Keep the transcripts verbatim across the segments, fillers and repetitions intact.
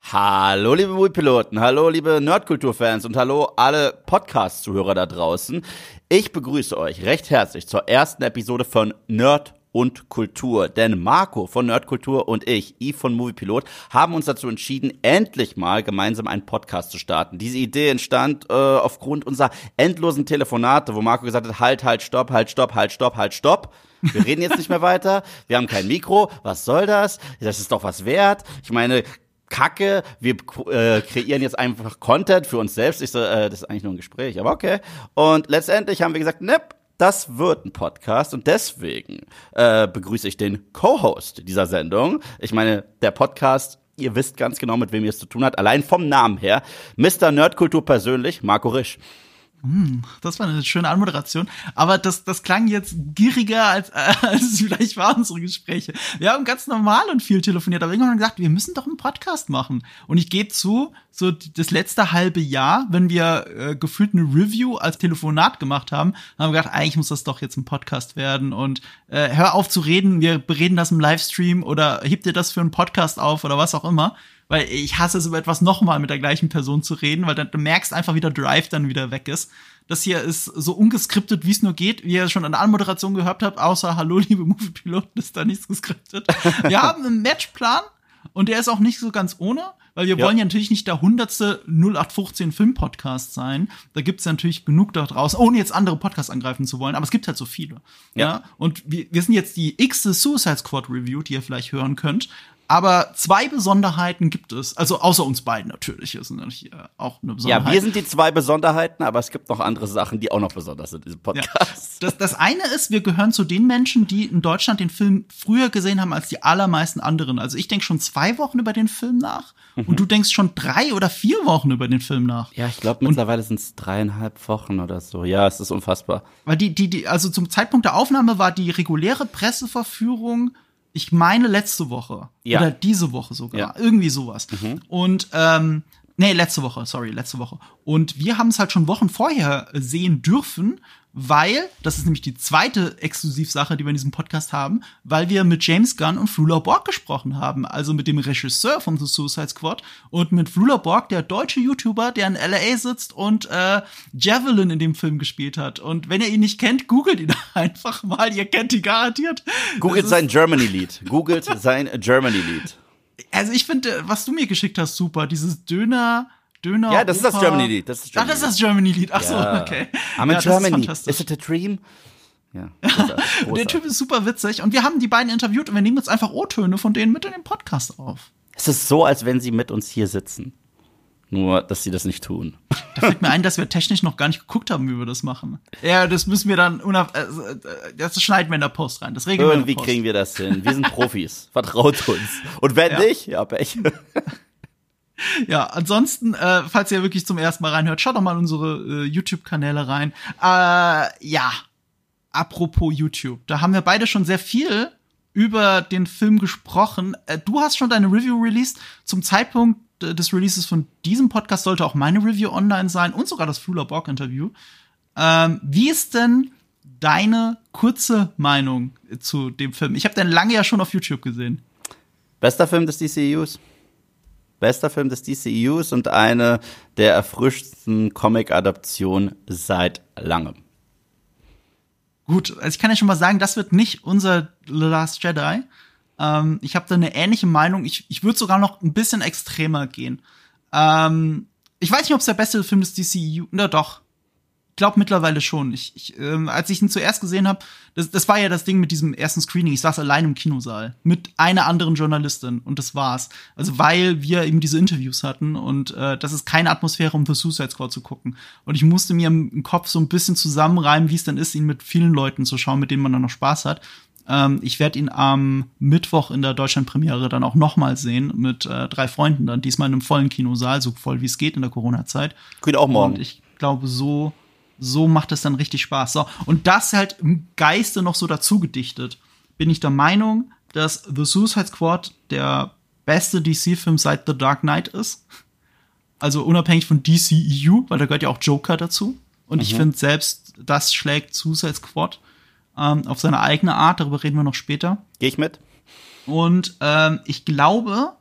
Hallo liebe Moviepiloten, hallo liebe Nerdkulturfans und hallo alle Podcast-Zuhörer da draußen. Ich begrüße euch recht herzlich zur ersten Episode von Nerd und Kultur. Denn Marco von Nerdkultur und ich, Yves von Moviepilot, haben uns dazu entschieden, endlich mal gemeinsam einen Podcast zu starten. Diese Idee entstand äh, aufgrund unserer endlosen Telefonate, wo Marco gesagt hat, halt, halt, stopp, halt, stopp, halt, stopp, halt, stopp. Wir reden jetzt nicht mehr weiter, wir haben kein Mikro, was soll das? Das ist doch was wert. Ich meine, Kacke, wir äh, kreieren jetzt einfach Content für uns selbst. Ich so, äh, das ist eigentlich nur ein Gespräch, aber okay. Und letztendlich haben wir gesagt, ne, das wird ein Podcast und deswegen äh, begrüße ich den Co-Host dieser Sendung. Ich meine, der Podcast, ihr wisst ganz genau, mit wem ihr es zu tun habt, allein vom Namen her. Mister Nerdkultur persönlich, Marco Risch. Das war eine schöne Anmoderation, aber das, das klang jetzt gieriger, als, äh, als es vielleicht waren, unsere Gespräche. Wir haben ganz normal und viel telefoniert, aber irgendwann haben wir gesagt, wir müssen doch einen Podcast machen. Und ich gebe zu, so das letzte halbe Jahr, wenn wir äh, gefühlt eine Review als Telefonat gemacht haben, haben wir gedacht, eigentlich muss das doch jetzt ein Podcast werden und äh, hör auf zu reden, wir bereden das im Livestream oder heb dir das für einen Podcast auf oder was auch immer. Weil ich hasse es, über etwas nochmal mit der gleichen Person zu reden, weil dann, du merkst einfach, wie der Drive dann wieder weg ist. Das hier ist so ungeskriptet, wie es nur geht, wie ihr schon an der Anmoderation gehört habt, außer Hallo, liebe Moviepiloten, ist da nichts geskriptet. Wir haben einen Matchplan und der ist auch nicht so ganz ohne, weil wir ja. wollen ja natürlich nicht der hundertste null acht fünfzehn Film-Podcast sein. Da gibt's ja natürlich genug da draußen, ohne jetzt andere Podcasts angreifen zu wollen, aber es gibt halt so viele. Ja. ja? Und wir, wir sind jetzt die x-te Suicide Squad Review, die ihr vielleicht hören könnt. Aber zwei Besonderheiten gibt es, also außer uns beiden natürlich, ist natürlich auch eine Besonderheit. Ja, wir sind die zwei Besonderheiten, aber es gibt noch andere Sachen, die auch noch besonders sind in diesem Podcast. Ja. Das, das eine ist, wir gehören zu den Menschen, die in Deutschland den Film früher gesehen haben als die allermeisten anderen. Also ich denke schon zwei Wochen über den Film nach mhm. und du denkst schon drei oder vier Wochen über den Film nach. Ja, ich glaube mittlerweile sind es dreieinhalb Wochen oder so. Ja, es ist unfassbar. Weil die, die, die, also zum Zeitpunkt der Aufnahme war die reguläre Presseverführung, ich meine letzte Woche ja. oder diese Woche sogar, ja. irgendwie sowas. Mhm. Und ähm, nee, letzte Woche, sorry, letzte Woche. Und wir haben es halt schon Wochen vorher sehen dürfen, weil, das ist nämlich die zweite Exklusivsache, die wir in diesem Podcast haben, weil wir mit James Gunn und Flula Borg gesprochen haben, also mit dem Regisseur von The Suicide Squad und mit Flula Borg, der deutsche YouTuber, der in L A sitzt und äh, Javelin in dem Film gespielt hat. Und wenn ihr ihn nicht kennt, googelt ihn einfach mal, ihr kennt ihn garantiert. Googelt sein Germany-Lied. Googelt sein Germany-Lied. Also ich finde, was du mir geschickt hast, super. Dieses Döner... Döner, ja, das Opa. ist das Germany-Lied. Das ist Germany Ach, das ist das Germany-Lied. Ach so, ja. okay. I'm in ja, Germany. Is, is it a dream? Ja. Großartig. Der Typ ist super witzig. Und wir haben die beiden interviewt und wir nehmen jetzt einfach O-Töne von denen mit in den Podcast auf. Es ist so, als wenn sie mit uns hier sitzen. Nur, dass sie das nicht tun. Da fällt mir ein, dass wir technisch noch gar nicht geguckt haben, wie wir das machen. Ja, das müssen wir dann, unab- das schneiden wir in der Post rein. Das regeln wir in der Irgendwie Post. kriegen wir das hin. Wir sind Profis. Vertraut uns. Und wenn ja. nicht, ja, Pech. Ja, ansonsten, äh, falls ihr wirklich zum ersten Mal reinhört, schaut doch mal in unsere äh, YouTube-Kanäle rein. Äh, ja, apropos YouTube, da haben wir beide schon sehr viel über den Film gesprochen. Äh, du hast schon deine Review released. Zum Zeitpunkt äh, des Releases von diesem Podcast sollte auch meine Review online sein und sogar das Flula Borg-Interview. Ähm, wie ist denn deine kurze Meinung zu dem Film? Ich habe den lange ja schon auf YouTube gesehen. Bester Film des D C E Us. Bester Film des D C E Us und eine der erfrischendsten Comic-Adaptionen seit langem. Gut, also ich kann ja schon mal sagen, das wird nicht unser The Last Jedi. Ähm, ich habe da eine ähnliche Meinung. Ich, ich würde sogar noch ein bisschen extremer gehen. Ähm, ich weiß nicht, ob es der beste Film des D C E U, na doch. Ich glaube mittlerweile schon. Ich, ich, ähm, als ich ihn zuerst gesehen habe, das, das war ja das Ding mit diesem ersten Screening. Ich saß allein im Kinosaal mit einer anderen Journalistin und das war's. Also weil wir eben diese Interviews hatten und äh, das ist keine Atmosphäre, um The Suicide Squad zu gucken. Und ich musste mir im Kopf so ein bisschen zusammenreimen, wie es dann ist, ihn mit vielen Leuten zu schauen, mit denen man dann noch Spaß hat. Ähm, ich werde ihn am Mittwoch in der Deutschlandpremiere dann auch noch mal sehen mit äh, drei Freunden dann, diesmal in einem vollen Kinosaal, so voll wie es geht in der Corona-Zeit. Geht auch morgen. Und ich glaube, so So macht es dann richtig Spaß. So. Und das halt im Geiste noch so dazu gedichtet, bin ich der Meinung, dass The Suicide Squad der beste D C-Film seit The Dark Knight ist. Also unabhängig von D C E U, weil da gehört ja auch Joker dazu. Und mhm. ich finde, selbst das schlägt Suicide Squad ähm, auf seine eigene Art. Darüber reden wir noch später. Geh ich mit. Und ähm, ich glaube,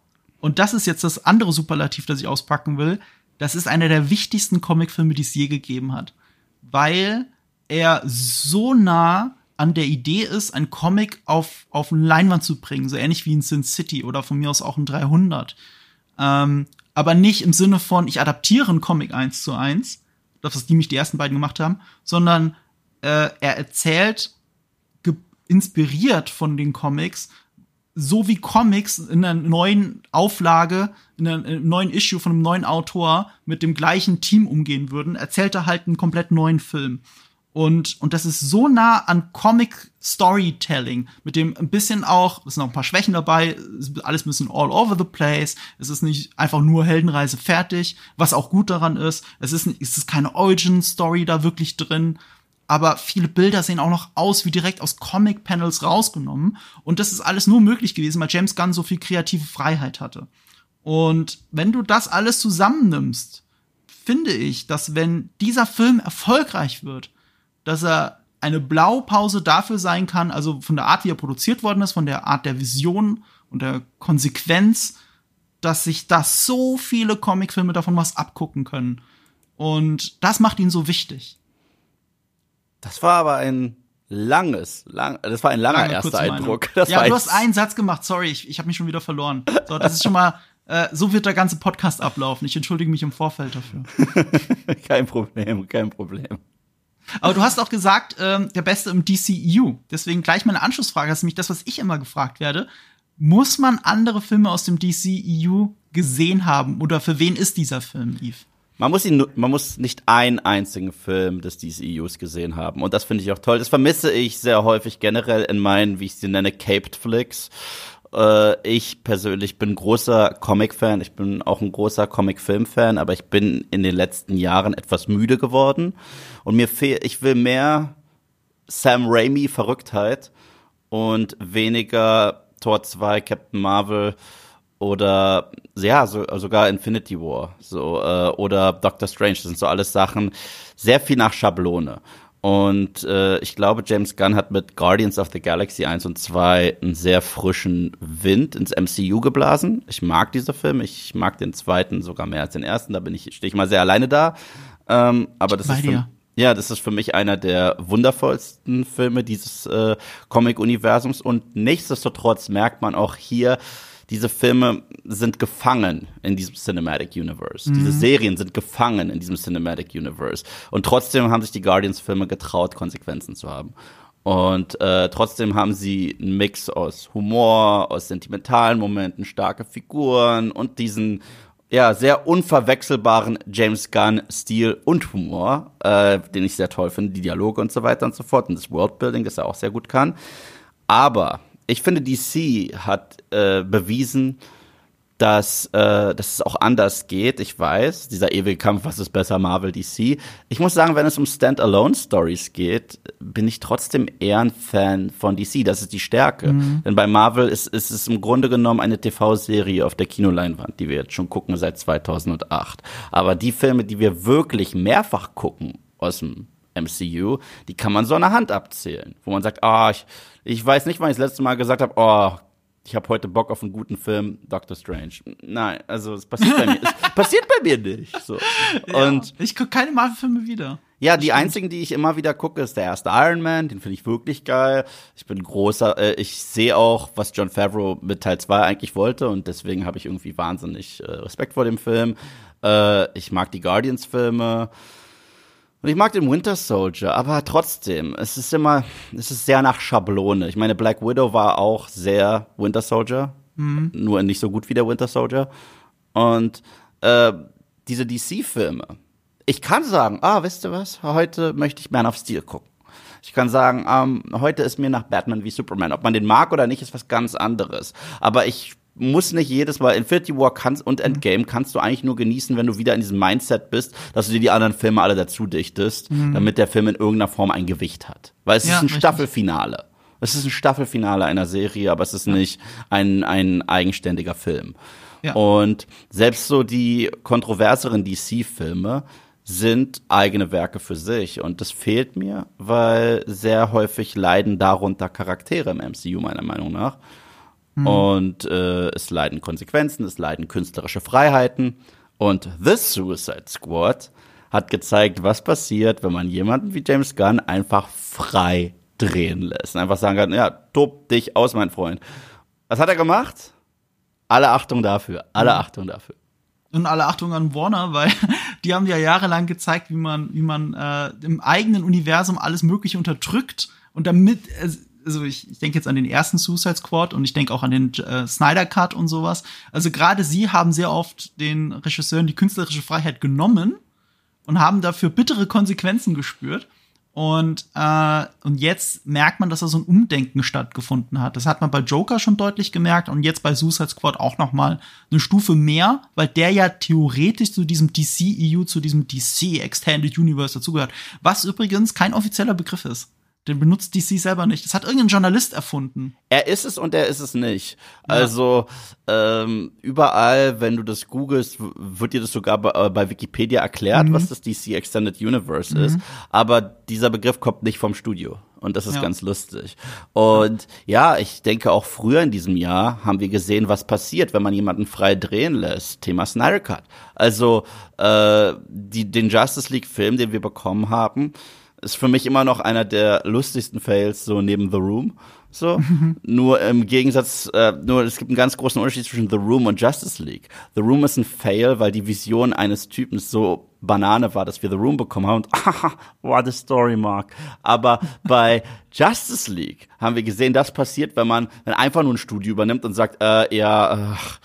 und das ist jetzt das andere Superlativ, das ich auspacken will, das ist einer der wichtigsten Comicfilme, die es je gegeben hat. Weil er so nah an der Idee ist, ein Comic auf, auf eine Leinwand zu bringen, so ähnlich wie in Sin City oder von mir aus auch in dreihundert. Ähm, aber nicht im Sinne von, ich adaptiere einen Comic eins zu eins, das, was die mich die ersten beiden gemacht haben, sondern äh, er erzählt, ge- inspiriert von den Comics, so wie Comics in einer neuen Auflage, in einem neuen Issue von einem neuen Autor mit dem gleichen Team umgehen würden, erzählt er halt einen komplett neuen Film. Und, und das ist so nah an Comic-Storytelling, mit dem ein bisschen auch, es sind auch ein paar Schwächen dabei, ist alles ein bisschen all over the place, es ist nicht einfach nur Heldenreise fertig, was auch gut daran ist, es ist, es ist keine Origin-Story da wirklich drin, aber viele Bilder sehen auch noch aus wie direkt aus Comic-Panels rausgenommen. Und das ist alles nur möglich gewesen, weil James Gunn so viel kreative Freiheit hatte. Und wenn du das alles zusammennimmst, finde ich, dass wenn dieser Film erfolgreich wird, dass er eine Blaupause dafür sein kann, also von der Art, wie er produziert worden ist, von der Art der Vision und der Konsequenz, dass sich da so viele Comicfilme davon was abgucken können. Und das macht ihn so wichtig. Das war aber ein langes, lang, das war ein langer Lange, erster kurze Meinung. Eindruck. Das Ja, war du hast einen Satz gemacht, sorry, ich, ich habe mich schon wieder verloren. So, das ist schon mal, äh, so wird der ganze Podcast ablaufen. Ich entschuldige mich im Vorfeld dafür. Kein Problem, kein Problem. Aber du hast auch gesagt, ähm, der Beste im D C E U. Deswegen gleich meine Anschlussfrage, das ist nämlich das, was ich immer gefragt werde. Muss man andere Filme aus dem D C E U gesehen haben? Oder für wen ist dieser Film, Yves? Man muss ihn, man muss nicht einen einzigen Film des D C E Us gesehen haben. Und das finde ich auch toll. Das vermisse ich sehr häufig generell in meinen, wie ich sie nenne, Caped Flicks. Äh, ich persönlich bin großer Comic-Fan. Ich bin auch ein großer Comic-Film-Fan. Aber ich bin in den letzten Jahren etwas müde geworden. Und mir fehlt, ich will mehr Sam Raimi Verrücktheit und weniger Tor zwei, Captain Marvel oder ja, so, sogar Infinity War so äh, oder Doctor Strange. Das sind so alles Sachen, sehr viel nach Schablone. Und äh, ich glaube, James Gunn hat mit Guardians of the Galaxy eins und zwei einen sehr frischen Wind ins M C U geblasen. Ich mag diese Filme, ich mag den zweiten sogar mehr als den ersten. Da bin ich, stehe ich mal sehr alleine da. Ähm, aber das Bei ist für, dir. ja, das ist für mich einer der wundervollsten Filme dieses äh, Comic-Universums. Und nichtsdestotrotz merkt man auch hier, diese Filme sind gefangen in diesem Cinematic Universe. Mhm. Diese Serien sind gefangen in diesem Cinematic Universe. Und trotzdem haben sich die Guardians-Filme getraut, Konsequenzen zu haben. Und äh, trotzdem haben sie einen Mix aus Humor, aus sentimentalen Momenten, starke Figuren und diesen ja sehr unverwechselbaren James Gunn-Stil und Humor, äh, den ich sehr toll finde, die Dialoge und so weiter und so fort und das Worldbuilding, das er auch sehr gut kann. Aber ich finde, D C hat äh, bewiesen, dass, äh, dass es auch anders geht. Ich weiß, dieser ewige Kampf, was ist besser, Marvel, D C. Ich muss sagen, wenn es um Standalone-Stories geht, bin ich trotzdem eher ein Fan von D C. Das ist die Stärke. Mhm. Denn bei Marvel ist, ist es im Grunde genommen eine T V-Serie auf der Kinoleinwand, die wir jetzt schon gucken seit zweitausendacht. Aber die Filme, die wir wirklich mehrfach gucken aus dem M C U, die kann man so an der Hand abzählen. Wo man sagt, ah, oh, ich, ich weiß nicht, wann ich das letzte Mal gesagt habe, oh, ich habe heute Bock auf einen guten Film, Doctor Strange. Nein, also es passiert bei mir, es passiert bei mir nicht. So. Und ja, ich gucke keine Marvel-Filme wieder. Ja, die einzigen, die ich immer wieder gucke, ist der erste Iron Man, den finde ich wirklich geil. Ich bin großer, äh, ich sehe auch, was Jon Favreau mit Teil zwei eigentlich wollte und deswegen habe ich irgendwie wahnsinnig äh, Respekt vor dem Film. Äh, ich mag die Guardians-Filme. Und ich mag den Winter Soldier, aber trotzdem, es ist immer, es ist sehr nach Schablone. Ich meine, Black Widow war auch sehr Winter Soldier, mhm. nur nicht so gut wie der Winter Soldier. Und äh, diese D C-Filme, ich kann sagen, ah, wisst ihr was, heute möchte ich Man of Steel gucken. Ich kann sagen, ähm, heute ist mir nach Batman wie Superman. Ob man den mag oder nicht, ist was ganz anderes. Aber ich muss nicht jedes Mal, Infinity War kannst und Endgame kannst du eigentlich nur genießen, wenn du wieder in diesem Mindset bist, dass du dir die anderen Filme alle dazu dichtest, mhm. damit der Film in irgendeiner Form ein Gewicht hat. Weil es ja, ist ein richtig. Staffelfinale. Es ist ein Staffelfinale einer Serie, aber es ist ja. nicht ein, ein eigenständiger Film. Ja. Und selbst so die kontroverseren D C-Filme sind eigene Werke für sich. Und das fehlt mir, weil sehr häufig leiden darunter Charaktere im M C U, meiner Meinung nach. Mhm. Und äh, es leiden Konsequenzen, es leiden künstlerische Freiheiten. Und The Suicide Squad hat gezeigt, was passiert, wenn man jemanden wie James Gunn einfach frei drehen lässt. Einfach sagen kann, ja, tob dich aus, mein Freund. Was hat er gemacht? Alle Achtung dafür, alle mhm. Achtung dafür. Und alle Achtung an Warner, weil die haben ja jahrelang gezeigt, wie man, wie man äh, im eigenen Universum alles Mögliche unterdrückt und damit, also ich, ich denke jetzt an den ersten Suicide Squad und ich denke auch an den äh, Snyder Cut und sowas. Also gerade sie haben sehr oft den Regisseuren die künstlerische Freiheit genommen und haben dafür bittere Konsequenzen gespürt. Und, äh, und jetzt merkt man, dass da so ein Umdenken stattgefunden hat. Das hat man bei Joker schon deutlich gemerkt und jetzt bei Suicide Squad auch noch mal eine Stufe mehr, weil der ja theoretisch zu diesem D C E U, zu diesem D C Extended Universe dazugehört. Was übrigens kein offizieller Begriff ist. Den benutzt D C selber nicht. Das hat irgendein Journalist erfunden. Er ist es und er ist es nicht. Ja. Also ähm, überall, wenn du das googelst, wird dir das sogar bei, bei Wikipedia erklärt, mhm. was das D C Extended Universe mhm. ist. Aber dieser Begriff kommt nicht vom Studio. Und das ist ja. ganz lustig. Und ja, ich denke auch früher in diesem Jahr haben wir gesehen, was passiert, wenn man jemanden frei drehen lässt. Thema Snyder Cut. Also äh, die, den Justice League Film, den wir bekommen haben, ist für mich immer noch einer der lustigsten Fails, so neben The Room. So. Mhm. Nur im Gegensatz, äh, nur es gibt einen ganz großen Unterschied zwischen The Room und Justice League. The Room ist ein Fail, weil die Vision eines Typen so Banane war, dass wir The Room bekommen haben. Und haha, what a story, Mark. Aber bei Justice League haben wir gesehen, das passiert, wenn man wenn einfach nur ein Studio übernimmt und sagt, äh, ja, ach,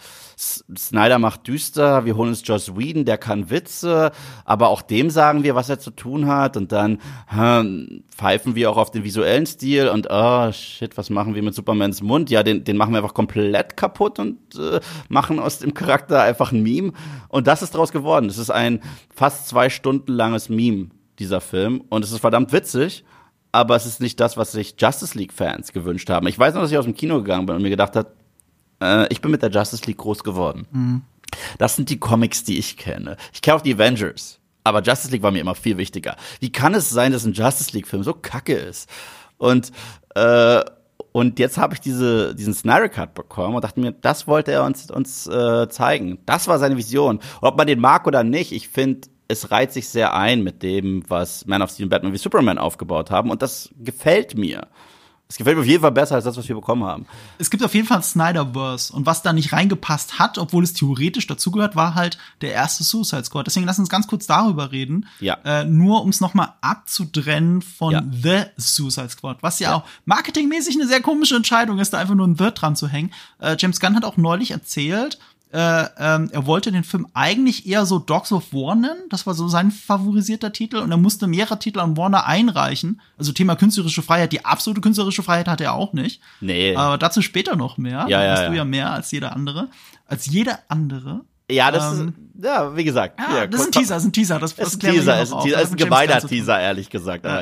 Snyder macht düster, wir holen uns Joss Whedon, der kann Witze, aber auch dem sagen wir, was er zu tun hat und dann hm, pfeifen wir auch auf den visuellen Stil und oh shit, was machen wir mit Supermans Mund? Ja, den, den machen wir einfach komplett kaputt und äh, machen aus dem Charakter einfach ein Meme und das ist draus geworden. Es ist ein fast zwei Stunden langes Meme, dieser Film, und es ist verdammt witzig, aber es ist nicht das, was sich Justice League-Fans gewünscht haben. Ich weiß noch, dass ich aus dem Kino gegangen bin und mir gedacht habe, ich bin mit der Justice League groß geworden. Mhm. Das sind die Comics, die ich kenne. Ich kenne auch die Avengers, aber Justice League war mir immer viel wichtiger. Wie kann es sein, dass ein Justice League-Film so kacke ist? Und äh, und jetzt habe ich diese diesen Snyder Cut bekommen und dachte mir, das wollte er uns uns äh, zeigen. Das war seine Vision. Und ob man den mag oder nicht, ich finde, es reiht sich sehr ein mit dem, was Man of Steel und Batman wie Superman aufgebaut haben. Und das gefällt mir. Es gefällt mir auf jeden Fall besser als das, was wir bekommen haben. Es gibt auf jeden Fall ein Snyderverse. Und was da nicht reingepasst hat, obwohl es theoretisch dazugehört, war halt der erste Suicide Squad. Deswegen lass uns ganz kurz darüber reden. Ja. Äh, nur um es nochmal abzutrennen von ja. The Suicide Squad. Was ja, ja auch marketingmäßig eine sehr komische Entscheidung ist, da einfach nur ein The dran zu hängen. Äh, James Gunn hat auch neulich erzählt, Äh, ähm, er wollte den Film eigentlich eher so Dogs of War nennen. Das war so sein favorisierter Titel. Und er musste mehrere Titel an Warner einreichen. Also Thema künstlerische Freiheit. Die absolute künstlerische Freiheit hatte er auch nicht. Nee. Aber dazu später noch mehr. Ja, da ja, hast ja. du ja mehr als jeder andere. Als jeder andere. Ja, das ähm, ist, ja, wie gesagt. Ja, ja, das ist ein Teaser, das ist ein Teaser. Das, das ist ein Teaser, ist ein, Teaser, ist ein gemeiner Teaser, ehrlich gesagt. Aber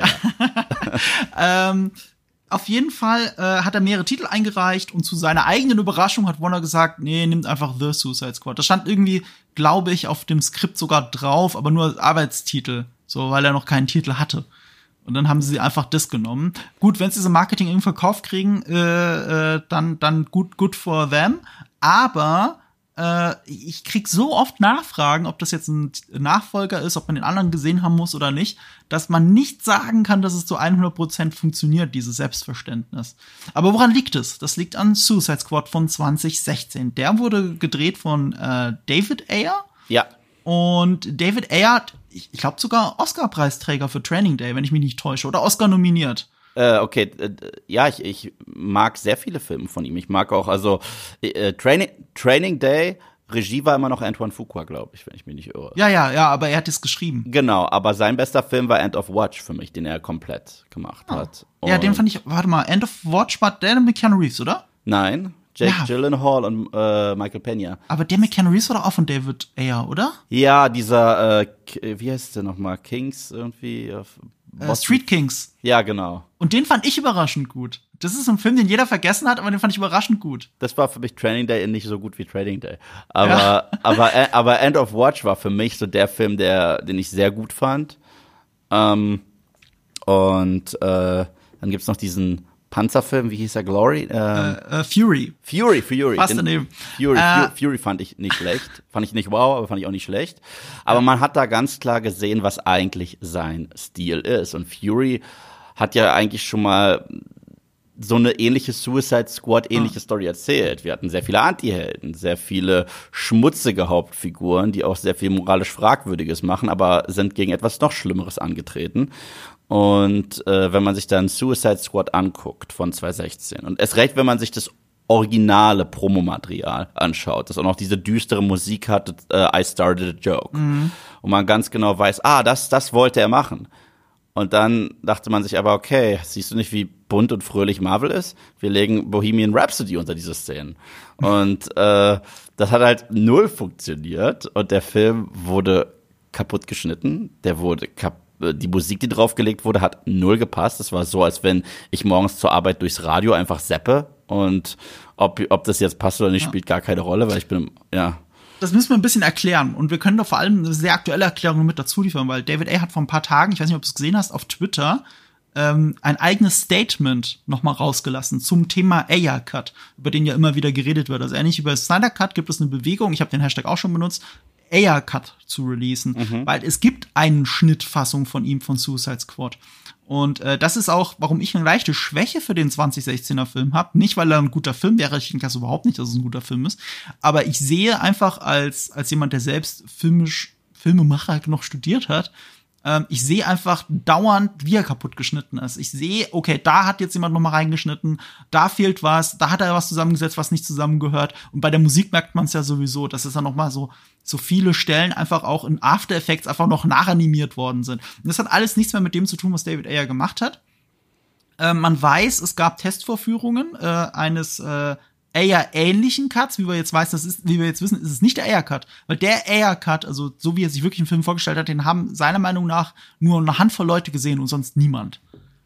ja. ähm, Auf jeden Fall äh, hat er mehrere Titel eingereicht und zu seiner eigenen Überraschung hat Warner gesagt, nee, nimmt einfach The Suicide Squad. Das stand irgendwie, glaube ich, auf dem Skript sogar drauf, aber nur als Arbeitstitel, so, weil er noch keinen Titel hatte. Und dann haben sie einfach das genommen. Gut, wenn sie diese Marketing irgendwie verkauft kriegen, äh, äh, dann dann gut good for them. Aber äh, ich krieg so oft Nachfragen, ob das jetzt ein Nachfolger ist, ob man den anderen gesehen haben muss oder nicht, dass man nicht sagen kann, dass es zu hundert Prozent funktioniert, dieses Selbstverständnis. Aber woran liegt es? Das liegt an Suicide Squad von zwanzig sechzehn. Der wurde gedreht von äh, David Ayer. Ja. Und David Ayer, ich, ich glaube sogar Oscar-Preisträger für Training Day, wenn ich mich nicht täusche, oder Oscar nominiert. Äh, okay, äh, ja, ich, ich mag sehr viele Filme von ihm. Ich mag auch, also äh, Training, Training Day, Regie war immer noch Antoine Fuqua, glaube ich, wenn ich mich nicht irre. Ja, ja, ja, aber er hat es geschrieben. Genau, aber sein bester Film war End of Watch für mich, den er komplett gemacht ah. hat. Und ja, den fand ich, warte mal, End of Watch war der mit Keanu Reeves, oder? Nein, Jake ja. Gyllenhaal und äh, Michael Peña. Aber der mit Keanu Reeves war doch auch von David Ayer, oder? Ja, dieser, äh, wie heißt der nochmal, Kings irgendwie? Äh, Street Kings. Ja, genau. Und den fand ich überraschend gut. Das ist ein Film, den jeder vergessen hat, aber den fand ich überraschend gut. Das war für mich Training Day nicht so gut wie Training Day. Aber, ja. aber, aber End of Watch war für mich so der Film, der, den ich sehr gut fand. Ähm, und äh, dann gibt's noch diesen Panzerfilm, wie hieß er, Glory? Ähm, äh, äh, Fury. Fury, Fury. Fast daneben. Fury, äh, Fury fand ich nicht schlecht. Fand ich nicht wow, aber fand ich auch nicht schlecht. Aber ja. man hat da ganz klar gesehen, was eigentlich sein Stil ist. Und Fury hat ja eigentlich schon mal so eine ähnliche Suicide Squad, ähnliche ja. Story erzählt. Wir hatten sehr viele Anti-Helden, sehr viele schmutzige Hauptfiguren, die auch sehr viel moralisch Fragwürdiges machen, aber sind gegen etwas noch Schlimmeres angetreten. Und äh, wenn man sich dann Suicide Squad anguckt von zwanzig sechzehn und erst recht, wenn man sich das originale Promomaterial anschaut, das auch noch diese düstere Musik hat, äh, I Started a Joke. Mhm. Und man ganz genau weiß, ah, das, das wollte er machen. Und dann dachte man sich aber, okay, siehst du nicht, wie bunt und fröhlich Marvel ist? Wir legen Bohemian Rhapsody unter diese Szenen. Und äh, das hat halt null funktioniert. Und der Film wurde kaputt geschnitten. Der wurde kaputt. Die Musik, die draufgelegt wurde, hat null gepasst. Es war so, als wenn ich morgens zur Arbeit durchs Radio einfach zappe. Und ob, ob das jetzt passt oder nicht, ja. spielt gar keine Rolle, weil ich bin, ja. Das müssen wir ein bisschen erklären. Und wir können doch vor allem eine sehr aktuelle Erklärung mit dazu liefern, weil David A. hat vor ein paar Tagen, ich weiß nicht, ob du es gesehen hast, auf Twitter ähm, ein eigenes Statement nochmal rausgelassen zum Thema Ayer Cut, über den ja immer wieder geredet wird. Also ähnlich wie bei Snyder Cut gibt es eine Bewegung, ich habe den Hashtag auch schon benutzt, Ayer Cut zu releasen, mhm. weil es gibt eine Schnittfassung von ihm von Suicide Squad. Und äh, das ist auch, warum ich eine leichte Schwäche für den zwanzig sechzehner Film habe. Nicht, weil er ein guter Film wäre, ich denke das überhaupt nicht, dass es ein guter Film ist. Aber ich sehe einfach als als jemand, der selbst filmisch Filmemacher noch studiert hat, ähm, ich sehe einfach dauernd, wie er kaputt geschnitten ist. Ich sehe, okay, da hat jetzt jemand noch mal reingeschnitten, da fehlt was, da hat er was zusammengesetzt, was nicht zusammengehört. Und bei der Musik merkt man es ja sowieso, dass es dann noch mal so so viele Stellen einfach auch in After Effects einfach noch nachanimiert worden sind. Und das hat alles nichts mehr mit dem zu tun, was David Ayer gemacht hat. Äh, man weiß, es gab Testvorführungen äh, eines äh, Ayer-ähnlichen Cuts, wie wir jetzt weiß, das ist, wie wir jetzt wissen, ist es nicht der Ayer-Cut. Weil der Ayer-Cut, also so wie er sich wirklich im Film vorgestellt hat, den haben seiner Meinung nach nur eine Handvoll Leute gesehen und sonst niemand.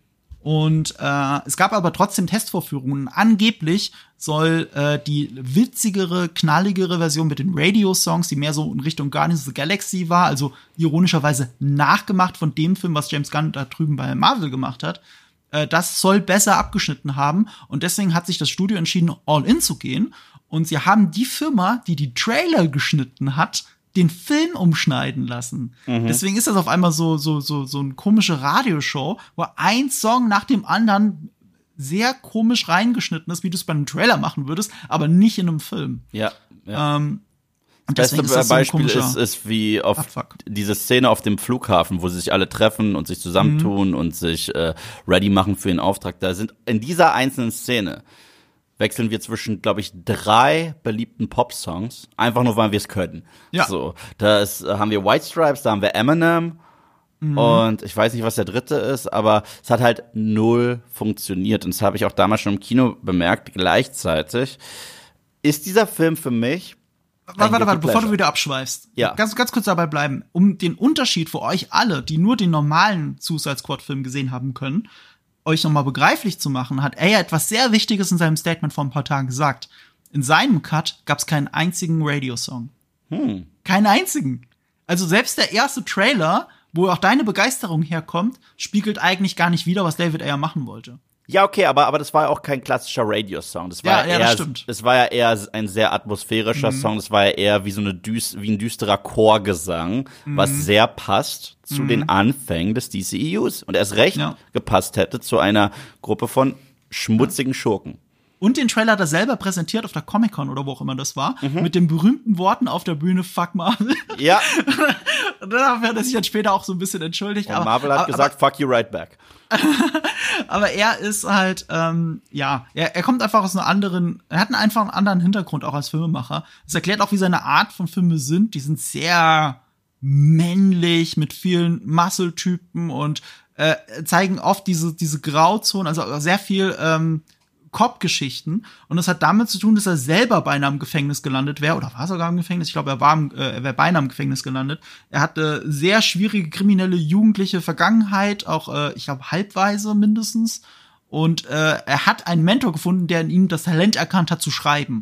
Und äh, es gab aber trotzdem Testvorführungen. Angeblich soll äh, die witzigere, knalligere Version mit den Radio-Songs, die mehr so in Richtung Guardians of the Galaxy war, also ironischerweise nachgemacht von dem Film, was James Gunn da drüben bei Marvel gemacht hat, äh, das soll besser abgeschnitten haben. Und deswegen hat sich das Studio entschieden, all in zu gehen. Und sie haben die Firma, die die Trailer geschnitten hat, den Film umschneiden lassen. Mhm. Deswegen ist das auf einmal so so so so eine komische Radioshow, wo ein Song nach dem anderen sehr komisch reingeschnitten ist, wie du es bei einem Trailer machen würdest, aber nicht in einem Film. Ja. ja. Ähm, und das beste ist das Beispiel so ist, ist wie auf Abfuck. diese Szene auf dem Flughafen, wo sie sich alle treffen und sich zusammentun mhm. und sich äh, ready machen für den Auftrag. Da sind in dieser einzelnen Szene wechseln wir zwischen, glaube ich, drei beliebten Pop-Songs, einfach nur, weil wir es können. Ja. So, da ist, haben wir White Stripes, da haben wir Eminem mhm. und ich weiß nicht, was der dritte ist, aber es hat halt null funktioniert und das habe ich auch damals schon im Kino bemerkt. Gleichzeitig ist dieser Film für mich Warte, warte, warte, bevor du wieder abschweifst. Ja. Ganz, ganz kurz dabei bleiben. Um den Unterschied für euch alle, die nur den normalen Suicide Squad-Film gesehen haben können, euch nochmal begreiflich zu machen, hat er ja etwas sehr Wichtiges in seinem Statement vor ein paar Tagen gesagt. In seinem Cut gab es keinen einzigen Radiosong. Hm. Keinen einzigen. Also selbst der erste Trailer, wo auch deine Begeisterung herkommt, spiegelt eigentlich gar nicht wider, was David Ayer machen wollte. Ja, okay, aber, aber das war ja auch kein klassischer Radiosong. Das war ja, ja, ja, eher, das stimmt. Es war ja eher ein sehr atmosphärischer mhm. Song. Das war ja eher wie so eine düst, wie ein düsterer Chorgesang, mhm. was sehr passt zu mhm. den Anfängen des D C E Us. Und erst recht ja. gepasst hätte zu einer Gruppe von schmutzigen Schurken. Und den Trailer hat er selber präsentiert auf der Comic-Con oder wo auch immer das war, mhm. mit den berühmten Worten auf der Bühne, fuck Marvel. Ja. Und dann hat er sich dann später auch so ein bisschen entschuldigt. Und aber, Marvel hat aber, gesagt, aber, fuck you right back. Aber er ist halt, ähm, ja, er, er kommt einfach aus einer anderen, er hat einfach einen anderen Hintergrund auch als Filmemacher. Das erklärt auch, wie seine Art von Filme sind. Die sind sehr männlich, mit vielen Muscle-Typen und äh, zeigen oft diese, diese Grauzone, also sehr viel ähm, Cop-Geschichten. Und das hat damit zu tun, dass er selber beinahe im Gefängnis gelandet wäre. Oder war er sogar im Gefängnis? Ich glaube, er war im, äh, er wäre beinahe im Gefängnis gelandet. Er hatte sehr schwierige kriminelle jugendliche Vergangenheit, auch, äh, ich glaube, halbweise mindestens. Und äh, er hat einen Mentor gefunden, der in ihm das Talent erkannt hat zu schreiben.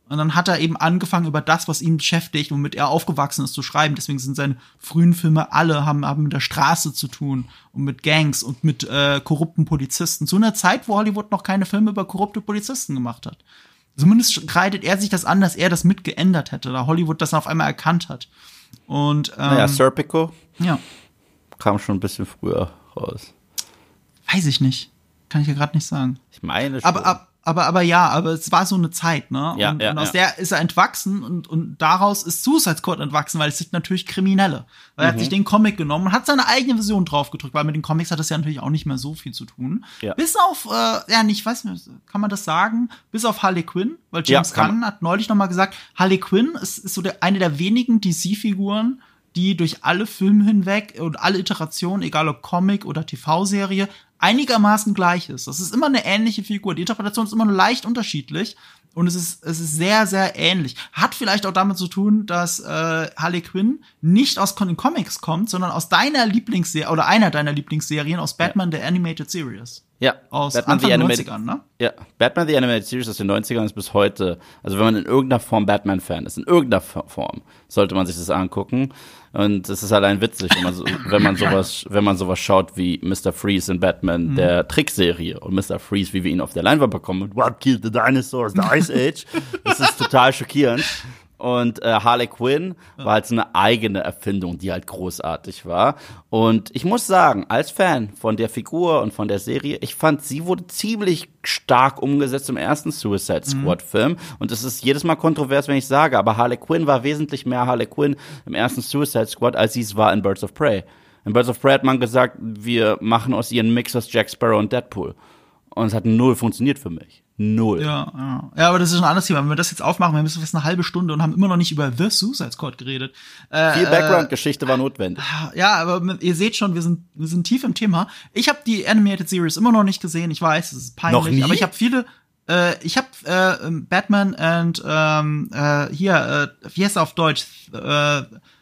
Und dann hat er eben angefangen, über das, was ihn beschäftigt, womit er aufgewachsen ist, zu schreiben. Deswegen sind seine frühen Filme alle, haben, haben mit der Straße zu tun und mit Gangs und mit äh, korrupten Polizisten. Zu einer Zeit, wo Hollywood noch keine Filme über korrupte Polizisten gemacht hat. Zumindest kreidet er sich das an, dass er das mitgeändert hätte, da Hollywood das auf einmal erkannt hat. Und, ähm, naja, Serpico ja. kam schon ein bisschen früher raus. Weiß ich nicht. Kann ich ja gerade nicht sagen. Ich meine schon. Aber, ab, aber, aber ja, aber es war so eine Zeit, ne? Ja, und, ja, und aus ja. der ist er entwachsen und, und daraus ist Suicide Squad entwachsen, weil es sind natürlich Kriminelle. Weil er Mhm. hat sich den Comic genommen und hat seine eigene Version draufgedrückt, weil mit den Comics hat das ja natürlich auch nicht mehr so viel zu tun. Ja. Bis auf, äh, ja, nicht, weiß nicht, kann man das sagen? Bis auf Harley Quinn, weil James Ja, kann Gunn hat neulich noch mal gesagt, Harley Quinn ist, ist so der, eine der wenigen D C-Figuren, die durch alle Filme hinweg und alle Iterationen, egal ob Comic oder T V-Serie, einigermaßen gleich ist. Das ist immer eine ähnliche Figur. Die Interpretation ist immer nur leicht unterschiedlich und es ist es ist sehr, sehr ähnlich. Hat vielleicht auch damit zu tun, dass äh, Harley Quinn nicht aus den Comics kommt, sondern aus deiner Lieblingsserie oder einer deiner Lieblingsserien aus Batman, der Animated Series. Ja, Aus Batman Anfang the der Animated, neunzigern, ne? Ja, Batman the Animated Series aus den neunzigern ist bis heute, also wenn man in irgendeiner Form Batman-Fan ist, in irgendeiner Form, sollte man sich das angucken. Und es ist allein witzig, wenn man, so, wenn man sowas, wenn man sowas schaut wie Mister Freeze in Batman, mhm. der Trickserie, und Mister Freeze, wie wir ihn auf der Leinwand bekommen, mit What killed the dinosaurs, the Ice Age. Das ist total schockierend. Und äh, Harley Quinn war halt so eine eigene Erfindung, die halt großartig war. Und ich muss sagen, als Fan von der Figur und von der Serie, ich fand, sie wurde ziemlich stark umgesetzt im ersten Suicide Squad-Film. Mhm. Und es ist jedes Mal kontrovers, wenn ich sage, aber Harley Quinn war wesentlich mehr Harley Quinn im ersten Suicide Squad, als sie es war in Birds of Prey. In Birds of Prey hat man gesagt, wir machen aus ihr einen Mix aus Jack Sparrow und Deadpool. Und es hat null funktioniert für mich. Null. Ja, ja. Ja, aber das ist ein anderes Thema. Wenn wir das jetzt aufmachen, wir müssen fast eine halbe Stunde und haben immer noch nicht über The Suicide Squad geredet. Äh, Viel Background-Geschichte äh, war notwendig. Ja, aber ihr seht schon, wir sind, wir sind tief im Thema. Ich habe die Animated Series immer noch nicht gesehen. Ich weiß, es ist peinlich. Noch nie? Aber ich habe viele, äh, ich habe äh, Batman and ähm, äh, hier, äh, wie heißt er auf Deutsch? Äh,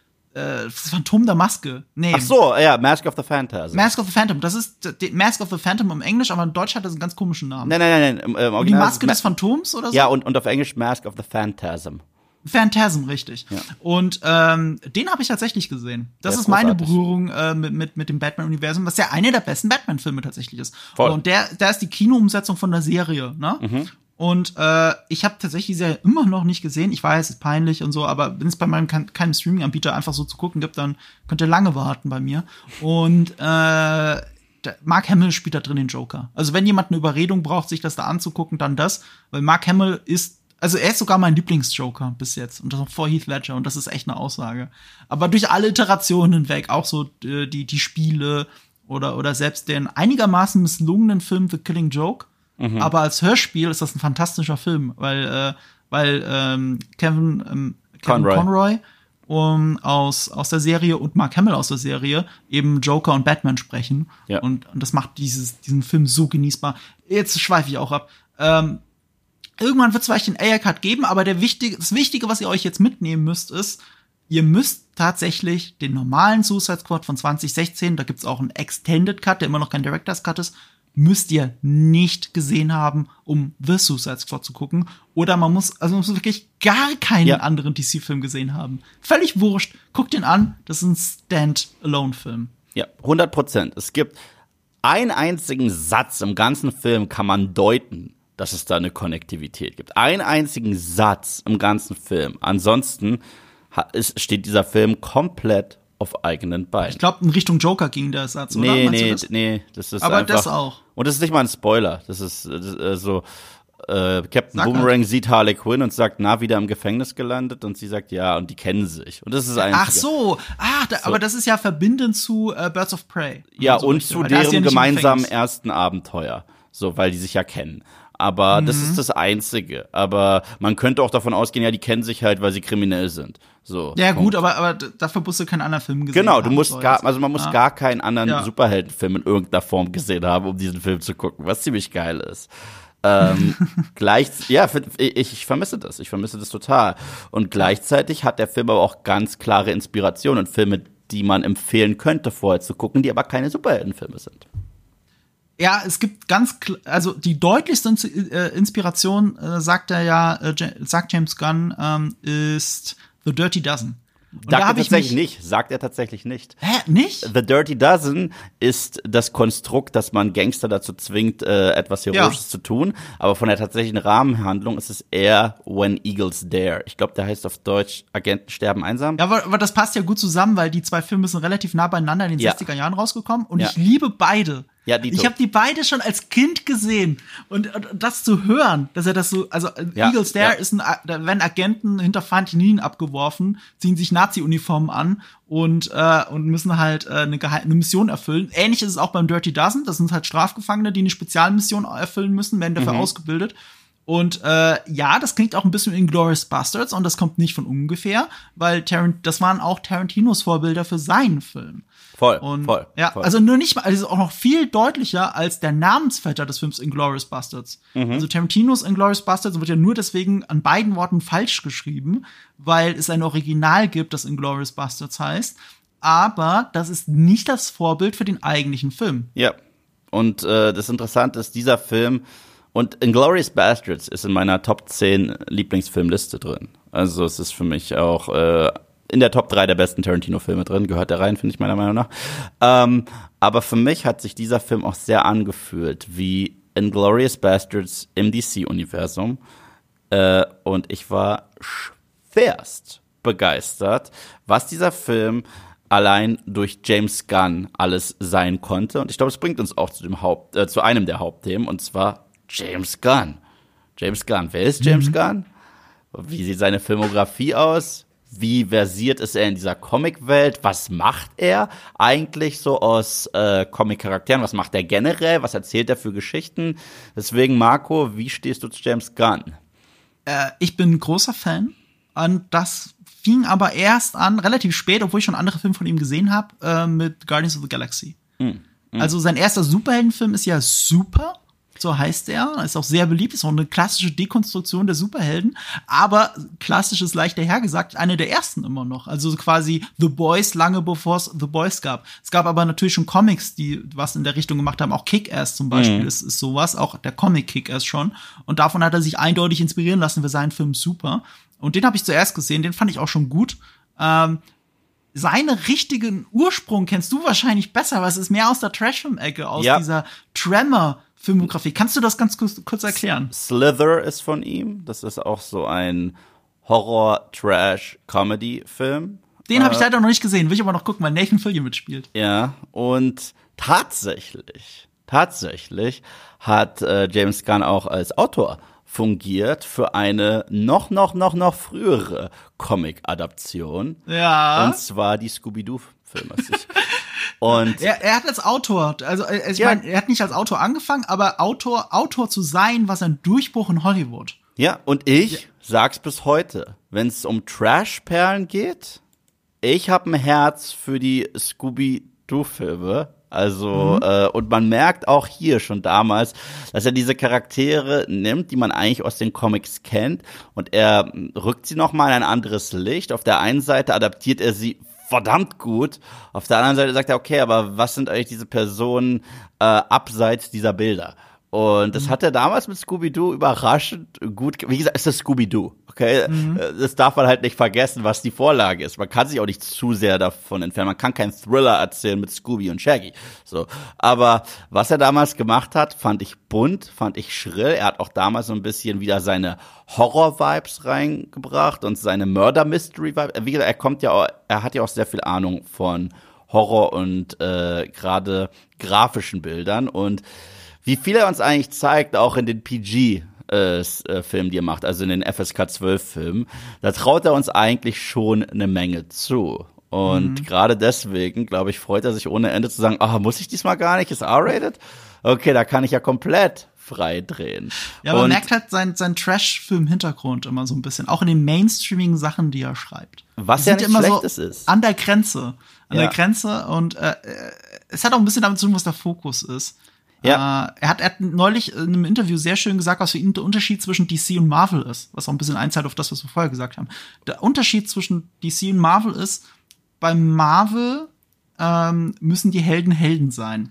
Das Phantom der Maske. Nee. Ach so, ja, Mask of the Phantasm. Mask of the Phantom. Das ist die Mask of the Phantom im Englisch, aber in Deutsch hat das einen ganz komischen Namen. Nein, nein, nein. Im, im und die Maske des Phantoms oder so? Ja, und, und auf Englisch Mask of the Phantasm. Phantasm, richtig. Ja. Und ähm, den habe ich tatsächlich gesehen. Das ist, ist meine Berührung äh, mit, mit, mit dem Batman-Universum, was ja einer der besten Batman-Filme tatsächlich ist. Voll. Und der, der ist die Kinoumsetzung von der Serie, ne? Mhm. Und äh, ich habe tatsächlich die Serie immer noch nicht gesehen. Ich weiß, es ist peinlich und so, aber wenn es bei meinem kein, keinem Streaming-Anbieter einfach so zu gucken gibt, dann könnt ihr lange warten bei mir. Und äh, Mark Hamill spielt da drin den Joker. Also wenn jemand eine Überredung braucht, sich das da anzugucken, dann das. Weil Mark Hamill ist, also er ist sogar mein Lieblings-Joker bis jetzt. Und das noch vor Heath Ledger. Und das ist echt eine Aussage. Aber durch alle Iterationen hinweg, auch so äh, die, die Spiele oder, oder selbst den einigermaßen misslungenen Film The Killing Joke. Mhm. Aber als Hörspiel ist das ein fantastischer Film, weil, äh, weil ähm, Kevin, ähm, Kevin Conroy, Conroy um, aus, aus der Serie und Mark Hamill aus der Serie eben Joker und Batman sprechen. Ja. Und, und das macht dieses, diesen Film so genießbar. Jetzt schweife ich auch ab. Ähm, irgendwann wird es vielleicht den A-Cut geben, aber der wichtige, das Wichtige, was ihr euch jetzt mitnehmen müsst, ist, ihr müsst tatsächlich den normalen Suicide Squad von zwanzig sechzehn, da gibt's auch einen Extended Cut, der immer noch kein Director's Cut ist, müsst ihr nicht gesehen haben, um The Suicide Squad zu gucken. Oder man muss, also man muss wirklich gar keinen ja. anderen D C-Film gesehen haben. Völlig wurscht. Guckt ihn an. Das ist ein Stand-Alone-Film. Ja, hundert Prozent. Es gibt einen einzigen Satz im ganzen Film, kann man deuten, dass es da eine Konnektivität gibt. Einen einzigen Satz im ganzen Film. Ansonsten ist, steht dieser Film komplett auf eigenen Beinen. Ich glaube, in Richtung Joker ging der Satz, oder? Nee, Meinst nee, das? nee, das ist Aber einfach, das auch. Und das ist nicht mal ein Spoiler. Das ist, das ist äh, so, äh, Captain Sag Boomerang halt. sieht Harley Quinn und sagt, na, wieder im Gefängnis gelandet. Und sie sagt, ja, und die kennen sich. Und das ist ein Ach so, ah, da, so. aber das ist ja verbindend zu äh, Birds of Prey. Ja, so und möchte, zu weil da ist deren ja gemeinsamen ersten Abenteuer. So, weil die sich ja kennen. Aber mhm. das ist das Einzige. Aber man könnte auch davon ausgehen, ja, die kennen sich halt, weil sie kriminell sind. So. Ja, gut, aber, aber dafür musst du keinen anderen Film gesehen Genau, haben. du musst so gar, also man muss ja. gar keinen anderen Ja. Superheldenfilm in irgendeiner Form gesehen haben, um diesen Film zu gucken, was ziemlich geil ist. ähm, gleich, ja, ich, ich vermisse das, ich vermisse das total. Und gleichzeitig hat der Film aber auch ganz klare Inspirationen und Filme, die man empfehlen könnte, vorher zu gucken, die aber keine Superheldenfilme sind. Ja, es gibt ganz, kl- also die deutlichste Ins- äh, Inspiration, äh, sagt er ja, äh, Ja- sagt James Gunn, ähm, ist The Dirty Dozen. Und Sagt da er habe ich tatsächlich mich, nicht. Sagt er tatsächlich nicht. hä, nicht? The Dirty Dozen ist das Konstrukt, dass man Gangster dazu zwingt, äh, etwas Heroisches Ja. zu tun. Aber von der tatsächlichen Rahmenhandlung ist es eher When Eagles Dare. Ich glaube, der heißt auf Deutsch Agenten sterben einsam. Ja, aber, aber das passt ja gut zusammen, weil die zwei Filme sind relativ nah beieinander in den Ja. sechziger Jahren rausgekommen und Ja. ich liebe beide. Ja, dito. Ich habe die beide schon als Kind gesehen und, und das zu hören, dass er das so, also äh, Ja, Eagles Dare ja. ist ein, da werden Agenten hinter feindlichen Linien abgeworfen, ziehen sich Nazi-Uniformen an und äh, und müssen halt äh, eine, geheim- eine Mission erfüllen. Ähnlich ist es auch beim Dirty Dozen. Das sind halt Strafgefangene, die eine Spezialmission erfüllen müssen, werden dafür Mhm. ausgebildet. Und äh, ja, das klingt auch ein bisschen wie Inglourious Basterds und das kommt nicht von ungefähr, weil Tarant das waren auch Tarantinos Vorbilder für seinen Film. Voll, Und voll. ja, voll. also nur nicht mal, also auch noch viel deutlicher als der Namensvetter des Films Inglourious Basterds. Mhm. Also Tarantinos Inglourious Basterds wird ja nur deswegen an beiden Worten falsch geschrieben, weil es ein Original gibt, das Inglourious Basterds heißt. Aber das ist nicht das Vorbild für den eigentlichen Film. Ja. Und äh, das Interessante ist, dieser Film und Inglourious Basterds ist in meiner Top zehn Lieblingsfilmliste drin. Also es ist für mich auch äh, in der Top drei der besten Tarantino-Filme drin, gehört der rein, finde ich meiner Meinung nach. Ähm, aber für mich hat sich dieser Film auch sehr angefühlt wie Inglourious Basterds im D C-Universum. Äh, und ich war schwerst begeistert, was dieser Film allein durch James Gunn alles sein konnte. Und ich glaube, es bringt uns auch zu dem Haupt, äh, zu einem der Hauptthemen, und zwar James Gunn. James Gunn. Wer ist James mhm. Gunn? Wie sieht seine Filmografie aus? Wie versiert ist er in dieser Comic-Welt? Was macht er eigentlich so aus äh, Comic-Charakteren? Was macht er generell? Was erzählt er für Geschichten? Deswegen, Marco, wie stehst du zu James Gunn? Äh, ich bin ein großer Fan. Und das fing aber erst an, relativ spät, obwohl ich schon andere Filme von ihm gesehen habe, äh, mit Guardians of the Galaxy. Mhm. Mhm. Also sein erster Superheldenfilm ist ja Super. So heißt er, ist auch sehr beliebt, ist auch eine klassische Dekonstruktion der Superhelden, aber klassisch ist leicht dahergesagt, eine der ersten immer noch, also quasi The Boys, lange bevor es The Boys gab. Es gab aber natürlich schon Comics, die was in der Richtung gemacht haben, auch Kick-Ass zum Beispiel mhm. ist, ist sowas, auch der Comic Kick-Ass schon, und davon hat er sich eindeutig inspirieren lassen für seinen Film Super, und den habe ich zuerst gesehen, den fand ich auch schon gut. Ähm, seinen richtigen Ursprung kennst du wahrscheinlich besser, weil es ist mehr aus der Trash-Film-Ecke, aus ja. dieser Tremor Filmografie. Kannst du das ganz kurz, kurz erklären? Slither ist von ihm. Das ist auch so ein Horror-Trash-Comedy-Film. Den habe ich äh, leider noch nicht gesehen. Will ich aber noch gucken, weil Nathan Fillion mitspielt. Ja, und tatsächlich, tatsächlich hat äh, James Gunn auch als Autor fungiert für eine noch, noch, noch, noch frühere Comic-Adaption. Ja. Und zwar die Scooby-Doo-Filme. Und er, er hat als Autor, also ich ja. meine, er hat nicht als Autor angefangen, aber Autor, Autor zu sein, war sein Durchbruch in Hollywood. Ja, und ich ja. sag's bis heute, wenn es um Trash-Perlen geht, ich habe ein Herz für die Scooby-Doo-Filme. Also, mhm. äh, und man merkt auch hier schon damals, dass er diese Charaktere nimmt, die man eigentlich aus den Comics kennt, und er rückt sie nochmal in ein anderes Licht. Auf der einen Seite adaptiert er sie verdammt gut. Auf der anderen Seite sagt er, okay, aber was sind eigentlich diese Personen äh, abseits dieser Bilder? Und das mhm. hat er damals mit Scooby-Doo überraschend gut, wie gesagt, es ist Scooby-Doo, okay? Mhm. Das darf man halt nicht vergessen, was die Vorlage ist. Man kann sich auch nicht zu sehr davon entfernen. Man kann keinen Thriller erzählen mit Scooby und Shaggy. So. Aber was er damals gemacht hat, fand ich bunt, fand ich schrill. Er hat auch damals so ein bisschen wieder seine Horror-Vibes reingebracht und seine Murder-Mystery-Vibes. Wie gesagt, er kommt ja auch, er hat ja auch sehr viel Ahnung von Horror und äh, gerade grafischen Bildern, und wie viel er uns eigentlich zeigt, auch in den P G-Filmen, die er macht, also in den F S K zwölf Filmen, da traut er uns eigentlich schon eine Menge zu. Und mhm. gerade deswegen, glaube ich, freut er sich ohne Ende zu sagen, ah, muss ich diesmal gar nicht, ist R-rated? Okay, da kann ich ja komplett frei drehen. Ja, man merkt halt seinen sein Trash-Film-Hintergrund immer so ein bisschen, auch in den mainstreamigen Sachen, die er schreibt. Was ja nicht immer Schlechtes so ist. An der Grenze. An ja. der Grenze, und äh, es hat auch ein bisschen damit zu tun, was der Fokus ist. Ja. Uh, er, hat, er hat neulich in einem Interview sehr schön gesagt, was für ihn der Unterschied zwischen D C und Marvel ist, was auch ein bisschen einzahlt auf das, was wir vorher gesagt haben. Der Unterschied zwischen D C und Marvel ist, bei Marvel ähm, müssen die Helden Helden sein.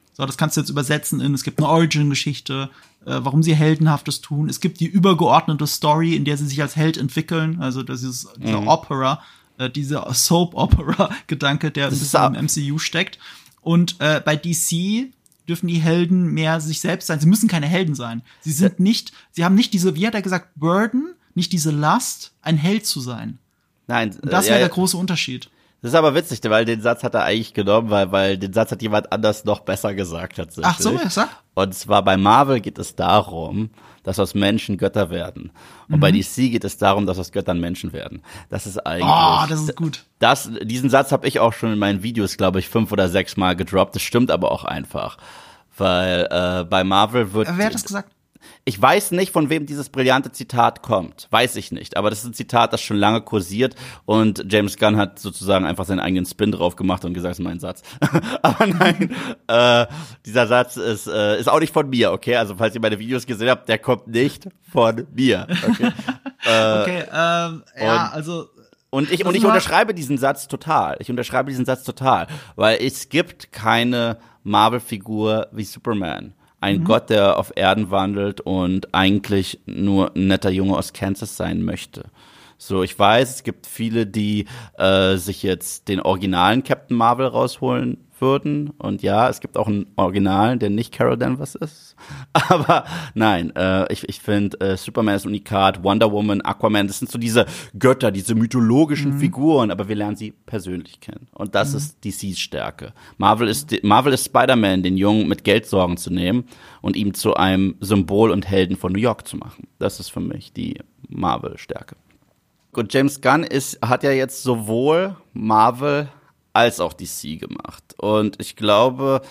So, das kannst du jetzt übersetzen in, es gibt eine Origin-Geschichte, äh, warum sie Heldenhaftes tun. Es gibt die übergeordnete Story, in der sie sich als Held entwickeln, also das ist dieser Mhm. Opera, äh, dieser Soap-Opera-Gedanke, der ein Das ist bisschen ab- im M C U steckt. Und äh, bei D C dürfen die Helden mehr sich selbst sein. Sie müssen keine Helden sein. Sie sind nicht, sie haben nicht diese, wie hat er gesagt, Burden, nicht diese Last, ein Held zu sein. Nein, Und das äh, wäre ja, der große Unterschied. das ist aber witzig, weil den Satz hat er eigentlich genommen, weil, weil den Satz hat jemand anders noch besser gesagt tatsächlich. Ach so, ja, sag. Und zwar bei Marvel geht es darum, dass aus Menschen Götter werden. Und bei D C geht es darum, dass aus Göttern Menschen werden. Das ist eigentlich. Oh, das ist gut. Das, diesen Satz habe ich auch schon in meinen Videos, glaube ich, fünf oder sechs Mal gedroppt. Das stimmt aber auch einfach. Weil äh, bei Marvel wird. Wer hat das gesagt? Ich weiß nicht, von wem dieses brillante Zitat kommt. Weiß ich nicht. Aber das ist ein Zitat, das schon lange kursiert. Und James Gunn hat sozusagen einfach seinen eigenen Spin drauf gemacht und gesagt, das ist mein Satz. Aber nein, äh, dieser Satz ist, äh, ist auch nicht von mir, okay? Also falls ihr meine Videos gesehen habt, der kommt nicht von mir, okay? äh, Okay, ähm, ja, und- also Und ich, Das und ich war- unterschreibe diesen Satz total. Ich unterschreibe diesen Satz total. Weil es gibt keine Marvel-Figur wie Superman. Ein Gott, der auf Erden wandelt und eigentlich nur ein netter Junge aus Kansas sein möchte. So, ich weiß, es gibt viele, die äh, sich jetzt den originalen Captain Marvel rausholen würden. Und ja, es gibt auch einen Originalen, der nicht Carol Danvers ist. Aber nein, äh, ich, ich finde, äh, Superman ist ein Unikat, Wonder Woman, Aquaman, das sind so diese Götter, diese mythologischen Figuren, aber wir lernen sie persönlich kennen. Und das ist D Cs Stärke. Marvel ist, Marvel ist Spider-Man, den Jungen mit Geldsorgen zu nehmen und ihm zu einem Symbol und Helden von New York zu machen. Das ist für mich die Marvel-Stärke. Gut, James Gunn ist, hat ja jetzt sowohl Marvel als auch D C gemacht. Und ich glaube,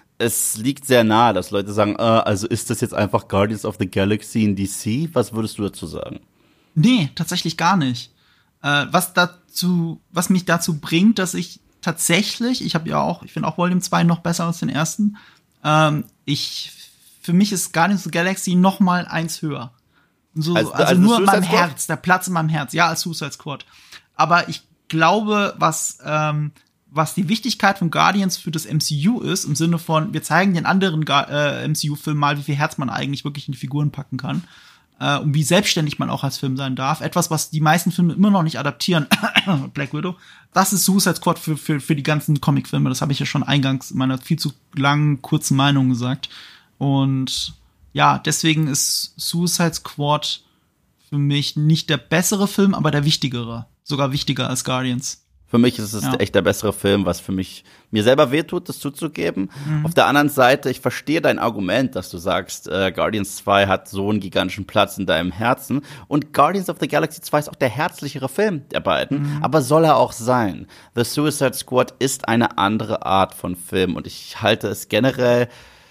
es liegt sehr nahe, dass Leute sagen, äh, also ist das jetzt einfach Guardians of the Galaxy in D C? Was würdest du dazu sagen? nee, tatsächlich gar nicht. Äh, was dazu, was mich dazu bringt, dass ich tatsächlich, ich habe ja auch, ich finde auch Volume zwei noch besser als den ersten. Ähm, ich, für mich ist Guardians of the Galaxy noch mal eins höher. So, Also- also, also nur in Suicide meinem Squad? Herz, der Platz in meinem Herz, ja, als Suicide Squad. Aber ich glaube, was, ähm, was die Wichtigkeit von Guardians für das M C U ist, im Sinne von, wir zeigen den anderen Ga- äh, M C U-Filmen mal, wie viel Herz man eigentlich wirklich in die Figuren packen kann. Äh, und wie selbstständig man auch als Film sein darf. Etwas, was die meisten Filme immer noch nicht adaptieren. Black Widow. Das ist Suicide Squad für, für, für die ganzen Comicfilme. Das habe ich ja schon eingangs in meiner viel zu langen, kurzen Meinung gesagt. Und ja, deswegen ist Suicide Squad für mich nicht der bessere Film, aber der wichtigere. Sogar wichtiger als Guardians. Für mich ist es Ja. echt der bessere Film, was für mich mir selber wehtut, das zuzugeben. Auf der anderen Seite, ich verstehe dein Argument, dass du sagst, äh, Guardians zwei hat so einen gigantischen Platz in deinem Herzen. Und Guardians of the Galaxy zwei ist auch der herzlichere Film der beiden. Aber soll er auch sein. The Suicide Squad ist eine andere Art von Film. Und ich halte es generell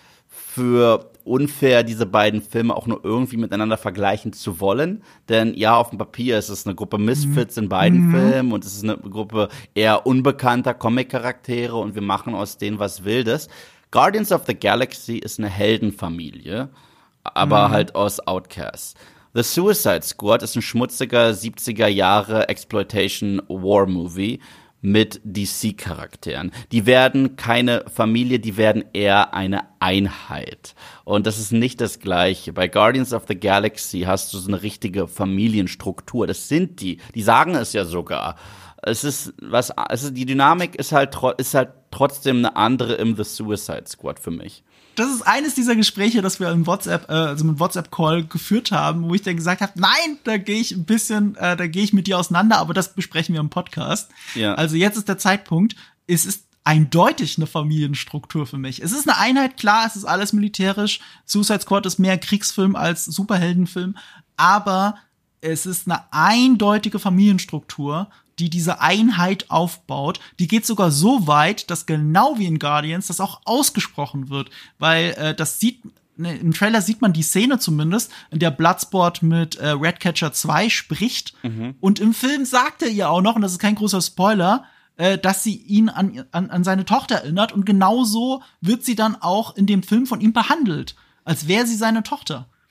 für unfair, diese beiden Filme auch nur irgendwie miteinander vergleichen zu wollen. Denn ja, auf dem Papier ist es eine Gruppe Misfits in beiden Filmen und es ist eine Gruppe eher unbekannter Comic-Charaktere und wir machen aus denen was Wildes. Guardians of the Galaxy ist eine Heldenfamilie, aber halt aus Outcasts. The Suicide Squad ist ein schmutziger siebziger Jahre Exploitation War Movie mit D C-Charakteren. Die werden keine Familie, die werden eher eine Einheit. Und das ist nicht das Gleiche. Bei Guardians of the Galaxy hast du so eine richtige Familienstruktur. Das sind die. Die sagen es ja sogar. Es ist was, es ist, die Dynamik ist halt, tro- ist halt trotzdem eine andere im The Suicide Squad für mich. Das ist eines dieser Gespräche, das wir im WhatsApp, äh, also mit WhatsApp-Call geführt haben, wo ich dann gesagt habe, nein, da gehe ich ein bisschen, äh, da gehe ich mit dir auseinander, aber das besprechen wir im Podcast. Ja. Also jetzt ist der Zeitpunkt. Es ist eindeutig eine Familienstruktur für mich. Es ist eine Einheit, klar, es ist alles militärisch. Suicide Squad ist mehr Kriegsfilm als Superheldenfilm, aber es ist eine eindeutige Familienstruktur, die diese Einheit aufbaut. Die geht sogar so weit, dass genau wie in Guardians das auch ausgesprochen wird, weil äh, das sieht ne, im Trailer sieht man die Szene zumindest, in der Bloodsport mit äh, Ratcatcher zwei spricht und im Film sagt er ihr auch noch, und das ist kein großer Spoiler, äh, dass sie ihn an, an, an seine Tochter erinnert und genauso wird sie dann auch in dem Film von ihm behandelt, als wäre sie seine Tochter.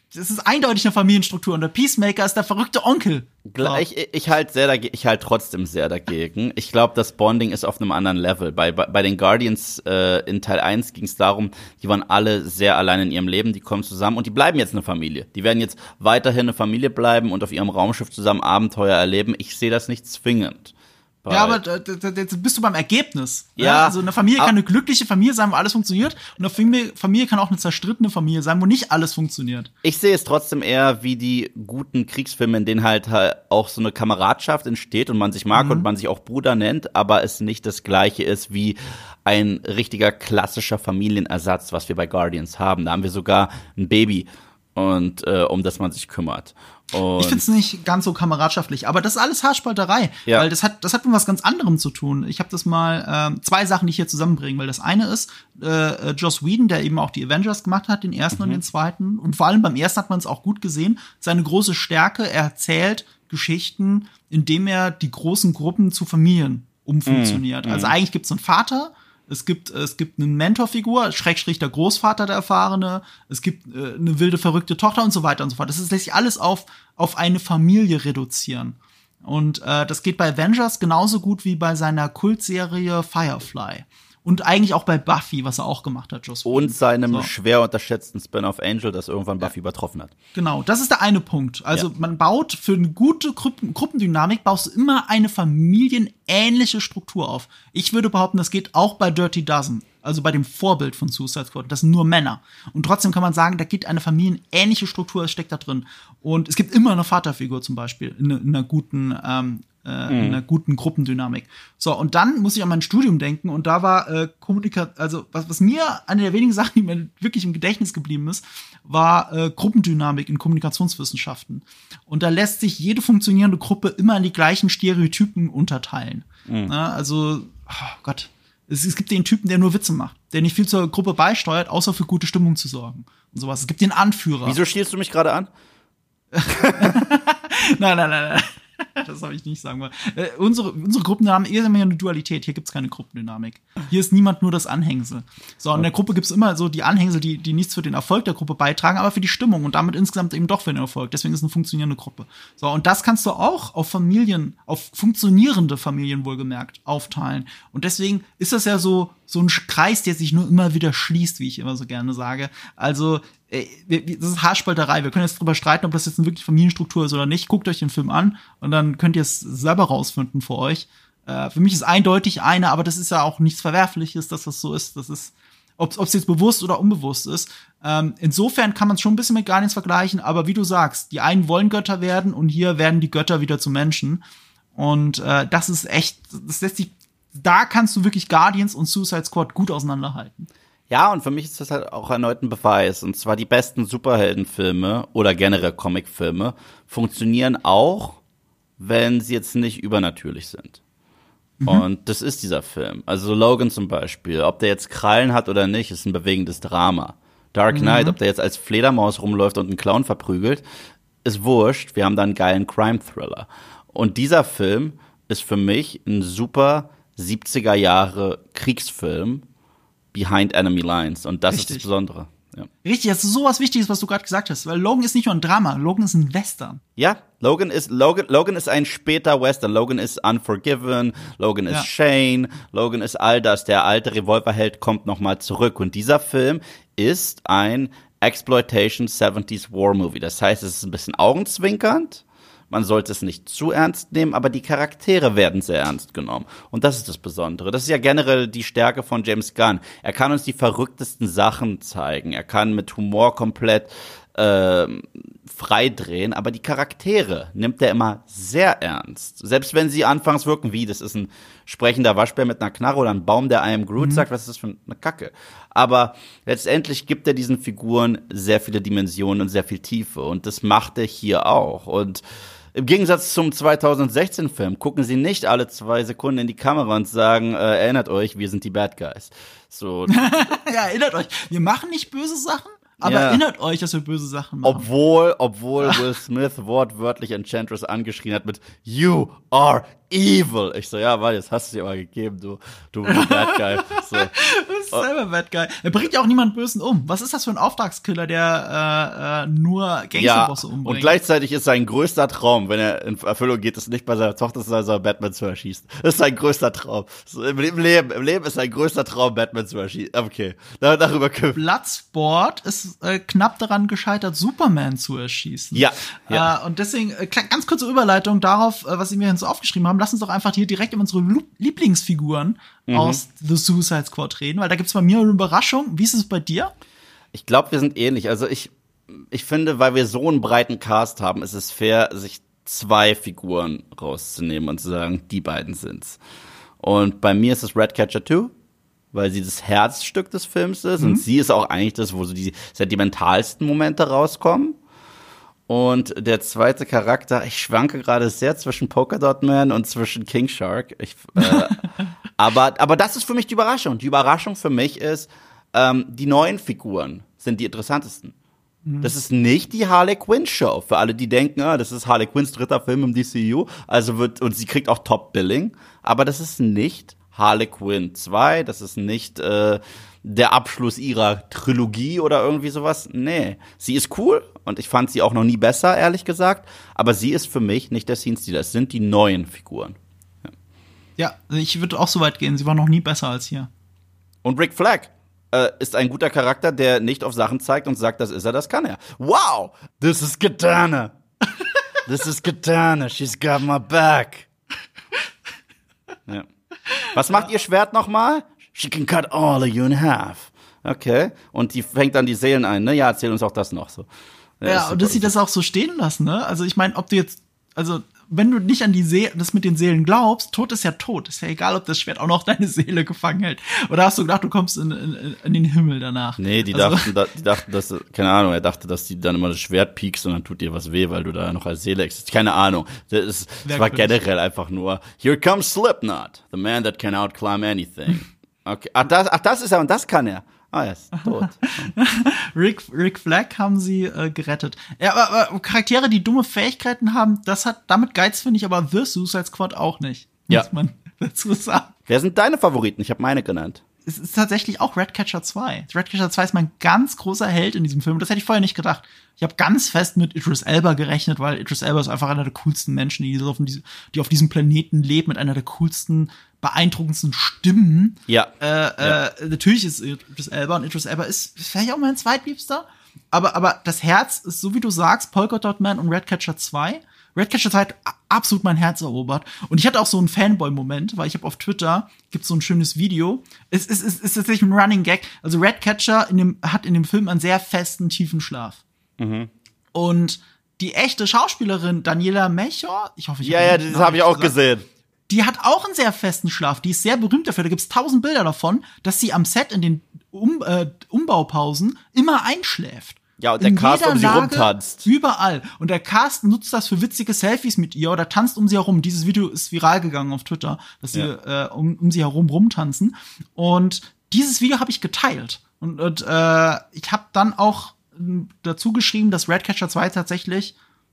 das ist eindeutig eine Familienstruktur und der Peacemaker ist der verrückte Onkel. Gleich, ich, ich halt sehr dagegen, ich halt trotzdem sehr dagegen. Ich glaube, das Bonding ist auf einem anderen Level. Bei, bei, bei den Guardians äh, in Teil eins ging es darum, die waren alle sehr allein in ihrem Leben, die kommen zusammen und die bleiben jetzt eine Familie. Die werden jetzt weiterhin eine Familie bleiben und auf ihrem Raumschiff zusammen Abenteuer erleben. Ich sehe das nicht zwingend. Ja, aber da, da, da bist du beim Ergebnis. Ja. Ja. Also eine Familie kann eine glückliche Familie sein, wo alles funktioniert. Und eine Familie, Familie kann auch eine zerstrittene Familie sein, wo nicht alles funktioniert. Ich sehe es trotzdem eher wie die guten Kriegsfilme, in denen halt, halt auch so eine Kameradschaft entsteht und man sich mag mhm. und man sich auch Bruder nennt, aber es nicht das Gleiche ist wie ein richtiger klassischer Familienersatz, was wir bei Guardians haben. Da haben wir sogar ein Baby und äh, um das man sich kümmert. Und ich find's nicht ganz so kameradschaftlich, aber das ist alles Haarspalterei, ja. weil das hat das hat mit was ganz anderem zu tun. Ich habe das mal ähm, zwei Sachen, die ich hier zusammenbringen, weil das eine ist äh, Joss Whedon, der eben auch die Avengers gemacht hat, den ersten mhm. und den zweiten, und vor allem beim ersten hat man es auch gut gesehen. Seine große Stärke: Er erzählt Geschichten, indem er die großen Gruppen zu Familien umfunktioniert. Mhm. Also eigentlich gibt's einen Vater. Es gibt, es gibt eine Mentorfigur, Schrägstrich der Großvater, der Erfahrene. Es gibt äh, eine wilde, verrückte Tochter und so weiter und so fort. Das ist, lässt sich alles auf, auf eine Familie reduzieren. Und äh, das geht bei Avengers genauso gut wie bei seiner Kultserie Firefly. Und eigentlich auch bei Buffy, was er auch gemacht hat, Joss Whedon. Und seinem so. schwer unterschätzten Spin-off Angel, das irgendwann Buffy ja. übertroffen hat. Genau, das ist der eine Punkt. Also ja. man baut für eine gute Gruppen- Gruppendynamik, baust du immer eine familienähnliche Struktur auf. Ich würde behaupten, das geht auch bei Dirty Dozen, also bei dem Vorbild von Suicide Squad. Das sind nur Männer. Und trotzdem kann man sagen, da geht eine familienähnliche Struktur, es steckt da drin. Und es gibt immer eine Vaterfigur zum Beispiel in, in einer guten ähm, in einer guten Gruppendynamik. So, und dann muss ich an mein Studium denken, und da war äh, Kommunikation, also was, was mir eine der wenigen Sachen, die mir wirklich im Gedächtnis geblieben ist, war äh, Gruppendynamik in Kommunikationswissenschaften. Und da lässt sich jede funktionierende Gruppe immer in die gleichen Stereotypen unterteilen. Mhm. Ja, also, oh Gott, es, es gibt den Typen, der nur Witze macht, der nicht viel zur Gruppe beisteuert, außer für gute Stimmung zu sorgen und sowas. Es gibt den Anführer. Wieso schielst du mich gerade an? nein, nein, nein, nein. Das habe ich nicht sagen wollen. Äh, unsere, unsere Gruppen haben eher immer eine Dualität. Hier gibt's keine Gruppendynamik. Hier ist niemand nur das Anhängsel. So, in der Gruppe gibt's immer so die Anhängsel, die, die nichts für den Erfolg der Gruppe beitragen, aber für die Stimmung und damit insgesamt eben doch für den Erfolg. Deswegen ist es eine funktionierende Gruppe. So, und das kannst du auch auf Familien, auf funktionierende Familien wohlgemerkt aufteilen. Und deswegen ist das ja so, so ein Kreis, der sich nur immer wieder schließt, wie ich immer so gerne sage. Also, das ist Haarspalterei. Wir können jetzt drüber streiten, ob das jetzt eine wirklich Familienstruktur ist oder nicht. Guckt euch den Film an und dann könnt ihr es selber rausfinden für euch. Äh, für mich ist eindeutig eine, aber das ist ja auch nichts Verwerfliches, dass das so ist. Das ist, ob es jetzt bewusst oder unbewusst ist. Ähm, insofern kann man es schon ein bisschen mit Guardians vergleichen, aber wie du sagst, die einen wollen Götter werden und hier werden die Götter wieder zu Menschen. Und äh, das ist echt, das lässt sich, da kannst du wirklich Guardians und Suicide Squad gut auseinanderhalten. Ja, und für mich ist das halt auch erneut ein Beweis. Und zwar die besten Superheldenfilme oder generell Comicfilme funktionieren auch, wenn sie jetzt nicht übernatürlich sind. Mhm. Und das ist dieser Film. Also Logan zum Beispiel, ob der jetzt Krallen hat oder nicht, ist ein bewegendes Drama. Dark Knight, mhm. ob der jetzt als Fledermaus rumläuft und einen Clown verprügelt, ist wurscht. Wir haben da einen geilen Crime-Thriller. Und dieser Film ist für mich ein super siebziger Jahre Kriegsfilm, Behind Enemy Lines. Und das Richtig. ist das Besondere. Ja. Richtig, das ist sowas Wichtiges, was du gerade gesagt hast. Weil Logan ist nicht nur ein Drama, Logan ist ein Western. Ja, Logan ist Logan, Logan ist ein später Western. Logan ist Unforgiven, Logan ist ja. Shane, Logan ist all das. Der alte Revolverheld kommt nochmal zurück. Und dieser Film ist ein Exploitation seventies War Movie. Das heißt, es ist ein bisschen augenzwinkernd. Man sollte es nicht zu ernst nehmen, aber die Charaktere werden sehr ernst genommen. Und das ist das Besondere. Das ist ja generell die Stärke von James Gunn. Er kann uns die verrücktesten Sachen zeigen. Er kann mit Humor komplett äh, freidrehen, aber die Charaktere nimmt er immer sehr ernst. Selbst wenn sie anfangs wirken wie, das ist ein sprechender Waschbär mit einer Knarre oder ein Baum, der einem Groot mhm. sagt, was ist das für eine Kacke. Aber letztendlich gibt er diesen Figuren sehr viele Dimensionen und sehr viel Tiefe. Und das macht er hier auch. Und im Gegensatz zum zweitausendsechzehn-Film gucken sie nicht alle zwei Sekunden in die Kamera und sagen, äh, erinnert euch, wir sind die Bad Guys. So. Ja, erinnert euch, wir machen nicht böse Sachen, aber ja. erinnert euch, dass wir böse Sachen machen. Obwohl, obwohl Will Smith wortwörtlich Enchantress angeschrien hat mit You are evil. Ich so, ja, warte, jetzt hast du dir mal gegeben, du, du Bad Guy. So. Du bist selber Bad Guy. Er bringt ja auch niemanden Bösen um. Was ist das für ein Auftragskiller, der äh, äh, nur Gangsterbosse ja, umbringt? Und gleichzeitig ist sein größter Traum, wenn er in Erfüllung geht, ist nicht bei seiner Tochter, sondern Batman zu erschießen. Das ist sein größter Traum. So, im, Im Leben, im Leben ist sein größter Traum, Batman zu erschießen. Okay, da, darüber können wir. Bloodsport ist äh, knapp daran gescheitert, Superman zu erschießen. Ja. ja. Äh, und deswegen, äh, ganz kurze Überleitung darauf, äh, was Sie mir so aufgeschrieben haben. Lass uns doch einfach hier direkt über unsere Lieblingsfiguren mhm. aus The Suicide Squad reden, weil da gibt's bei mir eine Überraschung. Wie ist es bei dir? Ich glaube, wir sind ähnlich. Also ich, ich finde, weil wir so einen breiten Cast haben, ist es fair, sich zwei Figuren rauszunehmen und zu sagen, die beiden sind's. Und bei mir ist es Ratcatcher zwei, weil sie das Herzstück des Films ist mhm. und sie ist auch eigentlich das, wo so die sentimentalsten Momente rauskommen. Und der zweite Charakter, ich schwanke gerade sehr zwischen Polka Dot Man und zwischen King Shark. Ich, äh, aber, aber das ist für mich die Überraschung. Die Überraschung für mich ist, ähm, die neuen Figuren sind die interessantesten. Mhm. Das ist nicht die Harley Quinn Show. Für alle, die denken, ah, das ist Harley Quinns dritter Film im D C U. Also wird, und sie kriegt auch Top Billing. Aber das ist nicht Harley Quinn zwei. Das ist nicht, äh, der Abschluss ihrer Trilogie oder irgendwie sowas. Nee, sie ist cool und ich fand sie auch noch nie besser, ehrlich gesagt. Aber sie ist für mich nicht der Scene-Stealer. Es sind die neuen Figuren. Ja, ja, ich würde auch so weit gehen. Sie war noch nie besser als hier. Und Rick Flag äh, ist ein guter Charakter, der nicht auf Sachen zeigt und sagt, das ist er, das kann er. Wow, this is Katana. This is Katana. She's got my back. Ja. Was macht ihr Schwert nochmal? She can cut all of you in half. Okay. Und die fängt dann die Seelen ein, ne? Ja, erzähl uns auch das noch so. Ja, ja und dass sie das auch so stehen lassen, ne? Also ich meine, ob du jetzt, also wenn du nicht an die See das mit den Seelen glaubst, Tod ist ja tot. Ist ja egal, ob das Schwert auch noch deine Seele gefangen hält. Oder hast du gedacht, du kommst in, in, in den Himmel danach? Nee, die also, dachten, da, die dachten, dass, keine Ahnung, er dachte, dass die dann immer das Schwert piekst und dann tut dir was weh, weil du da noch als Seele existierst. Keine Ahnung. Das, ist, das war generell einfach nur, here comes Slipknot, the man that can outclimb anything. Okay. Ach, das, ach, das ist er und das kann er. Ah, er ist tot. Rick, Rick Flag haben sie äh, gerettet. Ja, aber, aber Charaktere, die dumme Fähigkeiten haben, das hat, damit geizt finde ich aber The Suicide Squad auch nicht. Ja. Muss man dazu sagen. Wer sind deine Favoriten? Ich habe meine genannt. Es ist tatsächlich auch Ratcatcher zwei. Ratcatcher zwei ist mein ganz großer Held in diesem Film. Das hätte ich vorher nicht gedacht. Ich habe ganz fest mit Idris Elba gerechnet, weil Idris Elba ist einfach einer der coolsten Menschen, die auf, diesem, die auf diesem Planeten lebt, mit einer der coolsten, beeindruckendsten Stimmen. Ja. Äh, ja. Äh, natürlich ist Idris Elba und Idris Elba ist vielleicht auch mein zweitliebster. Aber, aber das Herz ist, so wie du sagst, Polka Dot Man und Ratcatcher zwei. Ratcatcher zwei hat absolut mein Herz erobert. Und ich hatte auch so einen Fanboy-Moment, weil ich habe auf Twitter, gibt's so ein schönes Video. Es ist, es ist, es ist tatsächlich ein Running Gag. Also Ratcatcher in dem, hat in dem Film einen sehr festen, tiefen Schlaf. Mhm. Und die echte Schauspielerin Daniela Melchior, ich hoffe, ich Ja, ja, das habe ich auch gesagt, gesehen. Die hat auch einen sehr festen Schlaf. Die ist sehr berühmt dafür. Da gibt's tausend Bilder davon, dass sie am Set in den um, äh, Umbaupausen immer einschläft. Ja, und der Cast um sie rumtanzt. Überall. Und der Cast nutzt das für witzige Selfies mit ihr oder tanzt um sie herum. Dieses Video ist viral gegangen auf Twitter, dass sie ja. äh, um, um sie herum rumtanzen. Und dieses Video habe ich geteilt. Und, und äh, ich habe dann auch dazu geschrieben, dass Ratcatcher zwei tatsächlich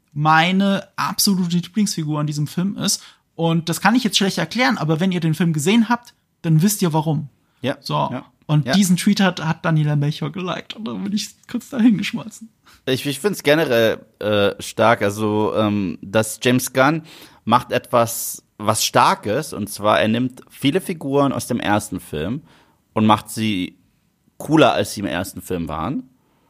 meine absolute Lieblingsfigur in diesem Film ist. Und das kann ich jetzt schlecht erklären, aber wenn ihr den Film gesehen habt, dann wisst ihr warum. Ja. So. Ja. Und ja. diesen Tweet hat, hat Daniela Melchior geliked. Und dann bin ich kurz da hingeschmolzen. Ich, ich finde es generell äh, stark. Also, ähm, dass James Gunn macht etwas, was Starkes. Und zwar, er nimmt viele Figuren aus dem ersten Film und macht sie cooler, als sie im ersten Film waren.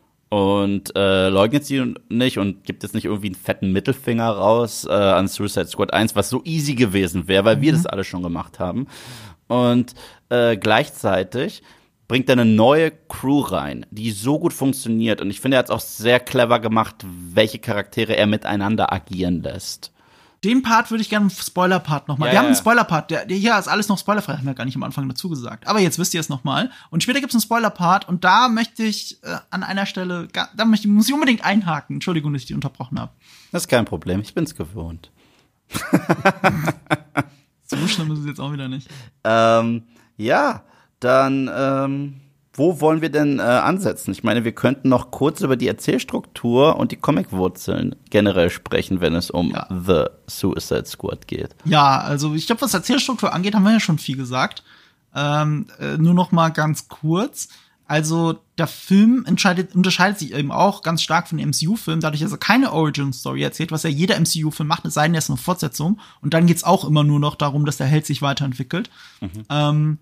Und äh, leugnet sie nicht und gibt jetzt nicht irgendwie einen fetten Mittelfinger raus äh, an Suicide Squad eins, was so easy gewesen wäre, weil mhm. wir das alle schon gemacht haben. Und äh, gleichzeitig bringt er eine neue Crew rein, die so gut funktioniert. Und ich finde, er hat es auch sehr clever gemacht, welche Charaktere er miteinander agieren lässt. Den Part würde ich gerne im Spoiler-Part nochmal. Ja, wir ja. haben einen Spoiler-Part, der, der hier ist alles noch spoilerfrei, haben wir gar nicht am Anfang dazu gesagt. Aber jetzt wisst ihr es nochmal. Und später gibt es einen Spoiler-Part und da möchte ich äh, an einer Stelle, da möchte, muss ich unbedingt einhaken. Entschuldigung, dass ich die unterbrochen habe. Das ist kein Problem, ich bin's gewohnt. So schlimm ist es jetzt auch wieder nicht. Ähm, ja, dann, ähm, wo wollen wir denn äh, ansetzen? Ich meine, wir könnten noch kurz über die Erzählstruktur und die Comicwurzeln generell sprechen, wenn es um ja. The Suicide Squad geht. Ja, also ich glaube, was Erzählstruktur angeht, haben wir ja schon viel gesagt. Ähm, äh, nur noch mal ganz kurz. Also der Film entscheidet, unterscheidet sich eben auch ganz stark von dem M C U-Film, dadurch, dass er keine Origin-Story erzählt, was ja jeder M C U-Film macht, es sei denn, er ist eine Fortsetzung. Und dann geht's auch immer nur noch darum, dass der Held sich weiterentwickelt. Mhm. Ähm,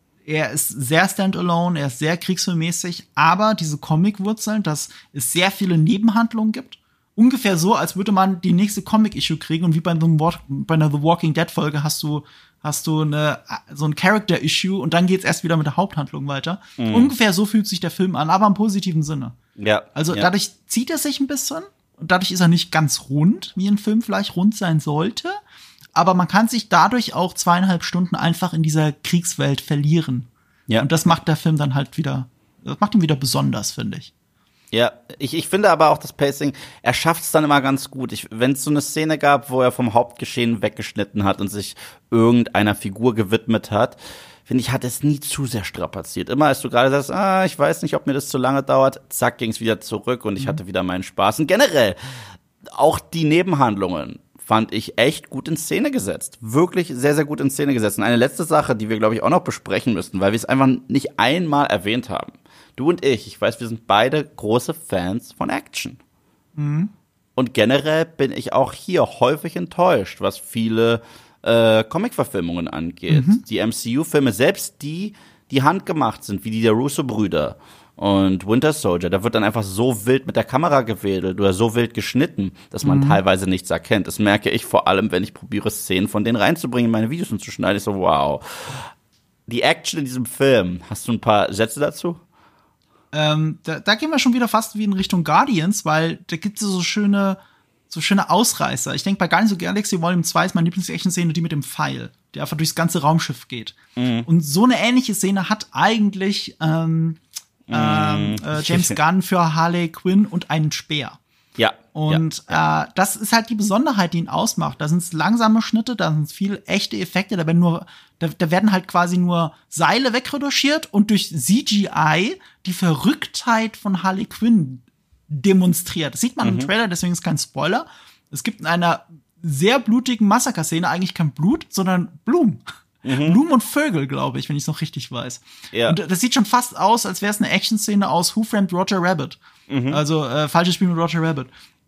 er ist sehr standalone, er ist sehr kriegsfilmmäßig, aber diese Comic-Wurzeln, dass es sehr viele Nebenhandlungen gibt. Ungefähr so, als würde man die nächste Comic-Issue kriegen und wie bei, The Wa- bei einer The Walking Dead-Folge hast du hast du eine, so ein Character-Issue und dann geht's erst wieder mit der Haupthandlung weiter. Mhm. Ungefähr so fühlt sich der Film an, aber im positiven Sinne. Ja. Also ja. dadurch zieht er sich ein bisschen und dadurch ist er nicht ganz rund, wie ein Film vielleicht rund sein sollte. Aber man kann sich dadurch auch zweieinhalb Stunden einfach in dieser Kriegswelt verlieren. Ja. Und das macht der Film dann halt wieder, das macht ihn wieder besonders, finde ich. Ja, ich, ich finde aber auch das Pacing, er schafft es dann immer ganz gut. Wenn es so eine Szene gab, wo er vom Hauptgeschehen weggeschnitten hat und sich irgendeiner Figur gewidmet hat, finde ich, hat es nie zu sehr strapaziert. Immer als du gerade sagst, ah, ich weiß nicht, ob mir das zu lange dauert, zack, ging es wieder zurück und ich mhm. hatte wieder meinen Spaß. Und generell, auch die Nebenhandlungen fand ich echt gut in Szene gesetzt. Wirklich sehr, sehr gut in Szene gesetzt. Und eine letzte Sache, die wir, glaube ich, auch noch besprechen müssten, weil wir es einfach nicht einmal erwähnt haben. Du und ich, ich weiß, wir sind beide große Fans von Action. Mhm. Und generell bin ich auch hier häufig enttäuscht, was viele äh, Comic-Verfilmungen angeht. Mhm. Die M C U-Filme, selbst die, die handgemacht sind, wie die der Russo-Brüder und Winter Soldier, da wird dann einfach so wild mit der Kamera gewedelt oder so wild geschnitten, dass man mhm. teilweise nichts erkennt. Das merke ich vor allem, wenn ich probiere, Szenen von denen reinzubringen, in meine Videos und zu schneiden. Ich so, wow. Die Action in diesem Film, hast du ein paar Sätze dazu? Ähm, da, da gehen wir schon wieder fast wie in Richtung Guardians, weil da gibt es so schöne, so schöne Ausreißer. Ich denke, bei Guardians of the Galaxy Volume zwei ist meine Lieblings-Action-Szene die mit dem Pfeil, der einfach durchs ganze Raumschiff geht. Mhm. Und so eine ähnliche Szene hat eigentlich ähm, mhm. ähm, äh, James Gunn für Harley Quinn und einen Speer. Ja. Und ja. Äh, das ist halt die Besonderheit, die ihn ausmacht. Da sind langsame Schnitte, da sind viel echte Effekte, da werden nur, da, da werden halt quasi nur Seile wegretuschiert und durch C G I die Verrücktheit von Harley Quinn demonstriert. Das sieht man mhm. im Trailer, deswegen ist kein Spoiler. Es gibt in einer sehr blutigen Massaker-Szene eigentlich kein Blut, sondern Blumen. Mhm. Blumen und Vögel, glaube ich, wenn ich es noch richtig weiß. Ja. Und das sieht schon fast aus, als wäre es eine Action-Szene aus Who Framed Roger Rabbit. Mhm. Also äh, falsches Spiel mit Roger Rabbit.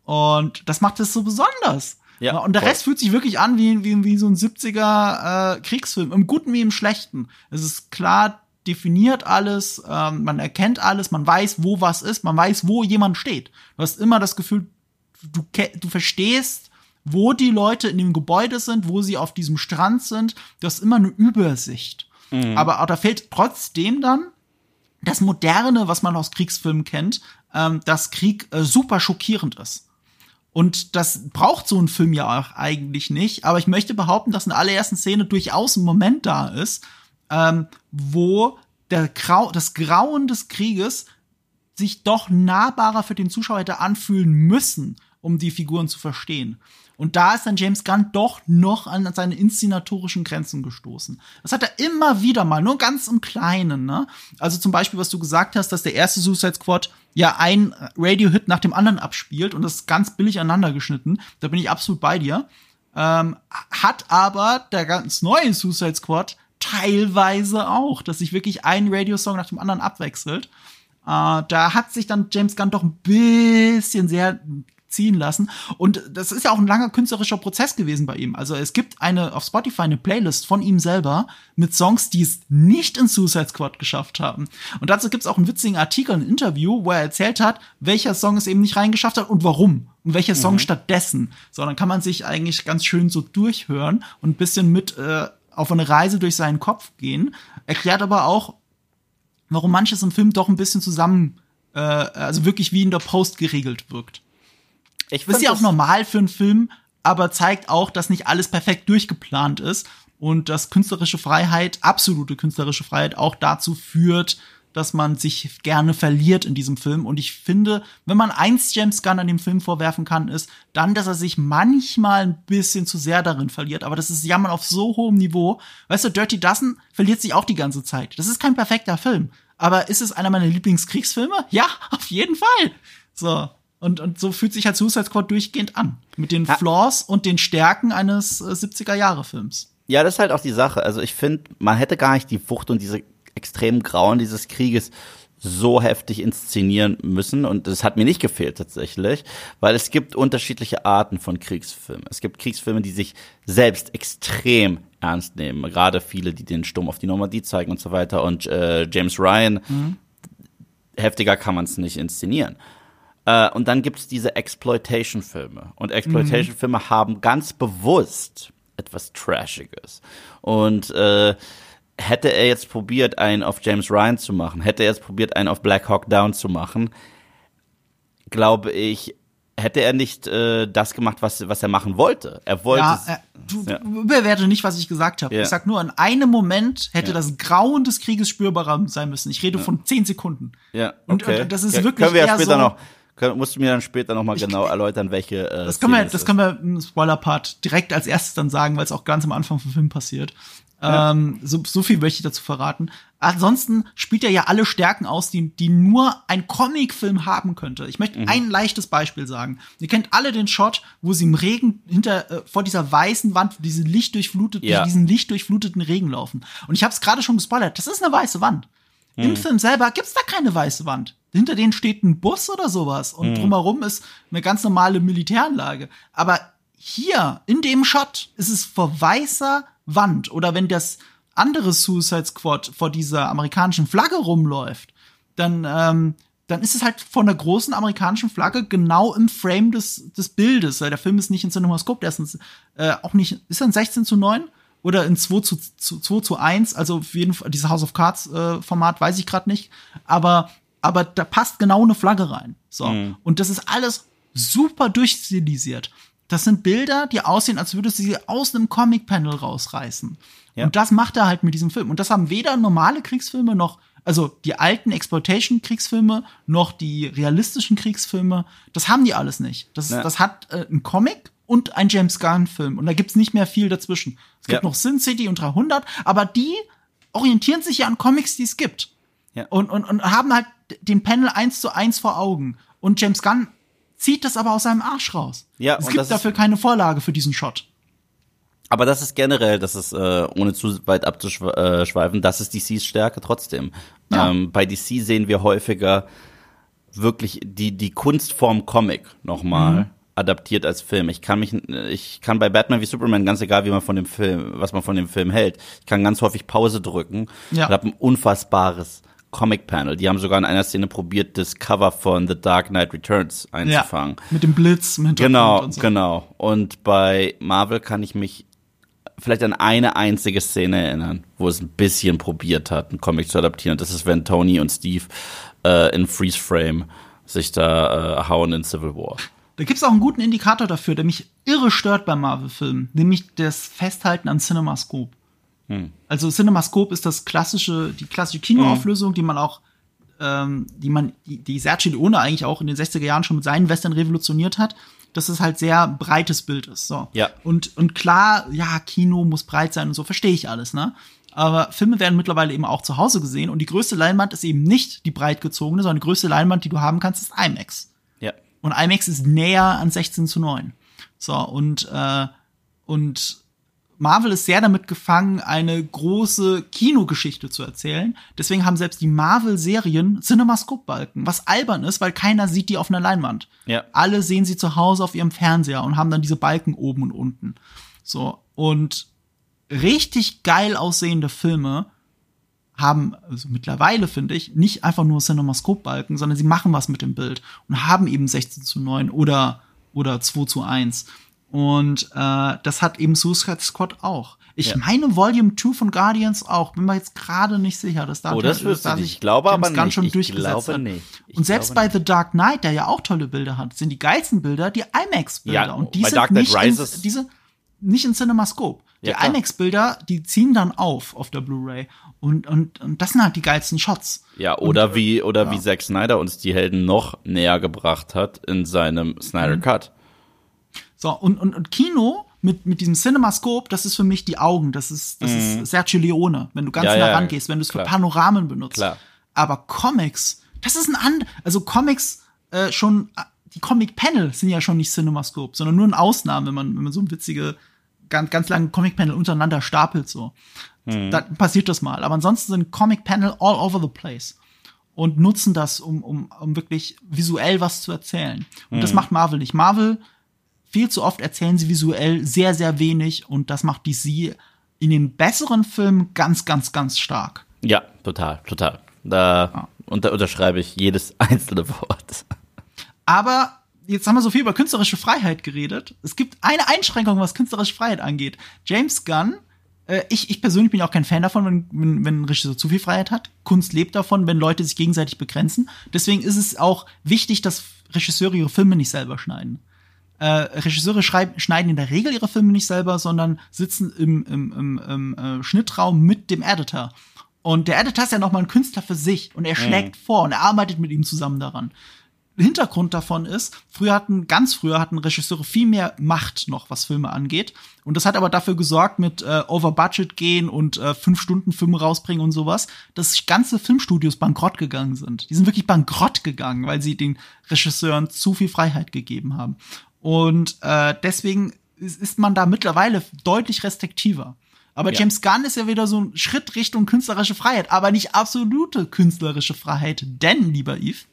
Und das macht es so besonders. Ja, und der voll. Rest fühlt sich wirklich an wie, wie, wie so ein siebziger äh, Kriegsfilm. Im Guten wie im Schlechten. Es ist klar definiert alles, ähm, man erkennt alles, man weiß, wo was ist, man weiß, wo jemand steht. Du hast immer das Gefühl, du, du verstehst, wo die Leute in dem Gebäude sind, wo sie auf diesem Strand sind. Du hast immer eine Übersicht. Mhm. Aber auch da fehlt trotzdem dann das Moderne, was man aus Kriegsfilmen kennt, ähm, dass Krieg äh, super schockierend ist. Und das braucht so ein Film ja auch eigentlich nicht. Aber ich möchte behaupten, dass in der allerersten Szene durchaus ein Moment da ist, ähm, wo der Grau- das Grauen des Krieges sich doch nahbarer für den Zuschauer hätte anfühlen müssen, um die Figuren zu verstehen. Und da ist dann James Gunn doch noch an seine inszenatorischen Grenzen gestoßen. Das hat er immer wieder mal, nur ganz im Kleinen, ne? Also zum Beispiel, was du gesagt hast, dass der erste Suicide Squad ja ein Radio-Hit nach dem anderen abspielt und das ist ganz billig aneinander geschnitten. Da bin ich absolut bei dir. Ähm, hat aber der ganz neue Suicide Squad teilweise auch, dass sich wirklich ein Radiosong nach dem anderen abwechselt. Äh, da hat sich dann James Gunn doch ein bisschen sehr ziehen lassen. Und das ist ja auch ein langer künstlerischer Prozess gewesen bei ihm. Also es gibt eine auf Spotify eine Playlist von ihm selber mit Songs, die es nicht in Suicide Squad geschafft haben. Und dazu gibt es auch einen witzigen Artikel, ein Interview, wo er erzählt hat, welcher Song es eben nicht reingeschafft hat und warum. Und welcher Song mhm. stattdessen. So, dann kann man sich eigentlich ganz schön so durchhören und ein bisschen mit äh, auf eine Reise durch seinen Kopf gehen. Erklärt aber auch, warum manches im Film doch ein bisschen zusammen, äh, also wirklich wie in der Post geregelt wirkt. Ich das ist ja auch normal für einen Film, aber zeigt auch, dass nicht alles perfekt durchgeplant ist und dass künstlerische Freiheit, absolute künstlerische Freiheit auch dazu führt, dass man sich gerne verliert in diesem Film. Und ich finde, wenn man eins James Gunn an dem Film vorwerfen kann, ist dann, dass er sich manchmal ein bisschen zu sehr darin verliert. Aber das ist Jammern auf so hohem Niveau. Weißt du, Dirty Dozen verliert sich auch die ganze Zeit. Das ist kein perfekter Film. Aber ist es einer meiner Lieblingskriegsfilme? Ja, auf jeden Fall. So. Und, und so fühlt sich halt Suicide Squad durchgehend an. Mit den ja. Flaws und den Stärken eines äh, siebziger-Jahre-Films. Ja, das ist halt auch die Sache. Also ich finde, man hätte gar nicht die Wucht und diese extremen Grauen dieses Krieges so heftig inszenieren müssen. Und das hat mir nicht gefehlt tatsächlich, weil es gibt unterschiedliche Arten von Kriegsfilmen. Es gibt Kriegsfilme, die sich selbst extrem ernst nehmen. Gerade viele, die den Sturm auf die Normandie zeigen und so weiter. Und äh, James Ryan, mhm. heftiger kann man es nicht inszenieren. Äh, und dann gibt es diese Exploitation-Filme. Und Exploitation-Filme mhm. haben ganz bewusst etwas Trashiges. Und äh, hätte er jetzt probiert, einen auf James Ryan zu machen, hätte er jetzt probiert, einen auf Black Hawk Down zu machen, glaube ich, hätte er nicht äh, das gemacht, was, was er machen wollte. Er wollte. Ja, äh, du, ja. du überwerte nicht, was ich gesagt habe. Ja. Ich sag nur, in einem Moment hätte ja. das Grauen des Krieges spürbarer sein müssen. Ich rede ja. von zehn Sekunden. Ja, okay. Und, und das ist ja, wirklich können wir ja eher später so, noch. Können, musst du mir dann später noch mal genau erläutern, welche. Äh, das können wir, das können wir im Spoiler-Part direkt als erstes dann sagen, weil es auch ganz am Anfang vom Film passiert. Ja. Ähm, so, so viel möchte ich dazu verraten. Ansonsten spielt er ja alle Stärken aus, die, die nur ein Comicfilm haben könnte. Ich möchte mhm. ein leichtes Beispiel sagen. Ihr kennt alle den Shot, wo sie im Regen hinter äh, vor dieser weißen Wand, diese lichtdurchflutet, ja. diesen lichtdurchfluteten Regen laufen. Und ich habe es gerade schon gespoilert. Das ist eine weiße Wand. Mhm. Im Film selber gibt's da keine weiße Wand. Hinter denen steht ein Bus oder sowas. Und mhm. drumherum ist eine ganz normale Militäranlage. Aber hier, in dem Shot, ist es vor weißer Wand. Oder wenn das andere Suicide Squad vor dieser amerikanischen Flagge rumläuft, dann, ähm, dann ist es halt von der großen amerikanischen Flagge genau im Frame des, des Bildes. Der Film ist nicht in CinemaScope, der ist in, äh, auch nicht, ist er in sechzehn zu neun? Oder in zwei zu eins, also auf jeden Fall, dieses House of Cards äh, Format weiß ich gerade nicht, aber aber da passt genau eine Flagge rein. So. Mhm. Und das ist alles super durchstilisiert. Das sind Bilder, die aussehen, als würde sie aus einem Comic-Panel rausreißen. Ja. Und das macht er halt mit diesem Film. Und das haben weder normale Kriegsfilme noch, also die alten Exploitation-Kriegsfilme, noch die realistischen Kriegsfilme. Das haben die alles nicht. Das, ja. das hat äh, ein Comic und ein James Gunn-Film. Und da gibt's nicht mehr viel dazwischen. Es gibt ja. noch Sin City und dreihundert, aber die orientieren sich ja an Comics, die es gibt. Ja. Und, und, und haben halt den Panel eins zu eins vor Augen. Und James Gunn zieht das aber aus seinem Arsch raus. Ja, es gibt dafür keine Vorlage für diesen Shot. Aber das ist generell, das ist, äh, ohne zu weit abzuschweifen, das ist D Cs Stärke trotzdem. Ja. Ähm, bei D C sehen wir häufiger wirklich die, die Kunstform Comic nochmal mhm. adaptiert als Film. Ich kann mich, ich kann bei Batman wie Superman, ganz egal wie man von dem Film, was man von dem Film hält, ich kann ganz häufig Pause drücken ja. und habe ein unfassbares Comic-Panel. Die haben sogar in einer Szene probiert, das Cover von The Dark Knight Returns einzufangen. Ja, mit dem Blitz im Hintergrund. Genau, und so. genau. Und bei Marvel kann ich mich vielleicht an eine einzige Szene erinnern, wo es ein bisschen probiert hat, einen Comic zu adaptieren. Und das ist, wenn Tony und Steve äh, in Freeze-Frame sich da äh, hauen in Civil War. Da gibt's auch einen guten Indikator dafür, der mich irre stört beim Marvel-Film, nämlich das Festhalten an CinemaScope. Hm. Also CinemaScope ist das klassische, die klassische Kinoauflösung, hm. die man auch, ähm, die man, die, die Sergio Leone eigentlich auch in den sechziger Jahren schon mit seinen Western revolutioniert hat, dass es halt sehr breites Bild ist. So. Ja. Und, und klar, ja, Kino muss breit sein und so, verstehe ich alles, ne? Aber Filme werden mittlerweile eben auch zu Hause gesehen und die größte Leinwand ist eben nicht die breit gezogene, sondern die größte Leinwand, die du haben kannst, ist IMAX. Ja. Und IMAX ist näher an sechzehn zu neun. So, und, äh, und Marvel ist sehr damit gefangen, eine große Kinogeschichte zu erzählen. Deswegen haben selbst die Marvel-Serien CinemaScope-Balken, was albern ist, weil keiner sieht die auf einer Leinwand. Ja. Alle sehen sie zu Hause auf ihrem Fernseher und haben dann diese Balken oben und unten. So, und richtig geil aussehende Filme haben, also mittlerweile finde ich, nicht einfach nur CinemaScope-Balken, sondern sie machen was mit dem Bild und haben eben sechzehn zu neun oder, oder zwei zu eins. Und äh, das hat eben Suicide Squad auch. Ich ja. meine Volume zwei von Guardians auch. Bin mir jetzt gerade nicht sicher. Dass da oh, das dass da sich ich glaube James aber Gunn nicht. Schon ich durchgesetzt glaube hat. nicht. Ich und selbst bei nicht. The Dark Knight, der ja auch tolle Bilder hat, sind die geilsten Bilder die IMAX-Bilder. Ja, und die bei sind Dark Knight nicht Rises in, diese nicht in CinemaScope. Die ja, IMAX-Bilder, die ziehen dann auf auf der Blu-ray. Und, und, und das sind halt die geilsten Shots. Ja, oder und, wie oder ja. wie Zack Snyder uns die Helden noch näher gebracht hat in seinem Snyder Cut. So, und, und, und Kino mit, mit diesem CinemaScope, das ist für mich die Augen. Das ist, das mhm. ist Sergio Leone, wenn du ganz ja, nah ja, rangehst, wenn du es für klar. Panoramen benutzt. Klar. Aber Comics, das ist ein and, also Comics äh, schon, die Comic-Panel sind ja schon nicht CinemaScope, sondern nur eine Ausnahme, wenn man, wenn man so ein witzige, ganz, ganz lange Comic-Panel untereinander stapelt, so. Mhm. Da passiert das mal. Aber ansonsten sind Comic-Panel all over the place. Und nutzen das, um, um, um wirklich visuell was zu erzählen. Und mhm. das macht Marvel nicht. Marvel, viel zu oft erzählen sie visuell sehr, sehr wenig. Und das macht D C in den besseren Filmen ganz, ganz, ganz stark. Ja, total, total. Da, ja. Und da unterschreibe ich jedes einzelne Wort. Aber jetzt haben wir so viel über künstlerische Freiheit geredet. Es gibt eine Einschränkung, was künstlerische Freiheit angeht. James Gunn, äh, ich, ich persönlich bin auch kein Fan davon, wenn, wenn, wenn ein Regisseur zu viel Freiheit hat. Kunst lebt davon, wenn Leute sich gegenseitig begrenzen. Deswegen ist es auch wichtig, dass Regisseure ihre Filme nicht selber schneiden. Äh, Regisseure schreib, schneiden in der Regel ihre Filme nicht selber, sondern sitzen im, im, im, im äh, Schnittraum mit dem Editor. Und der Editor ist ja nochmal ein Künstler für sich. Und er schlägt mhm. vor und er arbeitet mit ihm zusammen daran. Hintergrund davon ist, früher hatten, ganz früher hatten Regisseure viel mehr Macht noch, was Filme angeht. Und das hat aber dafür gesorgt, mit äh, Over-Budget gehen und äh, Fünf-Stunden-Filme rausbringen und sowas, dass ganze Filmstudios bankrott gegangen sind. Die sind wirklich bankrott gegangen, weil sie den Regisseuren zu viel Freiheit gegeben haben. Und äh, deswegen ist, ist man da mittlerweile deutlich restriktiver. Aber ja. James Gunn ist ja wieder so ein Schritt Richtung künstlerische Freiheit, aber nicht absolute künstlerische Freiheit. Denn, lieber Yves,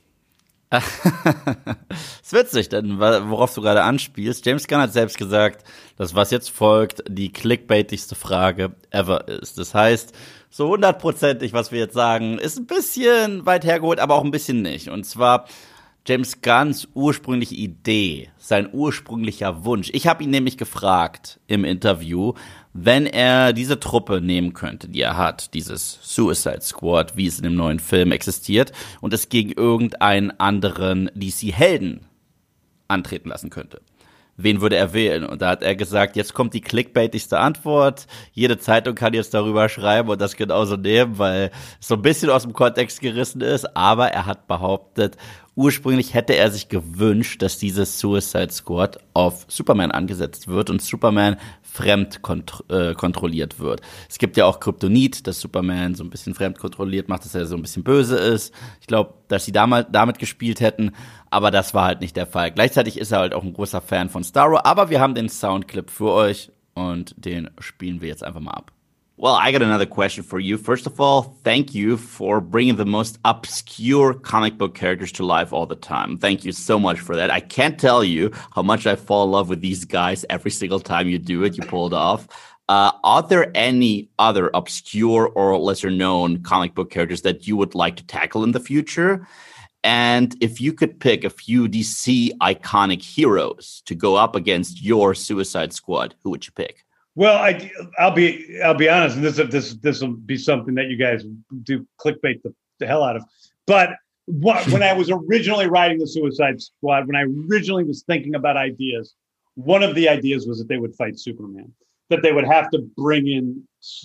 ist witzig, denn worauf du gerade anspielst, James Gunn hat selbst gesagt, dass was jetzt folgt, die clickbaitigste Frage ever ist. Das heißt, so hundertprozentig, was wir jetzt sagen, ist ein bisschen weit hergeholt, aber auch ein bisschen nicht. Und zwar James Gunns ursprüngliche Idee, sein ursprünglicher Wunsch. Ich habe ihn nämlich gefragt im Interview, wenn er diese Truppe nehmen könnte, die er hat, dieses Suicide Squad, wie es in dem neuen Film existiert, und es gegen irgendeinen anderen D C-Helden antreten lassen könnte. Wen würde er wählen? Und da hat er gesagt, jetzt kommt die clickbaitigste Antwort. Jede Zeitung kann jetzt darüber schreiben und das genauso nehmen, weil es so ein bisschen aus dem Kontext gerissen ist. Aber er hat behauptet, ursprünglich hätte er sich gewünscht, dass dieses Suicide Squad auf Superman angesetzt wird und Superman fremd kont- äh, kontrolliert wird. Es gibt ja auch Kryptonit, dass Superman so ein bisschen fremd kontrolliert macht, dass er so ein bisschen böse ist. Ich glaube, dass sie damals damit gespielt hätten, aber das war halt nicht der Fall. Gleichzeitig ist er halt auch ein großer Fan von Starro, aber wir haben den Soundclip für euch und den spielen wir jetzt einfach mal ab. Well, I got another question for you. First of all, thank you for bringing the most obscure comic book characters to life all the time. Thank you so much for that. I can't tell you how much I fall in love with these guys every single time you do it. You pull it off. Uh, are there any other obscure or lesser-known comic book characters that you would like to tackle in the future? And if you could pick a few D C iconic heroes to go up against your Suicide Squad, who would you pick? Well, I, I'll be I'll be honest, and this this this will be something that you guys do clickbait the, the hell out of. But what, when I was originally writing the Suicide Squad, when I originally was thinking about ideas, one of the ideas was that they would fight Superman, that they would have to bring in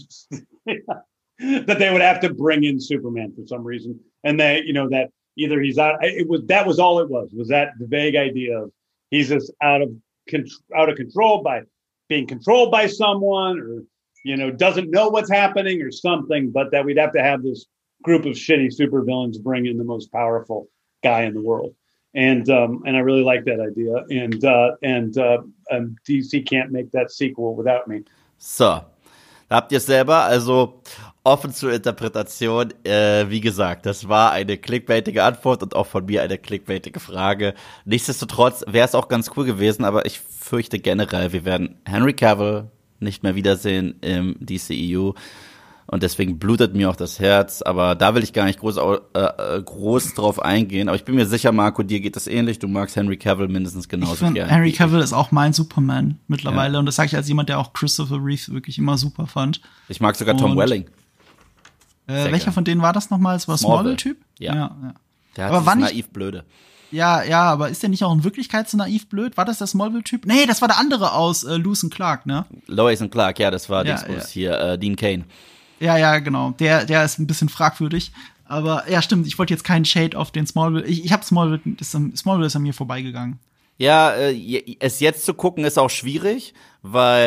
that they would have to bring in Superman for some reason, and they you know that either he's out. It was that was all it was was that the vague idea of he's just out of out of control by. being controlled by someone or, you know, doesn't know what's happening or something, but that we'd have to have this group of shitty supervillains bring in the most powerful guy in the world. And um, and I really like that idea. And, uh, and, uh, and D C can't make that sequel without me. So, da habt ihr es selber, also offen zur Interpretation. Äh, wie gesagt, das war eine clickbaitige Antwort und auch von mir eine clickbaitige Frage. Nichtsdestotrotz wäre es auch ganz cool gewesen, aber ich fürchte generell, wir werden Henry Cavill nicht mehr wiedersehen im D C E U und deswegen blutet mir auch das Herz, aber da will ich gar nicht groß, äh, groß drauf eingehen, aber ich bin mir sicher, Marco, dir geht das ähnlich, du magst Henry Cavill mindestens genauso gern. Henry Cavill ist auch mein Superman mittlerweile ja. Und das sage ich als jemand, der auch Christopher Reeve wirklich immer super fand. Ich mag sogar Tom und, Welling. Äh, welcher von denen war das nochmal? Es war Smallville-Typ? Ja. ja, ja. Der hat aber war naiv blöde. Ja, ja, aber ist der nicht auch in Wirklichkeit so naiv blöd? War das der Smallville-Typ? Nee, das war der andere aus äh, Lewis und Clark, ne? Lois und Clark, ja, das war ja, Dingsbus ja. hier, äh, Dean Cain. Ja, ja, genau. Der, der ist ein bisschen fragwürdig. Aber ja, stimmt, ich wollte jetzt keinen Shade auf den Smallville. Ich, ich habe Smallville, das, Smallville ist an mir vorbeigegangen. Ja, äh, es jetzt zu gucken ist auch schwierig, weil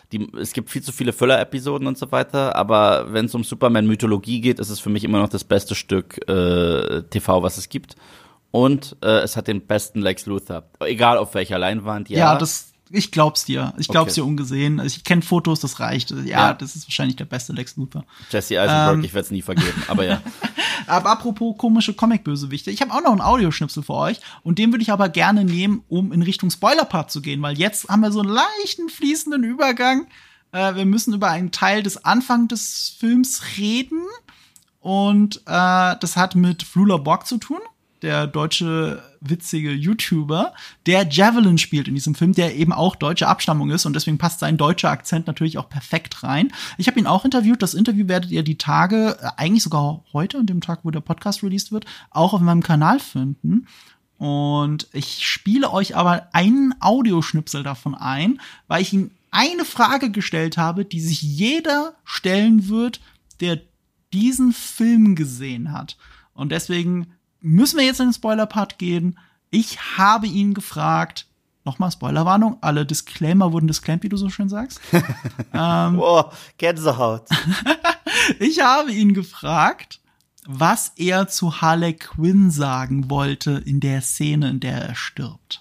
Die, es gibt viel zu viele Füller-Episoden und so weiter, aber wenn es um Superman-Mythologie geht, ist es für mich immer noch das beste Stück äh, T V, was es gibt. Und äh, es hat den besten Lex Luthor. Egal auf welcher Leinwand, ja. Ja, das, ich glaub's dir. Ich glaub's Okay. dir ungesehen. Ich kenne Fotos, das reicht. Ja, Ja. das ist wahrscheinlich der beste Lex Luthor. Jesse Eisenberg, Ähm. ich werde es nie vergeben, aber ja. Aber apropos komische Comic-Bösewichte, ich habe auch noch einen Audioschnipsel für euch und den würde ich aber gerne nehmen, um in Richtung Spoiler-Part zu gehen, weil jetzt haben wir so einen leichten, fließenden Übergang. Äh, wir müssen über einen Teil des Anfangs des Films reden und äh, das hat mit Flula Borg zu tun, der deutsche witzige YouTuber, der Javelin spielt in diesem Film, der eben auch deutsche Abstammung ist und deswegen passt sein deutscher Akzent natürlich auch perfekt rein. Ich habe ihn auch interviewt. Das Interview werdet ihr die Tage, äh, eigentlich sogar heute, an dem Tag, wo der Podcast released wird, auch auf meinem Kanal finden. Und ich spiele euch aber einen Audioschnipsel davon ein, weil ich ihm eine Frage gestellt habe, die sich jeder stellen wird, der diesen Film gesehen hat. Und deswegen müssen wir jetzt in den Spoiler-Part gehen. Ich habe ihn gefragt, nochmal Spoilerwarnung, alle Disclaimer wurden disclaimed, wie du so schön sagst. ähm, Boah, Gänsehaut. ich habe ihn gefragt, was er zu Harley Quinn sagen wollte in der Szene, in der er stirbt.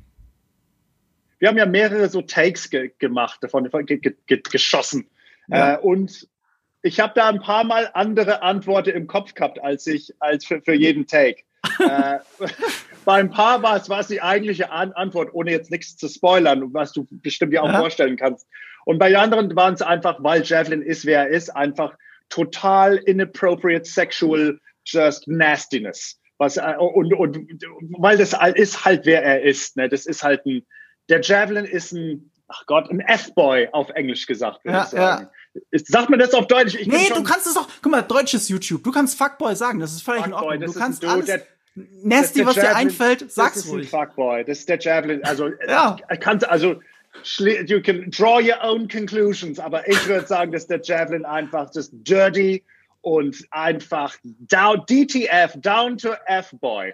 Wir haben ja mehrere so Takes ge gemacht, davon ge ge ge geschossen. Ja. Äh, und ich habe da ein paar Mal andere Antworten im Kopf gehabt, als ich, als für, für jeden Take. äh, bei ein paar war es, war es die eigentliche An Antwort, ohne jetzt nichts zu spoilern, was du bestimmt dir auch Ja. vorstellen kannst. Und bei anderen waren es einfach, weil Javelin ist, wer er ist, einfach total inappropriate sexual just nastiness. Was, äh, und, und, weil das ist halt, wer er ist. Ne? Das ist halt ein, der Javelin ist ein, ach Gott, ein F-Boy auf Englisch gesagt, würde Ja, ich sagen. Ist, sagt man das auf Deutsch? Ich bin Nee, schon- du kannst es auch, guck mal, deutsches YouTube, du kannst Fuckboy sagen, das ist völlig in Fuckboy, Ordnung. das Du ist kannst ein Dude, alles, der- Nasty, was dir Javelin- einfällt, sag's das ist ruhig. ein Fuckboy. Das ist der Javelin. Also, Ja. äh, kannst, also, schli- you can draw your own conclusions, aber ich würde sagen, dass der Javelin einfach just dirty und einfach down, D T F, down to F-Boy.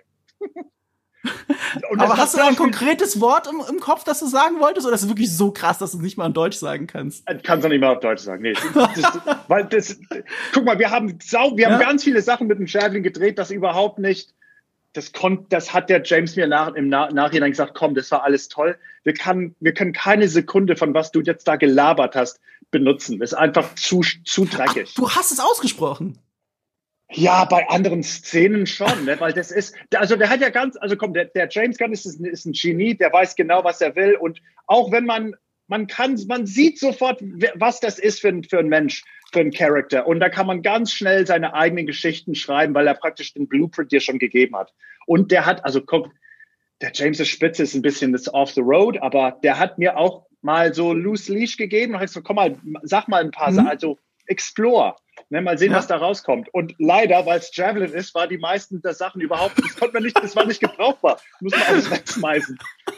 Und das Aber hast du da ein Beispiel- konkretes Wort im, im Kopf, das du sagen wolltest, oder ist es wirklich so krass, dass du es nicht mal in Deutsch sagen kannst? Ich kann es nicht mehr auf Deutsch sagen. Nee. Das, das, weil das, guck mal, wir haben sau, wir haben Ja. ganz viele Sachen mit dem Javelin gedreht, das überhaupt nicht. Das konnte, das hat der James mir nach, im nach, Nachhinein gesagt, komm, das war alles toll. Wir kann, wir können keine Sekunde von was du jetzt da gelabert hast benutzen. Das ist einfach zu, zu dreckig. Du hast es ausgesprochen. Ja, bei anderen Szenen schon, ne? Weil das ist, also der hat ja ganz, also komm, der, der James Gunn ist, ist ein Genie, der weiß genau, was er will und auch wenn man, man kann, man sieht sofort, was das ist für ein, für ein Mensch, für ein Charakter und da kann man ganz schnell seine eigenen Geschichten schreiben, weil er praktisch den Blueprint dir schon gegeben hat und der hat, also guck, der James' Spitze ist ein bisschen das off the road, aber der hat mir auch mal so loose leash gegeben und hat so, komm mal, sag mal ein paar Mhm. Sachen, also explore. Ne, mal sehen, Ja. was da rauskommt. Und leider, weil es Javelin ist, war die meisten der Sachen überhaupt, das konnte man nicht, das war nicht gebrauchbar. Muss man alles wegschmeißen.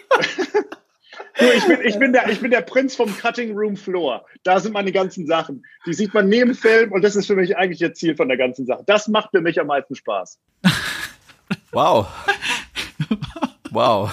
Du, ich bin, ich bin der, ich bin der Prinz vom Cutting Room Floor. Da sind meine ganzen Sachen. Die sieht man neben dem Film und das ist für mich eigentlich das Ziel von der ganzen Sache. Das macht für mich am meisten Spaß. Wow. Wow.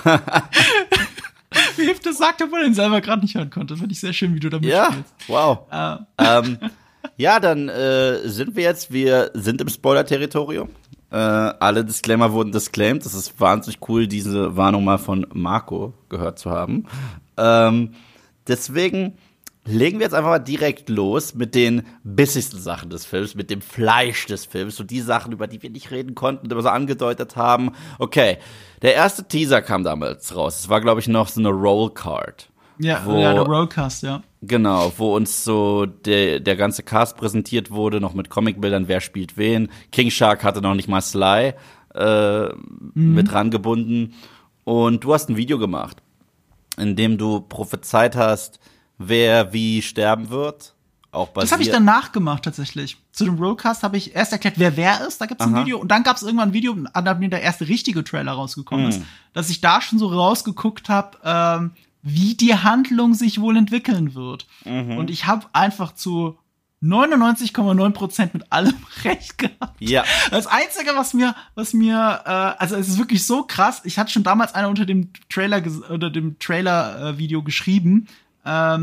Wie hilft das sagt, obwohl er ihn selber gerade nicht hören konnte. Das finde ich sehr schön, wie du damit Ja, spielst. wow. Äh, ähm, ja, dann äh, sind wir jetzt, wir sind im Spoiler-Territorium. Äh, alle Disclaimer wurden disclaimed. Das ist wahnsinnig cool, diese Warnung mal von Marco gehört zu haben. Ähm, deswegen legen wir jetzt einfach mal direkt los mit den bissigsten Sachen des Films, mit dem Fleisch des Films, so die Sachen, über die wir nicht reden konnten, die wir so angedeutet haben. Okay, der erste Teaser kam damals raus. Es war, glaube ich, noch so eine Rollcard. ja, Wo- ja, der Rollcast, ja. Genau, wo uns so der, der ganze Cast präsentiert wurde, noch mit Comicbildern, wer spielt wen. King Shark hatte noch nicht mal Sly äh, mit rangebunden. Und du hast ein Video gemacht, in dem du prophezeit hast, wer wie sterben wird. Auch basiert. Das habe ich danach gemacht, tatsächlich. Zu dem Rollcast habe ich erst erklärt, wer wer ist. Da gibt es ein Aha. Video. Und dann gab es irgendwann ein Video, an dem der erste richtige Trailer rausgekommen ist, dass ich da schon so rausgeguckt habe, ähm, wie die Handlung sich wohl entwickeln wird. Und ich habe einfach zu neunundneunzig Komma neun Prozent mit allem recht gehabt. Ja. Das Einzige, was mir, was mir, äh, also es ist wirklich so krass. Ich hatte schon damals einer unter dem Trailer, ges- unter dem Trailer-Video geschrieben. Ähm,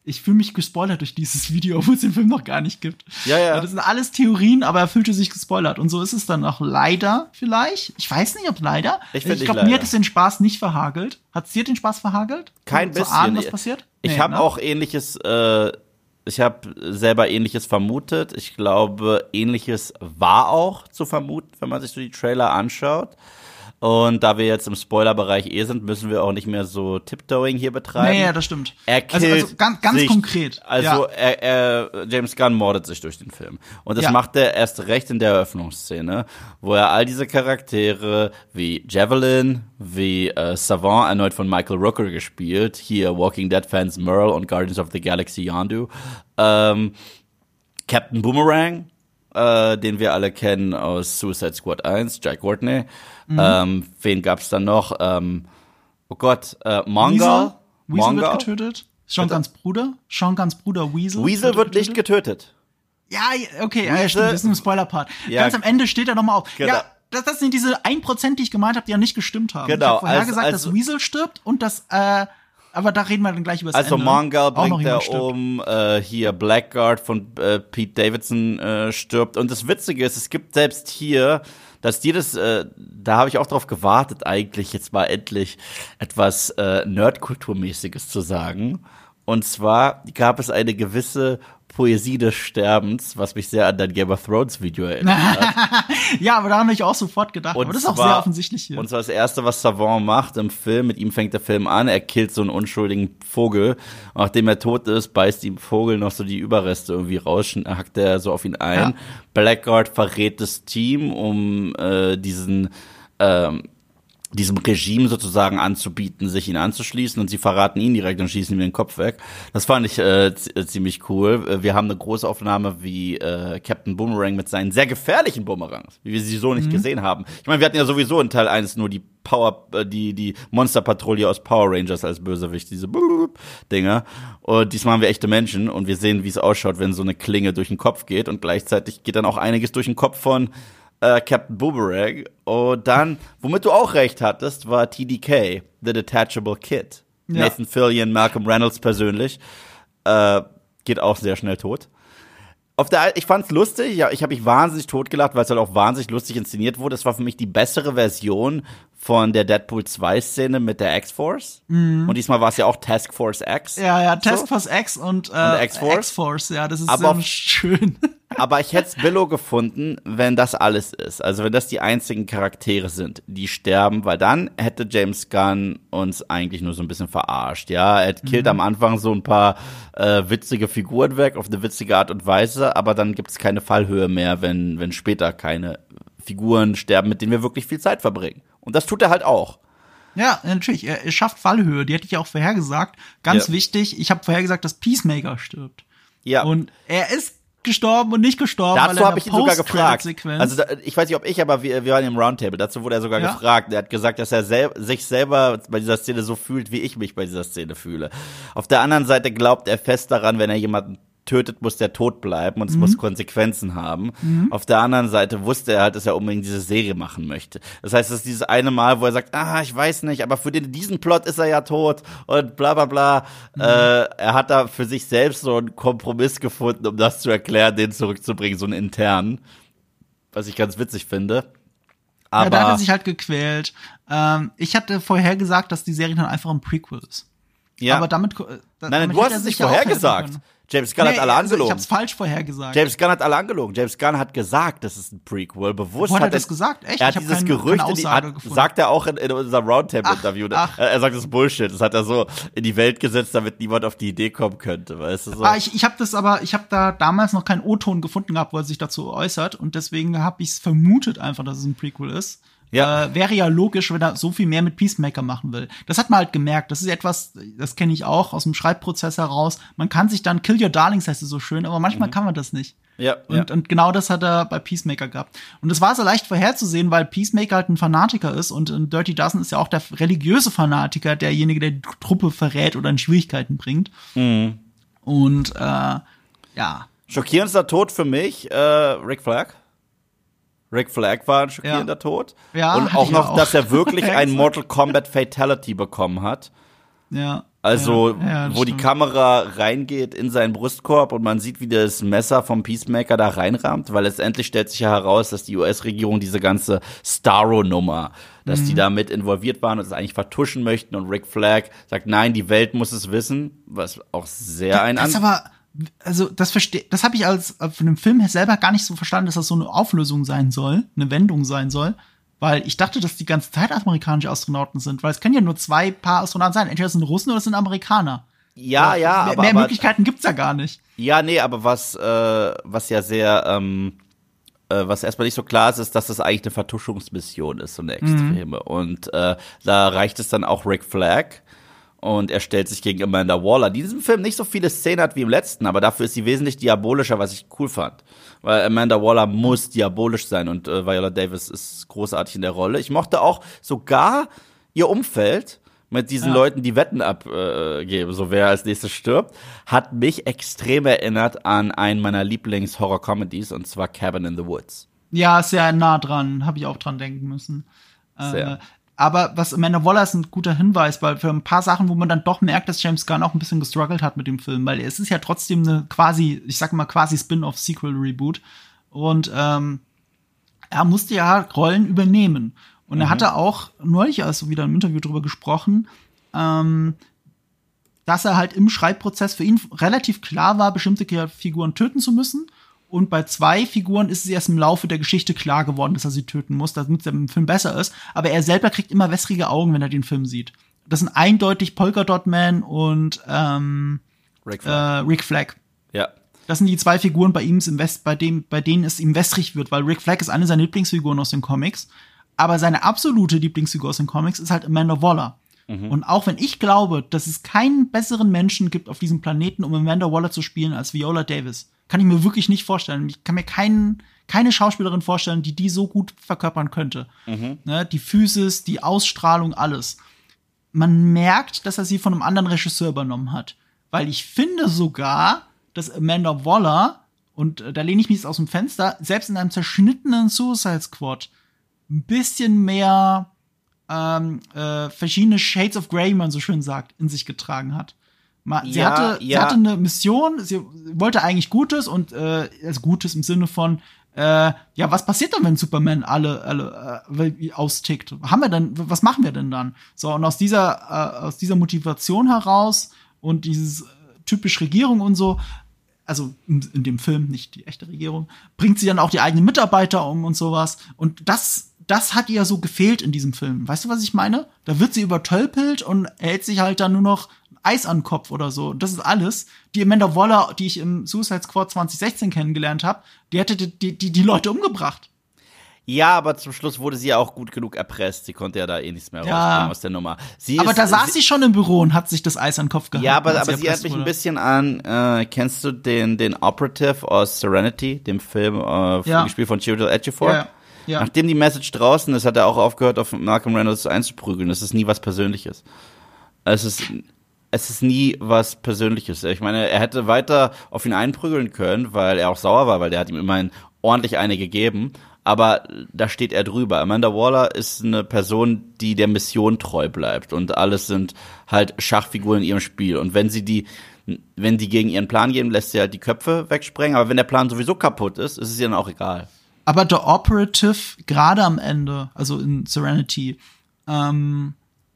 ich fühle mich gespoilert durch dieses Video, obwohl es den Film noch gar nicht gibt. Ja, ja. Das sind alles Theorien, aber er fühlte sich gespoilert. Und so ist es dann auch leider vielleicht. Ich weiß nicht, ob leider. Ich, ich glaube, mir hat es den Spaß nicht verhagelt. Hat es dir den Spaß verhagelt? Kein zu bisschen. Ahnen, was passiert? Ich Nee, habe ne? auch ähnliches, äh, ich habe selber ähnliches vermutet. Ich glaube, ähnliches war auch zu vermuten, wenn man sich so die Trailer anschaut. Und da wir jetzt im Spoilerbereich eh sind, müssen wir auch nicht mehr so Tiptoeing hier betreiben. Nee, ja, das stimmt. Er killt also, also ganz, ganz sich, konkret. Also ja. er, er, James Gunn mordet sich durch den Film. Und das Ja. macht er erst recht in der Eröffnungsszene, wo er all diese Charaktere wie Javelin, wie äh, Savant, erneut von Michael Rooker gespielt, hier Walking Dead Fans Merle und Guardians of the Galaxy Yondu, ähm, Captain Boomerang, äh, den wir alle kennen aus Suicide Squad eins, Jack Courtney. Mhm. Ähm, wen gab's dann noch? Ähm, oh Gott, äh, Mongal. Weasel, Weasel wird Mongal? getötet. Sean Guns Bruder. Sean Guns Bruder Weasel. Weasel wird nicht getötet. Ja, okay, ja, Weasel- stimmt, das ist ein Spoiler-Part. Ja. Ganz am Ende steht er nochmal auf. Genau. Ja, das, das sind diese ein Prozent, die ich gemeint habe, die ja nicht gestimmt haben. Genau, Ich habe vorher also- gesagt, also- dass Weasel stirbt und dass, äh, aber da reden wir dann gleich über das Also Ende. Mongal Auch noch bringt jemand er stirbt. um, äh, hier Blackguard von äh, Pete Davidson äh, stirbt. Und das Witzige ist, es gibt selbst hier, dass jedes, äh, da habe ich auch drauf gewartet, eigentlich jetzt mal endlich etwas äh, Nerdkulturmäßiges zu sagen. Und zwar gab es eine gewisse Poesie des Sterbens, was mich sehr an dein Game of Thrones Video erinnert hat. Ja, aber da habe ich auch sofort gedacht. Und aber das ist auch zwar- sehr offensichtlich hier. Und zwar das Erste, was Savant macht im Film, mit ihm fängt der Film an, er killt so einen unschuldigen Vogel. Und nachdem er tot ist, beißt ihm Vogel noch so die Überreste irgendwie raus, hackt er so auf ihn ein. Ja. Blackguard verrät das Team, um äh, diesen ähm, diesem Regime sozusagen anzubieten, sich ihn anzuschließen, und sie verraten ihn direkt und schießen ihm den Kopf weg. Das fand ich äh, z- ziemlich cool. Wir haben eine große Aufnahme, wie äh, Captain Boomerang mit seinen sehr gefährlichen Boomerangs, wie wir sie so nicht mhm. gesehen haben. Ich meine, wir hatten ja sowieso in Teil eins nur die Power, äh, die die Monsterpatrouille aus Power Rangers als Bösewicht, diese Dinger. Und diesmal haben wir echte Menschen und wir sehen, wie es ausschaut, wenn so eine Klinge durch den Kopf geht, und gleichzeitig geht dann auch einiges durch den Kopf von Uh, Captain Boomerang. Und dann, womit du auch recht hattest, war T D K, The Detachable Kid. Ja. Nathan Fillion, Malcolm Reynolds persönlich, äh, geht auch sehr schnell tot. Auf der, ich fand's lustig, ja, ich habe mich wahnsinnig totgelacht, weil es halt auch wahnsinnig lustig inszeniert wurde. Es war für mich die bessere Version von der Deadpool zwei Szene mit der X-Force. Mhm. Und diesmal war es ja auch Task Force X. Ja, ja, Task so. Force X und, äh, und X-Force. X-Force, ja, das ist Aber sehr schön. Aber ich hätte es Billo gefunden, wenn das alles ist. Also wenn das die einzigen Charaktere sind, die sterben, weil dann hätte James Gunn uns eigentlich nur so ein bisschen verarscht. Ja, er killt mhm. am Anfang so ein paar äh, witzige Figuren weg, auf eine witzige Art und Weise, aber dann gibt es keine Fallhöhe mehr, wenn, wenn später keine Figuren sterben, mit denen wir wirklich viel Zeit verbringen. Und das tut er halt auch. Ja, natürlich. Er, er schafft Fallhöhe. Die hätte ich auch vorhergesagt. Ganz ja. wichtig, ich habe vorhergesagt, dass Peacemaker stirbt. Ja. Und er ist gestorben und nicht gestorben. Dazu habe ich ihn sogar gefragt. Also da, ich weiß nicht, ob ich, aber wir, wir waren im Roundtable. Dazu wurde er sogar ja. gefragt. Er hat gesagt, dass er sel- sich selber bei dieser Szene so fühlt, wie ich mich bei dieser Szene fühle. Auf der anderen Seite glaubt er fest daran, wenn er jemanden tötet, muss der tot bleiben und es mhm. muss Konsequenzen haben. Mhm. Auf der anderen Seite wusste er halt, dass er unbedingt diese Serie machen möchte. Das heißt, das ist dieses eine Mal, wo er sagt, ah, ich weiß nicht, aber für den, diesen Plot ist er ja tot und bla bla bla. Mhm. Äh, er hat da für sich selbst so einen Kompromiss gefunden, um das zu erklären, den zurückzubringen, so einen internen, was ich ganz witzig finde. Aber ja, da hat er sich halt gequält. Ähm, ich hatte vorher gesagt, dass die Serie dann einfach ein Prequel ist. Ja. Aber damit, nein, nein, du hast es nicht vorhergesagt. James Gunn nee, hat alle also angelogen. Ich hab's falsch vorhergesagt. James Gunn hat alle angelogen. James Gunn hat gesagt, das ist ein Prequel. Bewusst Wo hat er hat das gesagt? Echt? Er hat ich dieses kein, Gerücht, keine in die, Aussage hat, gefunden. sagt er auch in, in unserem Roundtable-Interview. Ach, ach. Er sagt, das ist Bullshit. Das hat er so in die Welt gesetzt, damit niemand auf die Idee kommen könnte. Weißt du, so. Ah, ich ich habe das aber, ich habe da damals noch keinen O-Ton gefunden gehabt, wo er sich dazu äußert. Und deswegen habe ich es vermutet einfach, dass es ein Prequel ist. Ja. Äh, wäre ja logisch, wenn er so viel mehr mit Peacemaker machen will. Das hat man halt gemerkt. Das ist etwas, das kenne ich auch aus dem Schreibprozess heraus. Man kann sich dann Kill Your Darlings, heißt es so schön, aber manchmal mhm. kann man das nicht. Ja, und, ja. und genau das hat er bei Peacemaker gehabt. Und es war so leicht vorherzusehen, weil Peacemaker halt ein Fanatiker ist und Dirty Dozen ist ja auch der religiöse Fanatiker, derjenige, der die Truppe verrät oder in Schwierigkeiten bringt. Mhm. Und äh, ja. Schockierendster Tod für mich, äh, Rick Flag. Rick Flag war ein schockierender ja. Tod. Ja, und hatte auch ich noch, auch. dass er wirklich ein Mortal Kombat Fatality bekommen hat. Ja. Also, Ja, ja, wo die stimmt. Kamera reingeht in seinen Brustkorb und man sieht, wie das Messer vom Peacemaker da reinrammt, weil letztendlich stellt sich ja heraus, dass die U S-Regierung diese ganze Starro-Nummer, dass Mhm. die da mit involviert waren und es eigentlich vertuschen möchten und Rick Flag sagt, nein, die Welt muss es wissen, was auch sehr ein Das ist an aber, also das verstehe, das habe ich als äh, von dem Film her selber gar nicht so verstanden, dass das so eine Auflösung sein soll, eine Wendung sein soll, weil ich dachte, dass die ganze Zeit amerikanische Astronauten sind, weil es können ja nur zwei Paar Astronauten sein, entweder es sind Russen oder es sind Amerikaner. Ja, ja, mehr, aber, mehr aber Möglichkeiten gibt's ja gar nicht. ja, nee, aber was äh, was ja sehr ähm, äh, was erstmal nicht so klar ist, ist, dass das eigentlich eine Vertuschungsmission ist, so eine extreme. Und äh, da reicht es dann auch Rick Flag und er stellt sich gegen Amanda Waller, die in diesem Film nicht so viele Szenen hat wie im letzten, aber dafür ist sie wesentlich diabolischer, was ich cool fand. Weil Amanda Waller muss diabolisch sein und äh, Viola Davis ist großartig in der Rolle. Ich mochte auch sogar ihr Umfeld mit diesen Ja. Leuten, die Wetten abgeben, so wer als nächstes stirbt, hat mich extrem erinnert an einen meiner Lieblings-Horror-Comedies, und zwar Cabin in the Woods. Ja, sehr nah dran, habe ich auch dran denken müssen. Sehr. Äh, aber was Amanda Waller ist ein guter Hinweis, weil für ein paar Sachen, wo man dann doch merkt, dass James Gunn auch ein bisschen gestruggelt hat mit dem Film, weil es ist ja trotzdem eine quasi, ich sag mal quasi Spin-off-Sequel-Reboot und ähm, er musste ja Rollen übernehmen. Und er hatte auch neulich also wieder im Interview drüber gesprochen, ähm, dass er halt im Schreibprozess für ihn relativ klar war, bestimmte Figuren töten zu müssen. Und bei zwei Figuren ist es erst im Laufe der Geschichte klar geworden, dass er sie töten muss, damit es im Film besser ist. Aber er selber kriegt immer wässrige Augen, wenn er den Film sieht. Das sind eindeutig Polka Dot Man und ähm, Rick äh, Flag. Rick Flag. Ja. Das sind die zwei Figuren bei ihm, im West, bei, dem, bei denen es ihm wässrig wird, weil Rick Flag ist eine seiner Lieblingsfiguren aus den Comics. Aber seine absolute Lieblingsfigur aus den Comics ist halt Amanda Waller. Mhm. Und auch wenn ich glaube, dass es keinen besseren Menschen gibt auf diesem Planeten, um Amanda Waller zu spielen, als Viola Davis, kann ich mir wirklich nicht vorstellen. Ich kann mir keinen, keine Schauspielerin vorstellen, die die so gut verkörpern könnte. Mhm. Ne, die Physis, die Ausstrahlung, alles. Man merkt, dass er sie von einem anderen Regisseur übernommen hat. Weil ich finde sogar, dass Amanda Waller, und äh, da lehne ich mich jetzt aus dem Fenster, selbst in einem zerschnittenen Suicide Squad ein bisschen mehr ähm, äh, verschiedene Shades of Grey, wie man so schön sagt, in sich getragen hat. Ma- Sie, Ja, hatte, sie ja. hatte eine Mission, sie wollte eigentlich Gutes und äh, also Gutes im Sinne von äh, ja, was passiert dann, wenn Superman alle, alle äh, austickt? Haben wir denn, was machen wir denn dann? So, und aus dieser, äh, aus dieser Motivation heraus und dieses äh, typisch Regierung und so, also in, in dem Film, nicht die echte Regierung, bringt sie dann auch die eigenen Mitarbeiter um und sowas. Und das, das hat ihr so gefehlt in diesem Film. Weißt du, was ich meine? Da wird sie übertölpelt und hält sich halt dann nur noch Eis an den Kopf oder so. Und das ist alles. Die Amanda Waller, die ich im Suicide Squad zwanzig sechzehn kennengelernt habe, die hätte die, die, die, die Leute umgebracht. Ja, aber zum Schluss wurde sie ja auch gut genug erpresst. Sie konnte ja da eh nichts mehr Ja. rauskommen aus der Nummer. Sie Aber ist, da saß sie schon im Büro und hat sich das Eis an den Kopf gehalten. Ja, aber, als aber sie erpresst erinnert mich ein wurde. bisschen an, äh, kennst du den, den Operative aus Serenity, dem Film, äh, Ja. gespielt von Chiwetel Ejiofor? Ja, ja. Nachdem die Message draußen ist, hat er auch aufgehört, auf Malcolm Reynolds einzuprügeln. Das ist nie was Persönliches. Es ist, es ist nie was Persönliches. Ich meine, er hätte weiter auf ihn einprügeln können, weil er auch sauer war, weil der hat ihm immerhin ordentlich eine gegeben. Aber da steht er drüber. Amanda Waller ist eine Person, die der Mission treu bleibt. Und alles sind halt Schachfiguren in ihrem Spiel. Und wenn sie die, wenn die gegen ihren Plan gehen, lässt sie halt die Köpfe wegsprengen. Aber wenn der Plan sowieso kaputt ist, ist es ihr dann auch egal. Aber The Operative, gerade am Ende, also in Serenity, ähm,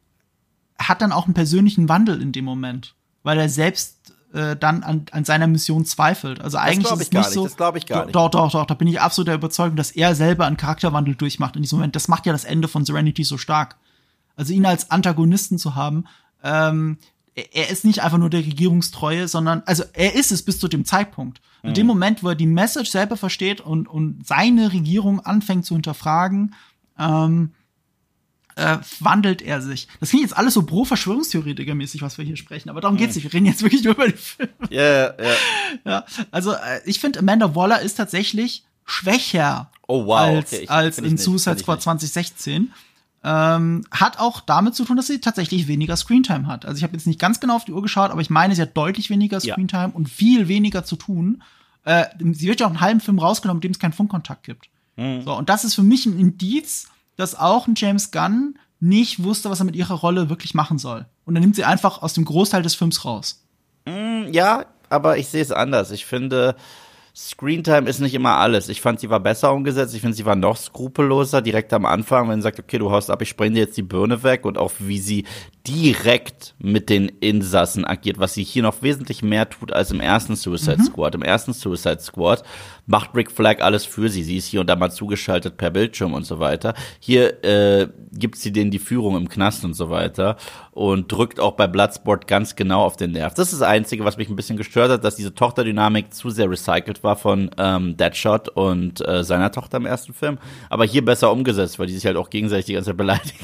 hat dann auch einen persönlichen Wandel in dem Moment. Weil er selbst äh, dann an, an seiner Mission zweifelt. Also eigentlich glaub ist ich es gar nicht nicht, so. das glaub ich gar nicht. Doch, doch, doch, da bin ich absolut der Überzeugung, dass er selber einen Charakterwandel durchmacht in diesem Moment. Das macht ja das Ende von Serenity so stark. Also ihn als Antagonisten zu haben, ähm, er er ist nicht einfach nur der Regierungstreue, sondern, also er ist es bis zu dem Zeitpunkt. In dem Moment, wo er die Message selber versteht und, und seine Regierung anfängt zu hinterfragen, ähm, äh, wandelt er sich. Das klingt jetzt alles so pro-Verschwörungstheoretiker-mäßig, was wir hier sprechen, aber darum geht's nicht. Wir reden jetzt wirklich nur über die Filme. Ja, ja, ja. Ja, also äh, ich finde, Amanda Waller ist tatsächlich schwächer Oh, wow. als, Okay, ich- als find ich in nicht, Suicide find ich Squad nicht. zwanzig sechzehn. Ähm, hat auch damit zu tun, dass sie tatsächlich weniger Screentime hat. Also ich habe jetzt nicht ganz genau auf die Uhr geschaut, aber ich meine, sie hat deutlich weniger Ja. Screentime und viel weniger zu tun. Äh, sie wird ja auch einen halben Film rausgenommen, in dem es keinen Funkkontakt gibt. Mhm. So, und das ist für mich ein Indiz, dass auch ein James Gunn nicht wusste, was er mit ihrer Rolle wirklich machen soll. und dann nimmt sie einfach aus dem Großteil des Films raus. Mm, ja, aber ich sehe es anders. Ich finde, Screentime ist nicht immer alles. Ich fand, sie war besser umgesetzt. Ich finde, sie war noch skrupelloser direkt am Anfang, wenn sie sagt, okay, du haust ab, ich spreng dir jetzt die Birne weg, und auch wie sie direkt mit den Insassen agiert, was sie hier noch wesentlich mehr tut als im ersten Suicide mhm. Squad. Im ersten Suicide Squad macht Rick Flag alles für sie. Sie ist hier und da mal zugeschaltet per Bildschirm und so weiter. Hier äh, gibt sie denen die Führung im Knast und so weiter und drückt auch bei Bloodsport ganz genau auf den Nerv. Das ist das Einzige, was mich ein bisschen gestört hat, dass diese Tochterdynamik zu sehr recycelt war von ähm, Deadshot und äh, seiner Tochter im ersten Film. Aber hier besser umgesetzt, weil die sich halt auch gegenseitig die ganze Zeit beleidigen.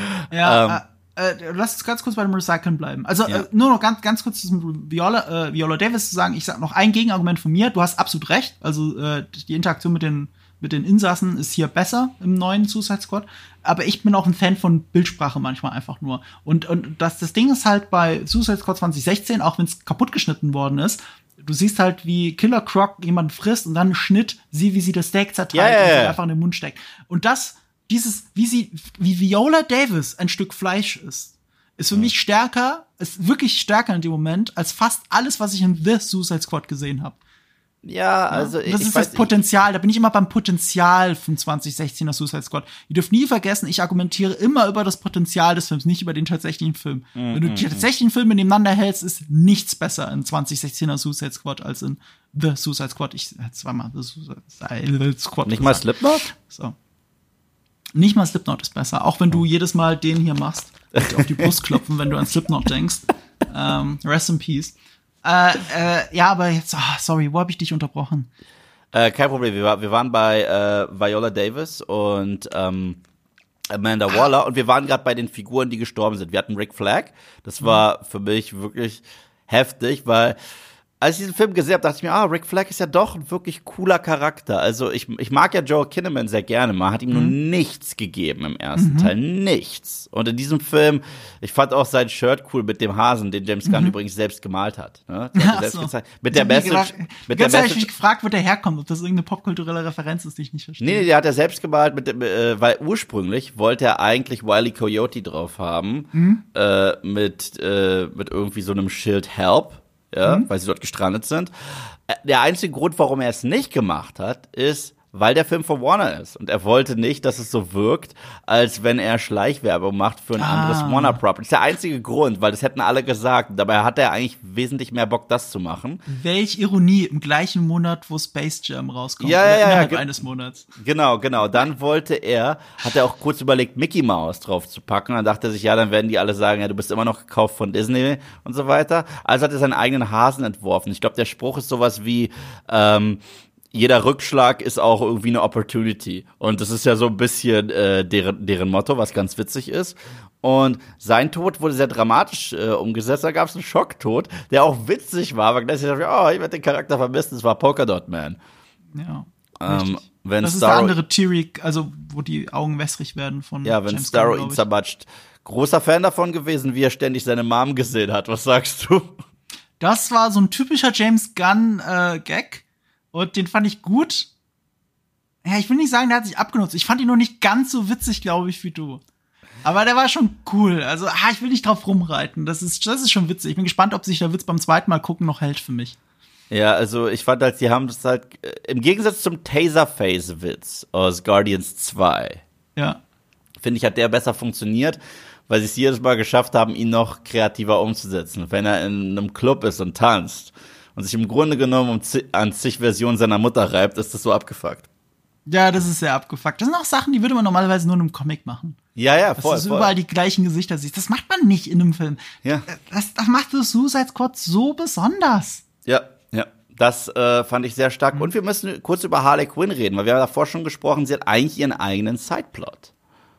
Ja, ähm, Äh, lass uns ganz kurz bei dem Recyceln bleiben. Also ja. äh, nur noch ganz ganz kurz zum Viola, äh, Viola Davis zu sagen. Ich sag noch ein Gegenargument von mir. Du hast absolut recht. Also äh, die Interaktion mit den mit den Insassen ist hier besser im neuen Suicide Squad. Aber ich bin auch ein Fan von Bildsprache manchmal einfach nur. Und und das das Ding ist halt bei Suicide Squad zwanzig sechzehn, auch wenn es kaputt geschnitten worden ist. Du siehst halt, wie Killer Croc jemanden frisst und dann Schnitt, sie, wie sie das Steak zerteilt ja, ja, ja. und sie einfach in den Mund steckt. Und das Dieses, wie sie, wie Viola Davis ein Stück Fleisch ist, ist für mich stärker, ist wirklich stärker in dem Moment, als fast alles, was ich in The Suicide Squad gesehen habe. Ja, also ja? ich, Das ist ich weiß, das Potenzial, da bin ich immer beim Potenzial vom zwanzig sechzehner Suicide Squad. Ihr dürft nie vergessen, ich argumentiere immer über das Potenzial des Films, nicht über den tatsächlichen Film. Mm, Wenn du die tatsächlichen Filme nebeneinander hältst, ist nichts besser in zwanzig sechzehner Suicide Squad als in The Suicide Squad. Ich zweimal The Suicide Squad. Nicht mal Slipknot? So. Nicht mal Slipknot ist besser, auch wenn du jedes Mal den hier machst, und auf die Brust klopfen, wenn du an Slipknot denkst. Ähm, rest in peace. Äh, äh, ja, aber jetzt, oh, sorry, wo habe ich dich unterbrochen? Äh, kein Problem, wir, war, wir waren bei äh, Viola Davis und ähm, Amanda Waller, und wir waren gerade bei den Figuren, die gestorben sind. Wir hatten Rick Flag, das war für mich wirklich heftig, weil als ich diesen Film gesehen habe, dachte ich mir, ah, Rick Flag ist ja doch ein wirklich cooler Charakter. Also ich, ich mag ja Joel Kinnaman sehr gerne. Man hat ihm mhm. nur nichts gegeben im ersten mhm. Teil. Nichts. Und in diesem Film, ich fand auch sein Shirt cool mit dem Hasen, den James Gunn mhm. übrigens selbst gemalt hat. Ne? Ja, selbst so. gezeigt. Mit der Message. Mit der Ganz ehrlich, Message. ich gefragt, wo der herkommt, ob das irgendeine popkulturelle Referenz ist, die ich nicht verstehe. Nee, nee, der hat er selbst gemalt, mit dem, äh, weil ursprünglich wollte er eigentlich Wile E. Coyote drauf haben. Mhm. Äh, mit, äh, mit irgendwie so einem Schild Help. Ja, mhm. weil sie dort gestrandet sind. Der einzige Grund, warum er es nicht gemacht hat, ist, weil der Film von Warner ist. Und er wollte nicht, dass es so wirkt, als wenn er Schleichwerbung macht für ein ah. anderes Warner-Property. Das ist der einzige Grund, weil das hätten alle gesagt. Dabei hat er eigentlich wesentlich mehr Bock, das zu machen. Welch Ironie, im gleichen Monat, wo Space Jam rauskommt. Ja, ja, ja. Innerhalb ja. eines Monats. Genau, genau. Dann wollte er, hat er auch kurz überlegt, Mickey Mouse drauf zu packen. Dann dachte er sich, ja, dann werden die alle sagen, ja, du bist immer noch gekauft von Disney und so weiter. Also hat er seinen eigenen Hasen entworfen. Ich glaube, der Spruch ist sowas wie, ähm, jeder Rückschlag ist auch irgendwie eine Opportunity. Und das ist ja so ein bisschen äh, deren, deren Motto, was ganz witzig ist. Und sein Tod wurde sehr dramatisch äh, umgesetzt. Da gab es einen Schocktod, der auch witzig war. Aber gleichzeitig dachte ich, oh, ich werde den Charakter vermissen. Das war Polka Dot Man. Ja, ähm, wenn das ist Starro, der andere Theory, also wo die Augen wässrig werden von Ja, wenn James Starro Gunn, ihn zermatscht. Großer Fan davon gewesen, wie er ständig seine Mom gesehen hat. Was sagst du? Das war so ein typischer James Gunn-Gag. Äh, Und den fand ich gut. Ja, ich will nicht sagen, der hat sich abgenutzt. Ich fand ihn noch nicht ganz so witzig, glaube ich, wie du. Aber der war schon cool. Also, ah, ich will nicht drauf rumreiten. Das ist, das ist schon witzig. Ich bin gespannt, ob sich der Witz beim zweiten Mal gucken noch hält für mich. Ja, also ich fand halt, sie haben das halt, im Gegensatz zum Taserface-Witz aus Guardians zwei, ja, finde ich, hat der besser funktioniert, weil sie es jedes Mal geschafft haben, ihn noch kreativer umzusetzen. Wenn er in einem Club ist und tanzt und sich im Grunde genommen um zig, an zig Versionen seiner Mutter reibt, ist das so abgefuckt. Ja, das ist sehr abgefuckt. Das sind auch Sachen, die würde man normalerweise nur in einem Comic machen. Ja, ja, voll, Dass du voll. überall die gleichen Gesichter siehst. Das macht man nicht in einem Film. Ja. Das, das macht das Suicide Squad so besonders. Ja, ja. Das äh, fand ich sehr stark. Mhm. Und wir müssen kurz über Harley Quinn reden, weil wir haben davor schon gesprochen, sie hat eigentlich ihren eigenen Sideplot.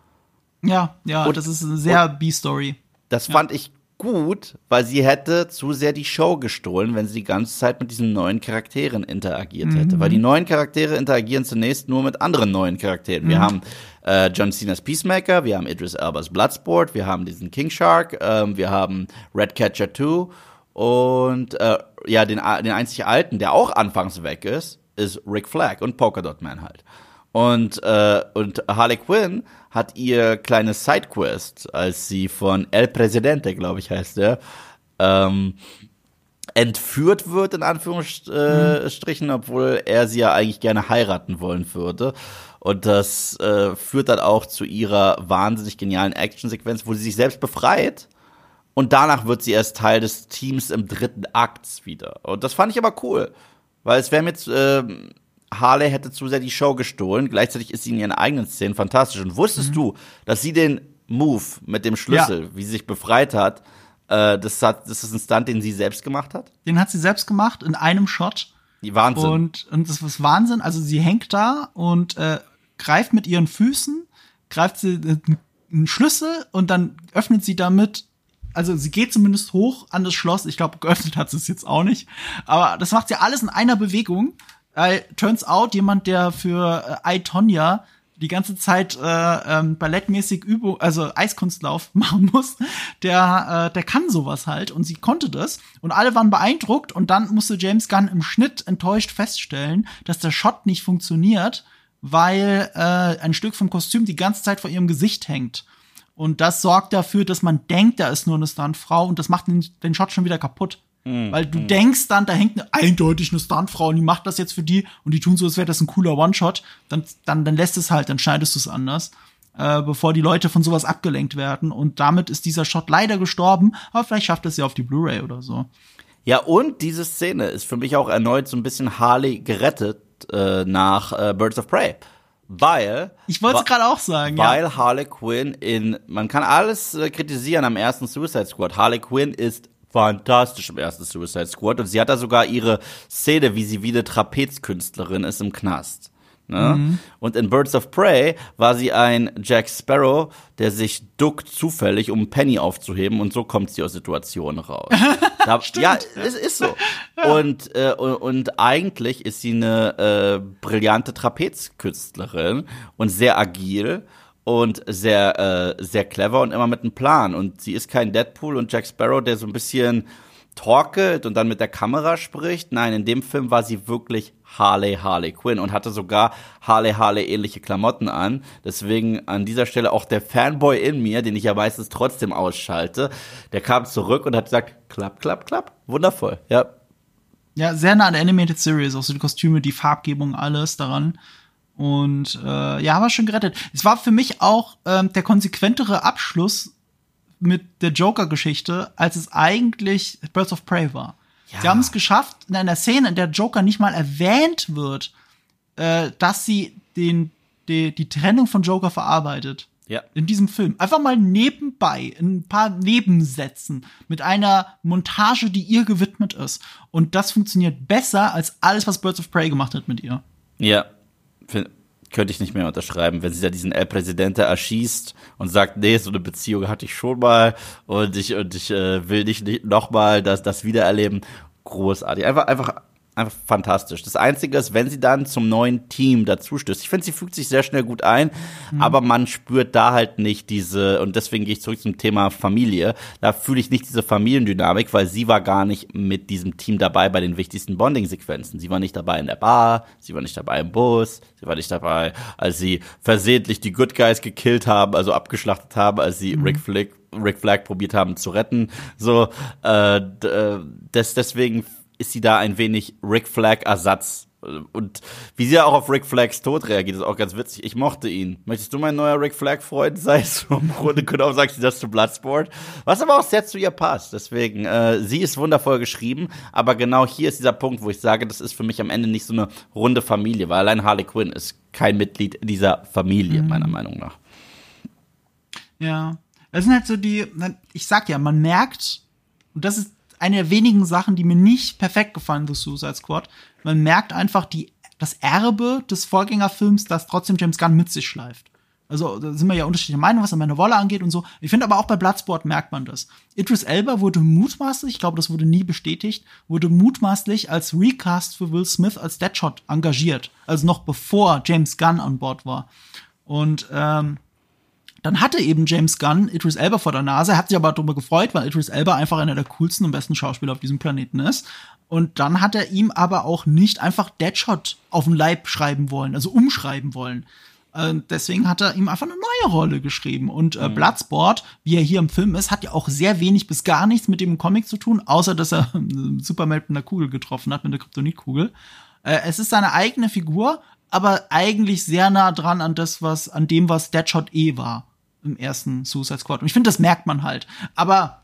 Ja, ja, und das ist eine sehr B-Story. Das ja. fand ich gut, weil sie hätte zu sehr die Show gestohlen, wenn sie die ganze Zeit mit diesen neuen Charakteren interagiert mhm. hätte. Weil die neuen Charaktere interagieren zunächst nur mit anderen neuen Charakteren. Mhm. Wir haben äh, John Cena's Peacemaker, wir haben Idris Elba's Bloodsport, wir haben diesen King Shark, ähm, wir haben Ratcatcher zwei und äh, ja, den, den einzig Alten, der auch anfangs weg ist, ist Rick Flag und Polka Dot Man halt. Und, äh, und Harley Quinn hat ihr kleine Sidequest, als sie von El Presidente, glaube ich, heißt der, ähm, entführt wird, in Anführungsstrichen, mhm. obwohl er sie ja eigentlich gerne heiraten wollen würde. Und das äh, führt dann auch zu ihrer wahnsinnig genialen Actionsequenz, wo sie sich selbst befreit. Und danach wird sie erst Teil des Teams im dritten Akt wieder. Und das fand ich aber cool. Weil es wäre mir jetzt, äh, Harley hätte zu sehr die Show gestohlen. Gleichzeitig ist sie in ihren eigenen Szenen fantastisch. Und wusstest mhm. du, dass sie den Move mit dem Schlüssel, ja. wie sie sich befreit hat, äh, das hat, das ist ein Stunt, den sie selbst gemacht hat? Den hat sie selbst gemacht, in einem Shot. Die Wahnsinn. Und, und das ist Wahnsinn. Also sie hängt da und äh, greift mit ihren Füßen, greift sie äh, einen Schlüssel und dann öffnet sie damit. Also sie geht zumindest hoch an das Schloss. Ich glaube, geöffnet hat sie es jetzt auch nicht. Aber das macht sie alles in einer Bewegung. Äh, turns out, jemand, der für äh, I, Tonya die ganze Zeit äh, ähm, ballettmäßig Übung, also Eiskunstlauf machen muss, der, äh, der kann sowas halt. Und sie konnte das. Und alle waren beeindruckt. Und dann musste James Gunn im Schnitt enttäuscht feststellen, dass der Shot nicht funktioniert, weil äh, ein Stück vom Kostüm die ganze Zeit vor ihrem Gesicht hängt. Und das sorgt dafür, dass man denkt, da ist nur eine Stuntfrau und das macht den, den Shot schon wieder kaputt. Mm, Weil du mm. denkst dann, da hängt eine, eindeutig eine Stuntfrau und die macht das jetzt für die und die tun so, als wäre das ein cooler One-Shot. Dann, dann, dann lässt es halt, dann schneidest du es anders, äh, bevor die Leute von sowas abgelenkt werden. Und damit ist dieser Shot leider gestorben, aber vielleicht schafft es ja auf die Blu-ray oder so. Ja, und diese Szene ist für mich auch erneut so ein bisschen Harley gerettet äh, nach äh, Birds of Prey. Weil ich wollte es gerade auch sagen, weil ja. Harley Quinn in, man kann alles äh, kritisieren am ersten Suicide Squad. Harley Quinn ist fantastisch im ersten Suicide Squad und sie hat da sogar ihre Szene, wie sie wie eine Trapezkünstlerin ist im Knast. Ne? Mhm. Und in Birds of Prey war sie ein Jack Sparrow, der sich duckt zufällig, um Penny aufzuheben und so kommt sie aus Situationen raus. Da, ja, es ist so. Ja. Und, äh, und, und eigentlich ist sie eine äh, brillante Trapezkünstlerin und sehr agil und sehr äh, sehr clever und immer mit einem Plan. Und sie ist kein Deadpool und Jack Sparrow, der so ein bisschen torkelt und dann mit der Kamera spricht. Nein, in dem Film war sie wirklich Harley Harley Quinn und hatte sogar Harley Harley ähnliche Klamotten an. Deswegen an dieser Stelle auch der Fanboy in mir, den ich ja meistens trotzdem ausschalte, der kam zurück und hat gesagt, klapp, klapp, klapp. Wundervoll, ja. Ja, sehr nah an der Animated Series, auch so die Kostüme, die Farbgebung, alles daran. Und äh, ja, war schon gerettet. Es war für mich auch ähm, der konsequentere Abschluss mit der Joker-Geschichte, als es eigentlich Birds of Prey war. Ja. Sie haben es geschafft, in einer Szene, in der Joker nicht mal erwähnt wird, äh, dass sie den, die, die Trennung von Joker verarbeitet. Ja. In diesem Film. Einfach mal nebenbei, in ein paar Nebensätzen, mit einer Montage, die ihr gewidmet ist. Und das funktioniert besser als alles, was Birds of Prey gemacht hat mit ihr. Ja, F- könnte ich nicht mehr unterschreiben, wenn sie da diesen El Presidente erschießt und sagt, nee, so eine Beziehung hatte ich schon mal und ich und ich äh, will nicht noch mal das das wiedererleben. Großartig, einfach einfach einfach fantastisch. Das Einzige ist, wenn sie dann zum neuen Team dazu stößt. Ich finde, sie fügt sich sehr schnell gut ein, mhm. aber man spürt da halt nicht diese, und deswegen gehe ich zurück zum Thema Familie, da fühle ich nicht diese Familiendynamik, weil sie war gar nicht mit diesem Team dabei bei den wichtigsten Bonding-Sequenzen. Sie war nicht dabei in der Bar, sie war nicht dabei im Bus, sie war nicht dabei, als sie versehentlich die Good Guys gekillt haben, also abgeschlachtet haben, als sie mhm. Rick Flag, Rick Flag probiert haben zu retten. So, äh, das, deswegen ist sie da ein wenig Rick Flag-Ersatz. Und wie sie ja auch auf Rick Flags Tod reagiert, ist auch ganz witzig. Ich mochte ihn. Möchtest du mein neuer Rick Flag-Freund sein? So im Grunde genau sagst du das zu Bloodsport. Was aber auch sehr zu ihr passt. Deswegen, äh, sie ist wundervoll geschrieben, aber genau hier ist dieser Punkt, wo ich sage, das ist für mich am Ende nicht so eine runde Familie, weil allein Harley Quinn ist kein Mitglied dieser Familie, mhm. meiner Meinung nach. Ja, das sind halt so die, ich sag ja, man merkt, und das ist eine der wenigen Sachen, die mir nicht perfekt gefallen, The Suicide Squad. Man merkt einfach die, das Erbe des Vorgängerfilms, das trotzdem James Gunn mit sich schleift. Also, da sind wir ja unterschiedliche Meinungen, was an meine Wolle angeht und so. Ich finde aber auch bei Bloodsport merkt man das. Idris Elba wurde mutmaßlich, ich glaube, das wurde nie bestätigt, wurde mutmaßlich als Recast für Will Smith als Deadshot engagiert. Also noch bevor James Gunn an Bord war. Und, ähm, dann hatte eben James Gunn Idris Elba vor der Nase, hat sich aber darüber gefreut, weil Idris Elba einfach einer der coolsten und besten Schauspieler auf diesem Planeten ist. Und dann hat er ihm aber auch nicht einfach Deadshot auf den Leib schreiben wollen, also umschreiben wollen. Äh, deswegen hat er ihm einfach eine neue Rolle geschrieben. Und äh, mhm. Bloodsport, wie er hier im Film ist, hat ja auch sehr wenig bis gar nichts mit dem Comic zu tun, außer dass er Superman mit einer Kugel getroffen hat, mit einer Kryptonitkugel. Äh, es ist seine eigene Figur, aber eigentlich sehr nah dran an das, was, an dem, was Deadshot eh war im ersten Suicide Squad. Und ich finde, das merkt man halt. Aber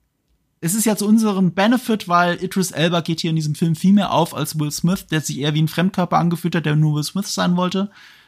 es ist ja zu unserem Benefit, weil Idris Elba geht hier in diesem Film viel mehr auf als Will Smith, der sich eher wie ein Fremdkörper angefühlt hat, der nur Will Smith sein wollte.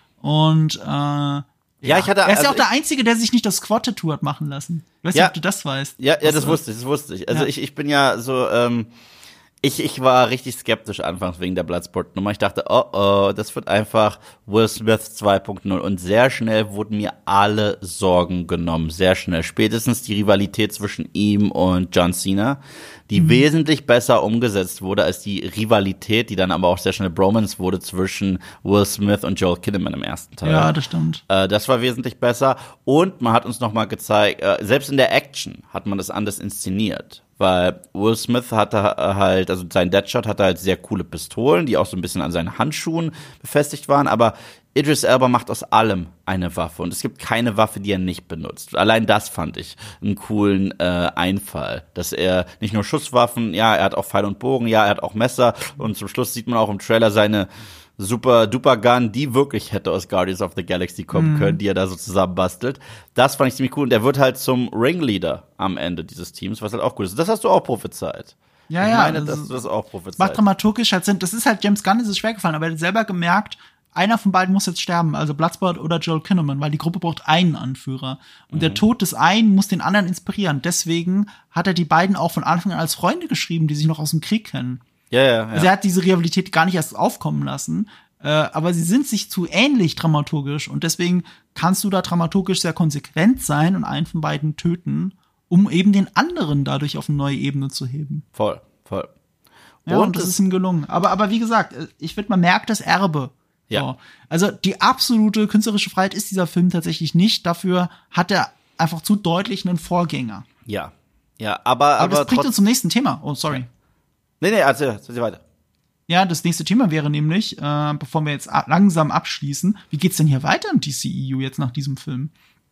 Und äh, ja, ja, ich hatte, er ist also ja auch der ich, Einzige, der sich nicht das Squad-Tattoo hat machen lassen. Ich weiß ja, nicht, ob du das weißt. Ja, ja, das also, wusste ich, das wusste ich. Also ja. ich, ich bin ja so, ähm, Ich, ich war richtig skeptisch anfangs wegen der Bloodsport-Nummer. Ich dachte, oh oh, das wird einfach Will Smith zwei Punkt null. Und sehr schnell wurden mir alle Sorgen genommen. Sehr schnell. Spätestens die Rivalität zwischen ihm und John Cena, die mhm. wesentlich besser umgesetzt wurde als die Rivalität, die dann aber auch sehr schnell Bromance wurde zwischen Will Smith und Joel Kinnaman im ersten Teil. Ja, das stimmt. Äh, das war wesentlich besser. Und man hat uns noch mal gezeigt, äh, selbst in der Action hat man das anders inszeniert. Weil Will Smith hatte halt, also sein Deadshot hatte halt sehr coole Pistolen, die auch so ein bisschen an seinen Handschuhen befestigt waren, aber Idris Elba macht aus allem eine Waffe und es gibt keine Waffe, die er nicht benutzt. Allein das fand ich einen coolen äh, Einfall, dass er nicht nur Schusswaffen, ja, er hat auch Pfeil und Bogen, ja, er hat auch Messer und zum Schluss sieht man auch im Trailer seine super duper Gun, die wirklich hätte aus Guardians of the Galaxy kommen mhm. können, die er da so zusammen bastelt. Das fand ich ziemlich cool und er wird halt zum Ringleader am Ende dieses Teams, was halt auch cool ist. Das hast du auch prophezeit. Ja, ich ja. meine, das dass du das auch prophezeit. Macht dramaturgisch halt Sinn. Das ist halt James Gunn, ist es schwer gefallen, aber er hat selber gemerkt, einer von beiden muss jetzt sterben, also Bloodsport oder Joel Kinnaman, weil die Gruppe braucht einen Anführer. Und mhm. der Tod des einen muss den anderen inspirieren. Deswegen hat er die beiden auch von Anfang an als Freunde geschrieben, die sich noch aus dem Krieg kennen. Ja, ja, ja. Also er hat diese Rivalität gar nicht erst aufkommen lassen. Äh, aber sie sind sich zu ähnlich dramaturgisch. Und deswegen kannst du da dramaturgisch sehr konsequent sein und einen von beiden töten, um eben den anderen dadurch auf eine neue Ebene zu heben. Voll, voll. Ja, und, und das ist ihm gelungen. Aber, aber wie gesagt, ich finde, man merkt das Erbe. Ja. So. Also die absolute künstlerische Freiheit ist dieser Film tatsächlich nicht. Dafür hat er einfach zu deutlich einen Vorgänger. Ja, ja, aber aber, aber das bringt uns zum nächsten Thema. Oh, sorry. Nee, nee, also, also weiter. Ja, das nächste Thema wäre nämlich, äh, bevor wir jetzt a- langsam abschließen, wie geht's denn hier weiter im D C E U jetzt nach diesem Film?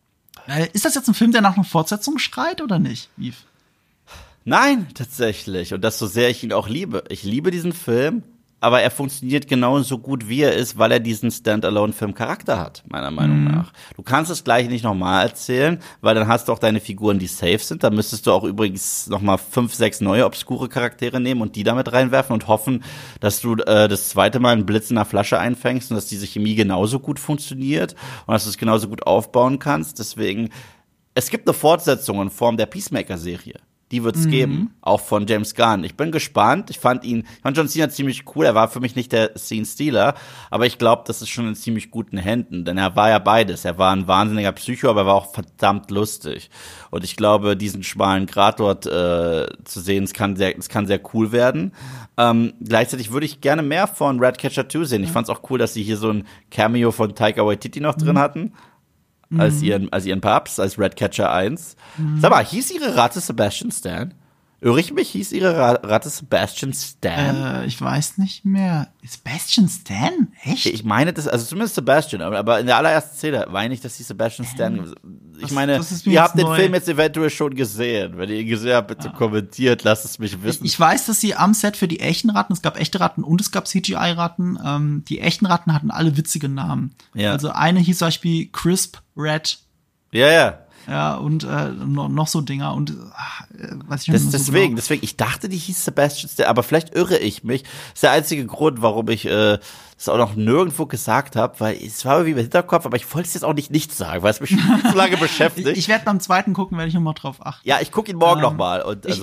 Äh, ist das jetzt ein Film, der nach einer Fortsetzung schreit oder nicht, Yves? Nein, tatsächlich. Und das so sehr ich ihn auch liebe. Ich liebe diesen Film, aber er funktioniert genauso gut, wie er ist, weil er diesen Standalone-Film-Charakter hat, meiner Meinung Mhm. nach. Du kannst das gleiche nicht nochmal erzählen, weil dann hast du auch deine Figuren, die safe sind. Da müsstest du auch übrigens nochmal fünf, sechs neue obskure Charaktere nehmen und die damit reinwerfen und hoffen, dass du äh, das zweite Mal einen Blitz in der Flasche einfängst und dass diese Chemie genauso gut funktioniert und dass du es genauso gut aufbauen kannst. Deswegen, es gibt eine Fortsetzung in Form der Peacemaker-Serie. Die wird's mhm. geben, auch von James Gunn. Ich bin gespannt. Ich fand ihn, ich fand John Cena ziemlich cool. Er war für mich nicht der Scene-Stealer, aber ich glaube, das ist schon in ziemlich guten Händen, denn er war ja beides. Er war ein wahnsinniger Psycho, aber er war auch verdammt lustig. Und ich glaube, diesen schmalen Grat dort äh, zu sehen, es kann sehr, es kann sehr cool werden. Ähm, gleichzeitig würde ich gerne mehr von Ratcatcher zwei sehen. Ich fand's auch cool, dass sie hier so ein Cameo von Taika Waititi noch drin mhm. hatten. Als Mhm. ihren, als ihren Paps, als Ratcatcher eins. Mhm. Sag mal, hieß ihre Ratte Sebastian Stan? Irre ich mich? Hieß ihre Ra- Ratte Sebastian Stan? Äh, ich weiß nicht mehr. Sebastian Stan? Echt? Ich meine das, also zumindest Sebastian, aber, aber in der allerersten Szene meine ich, dass die Sebastian Stan. Ich Das- meine, das ist mir ihr jetzt habt den neu. Film jetzt eventuell schon gesehen. Wenn ihr ihn gesehen habt, bitte kommentiert, lasst es mich Ich, wissen. ich weiß, dass sie am Set für die echten Ratten, es gab echte Ratten und es gab C G I-Ratten, ähm, die echten Ratten hatten alle witzige Namen. Ja. Also eine hieß zum Beispiel Crisp Rat, ja, ja. ja, und äh, noch, noch so Dinger und äh, weiß ich nicht Das, mehr so deswegen, genau. deswegen, ich dachte, die hieß Sebastian Stan, aber vielleicht irre ich mich. Das ist der einzige Grund, warum ich äh, das auch noch nirgendwo gesagt habe, weil es war irgendwie im Hinterkopf, aber ich wollte es jetzt auch nicht nicht sagen, weil es mich schon zu lange beschäftigt. Ich, ich werde beim zweiten gucken, werde ich nochmal drauf achten. ja, ich gucke ihn morgen Ähm, noch mal und ich- also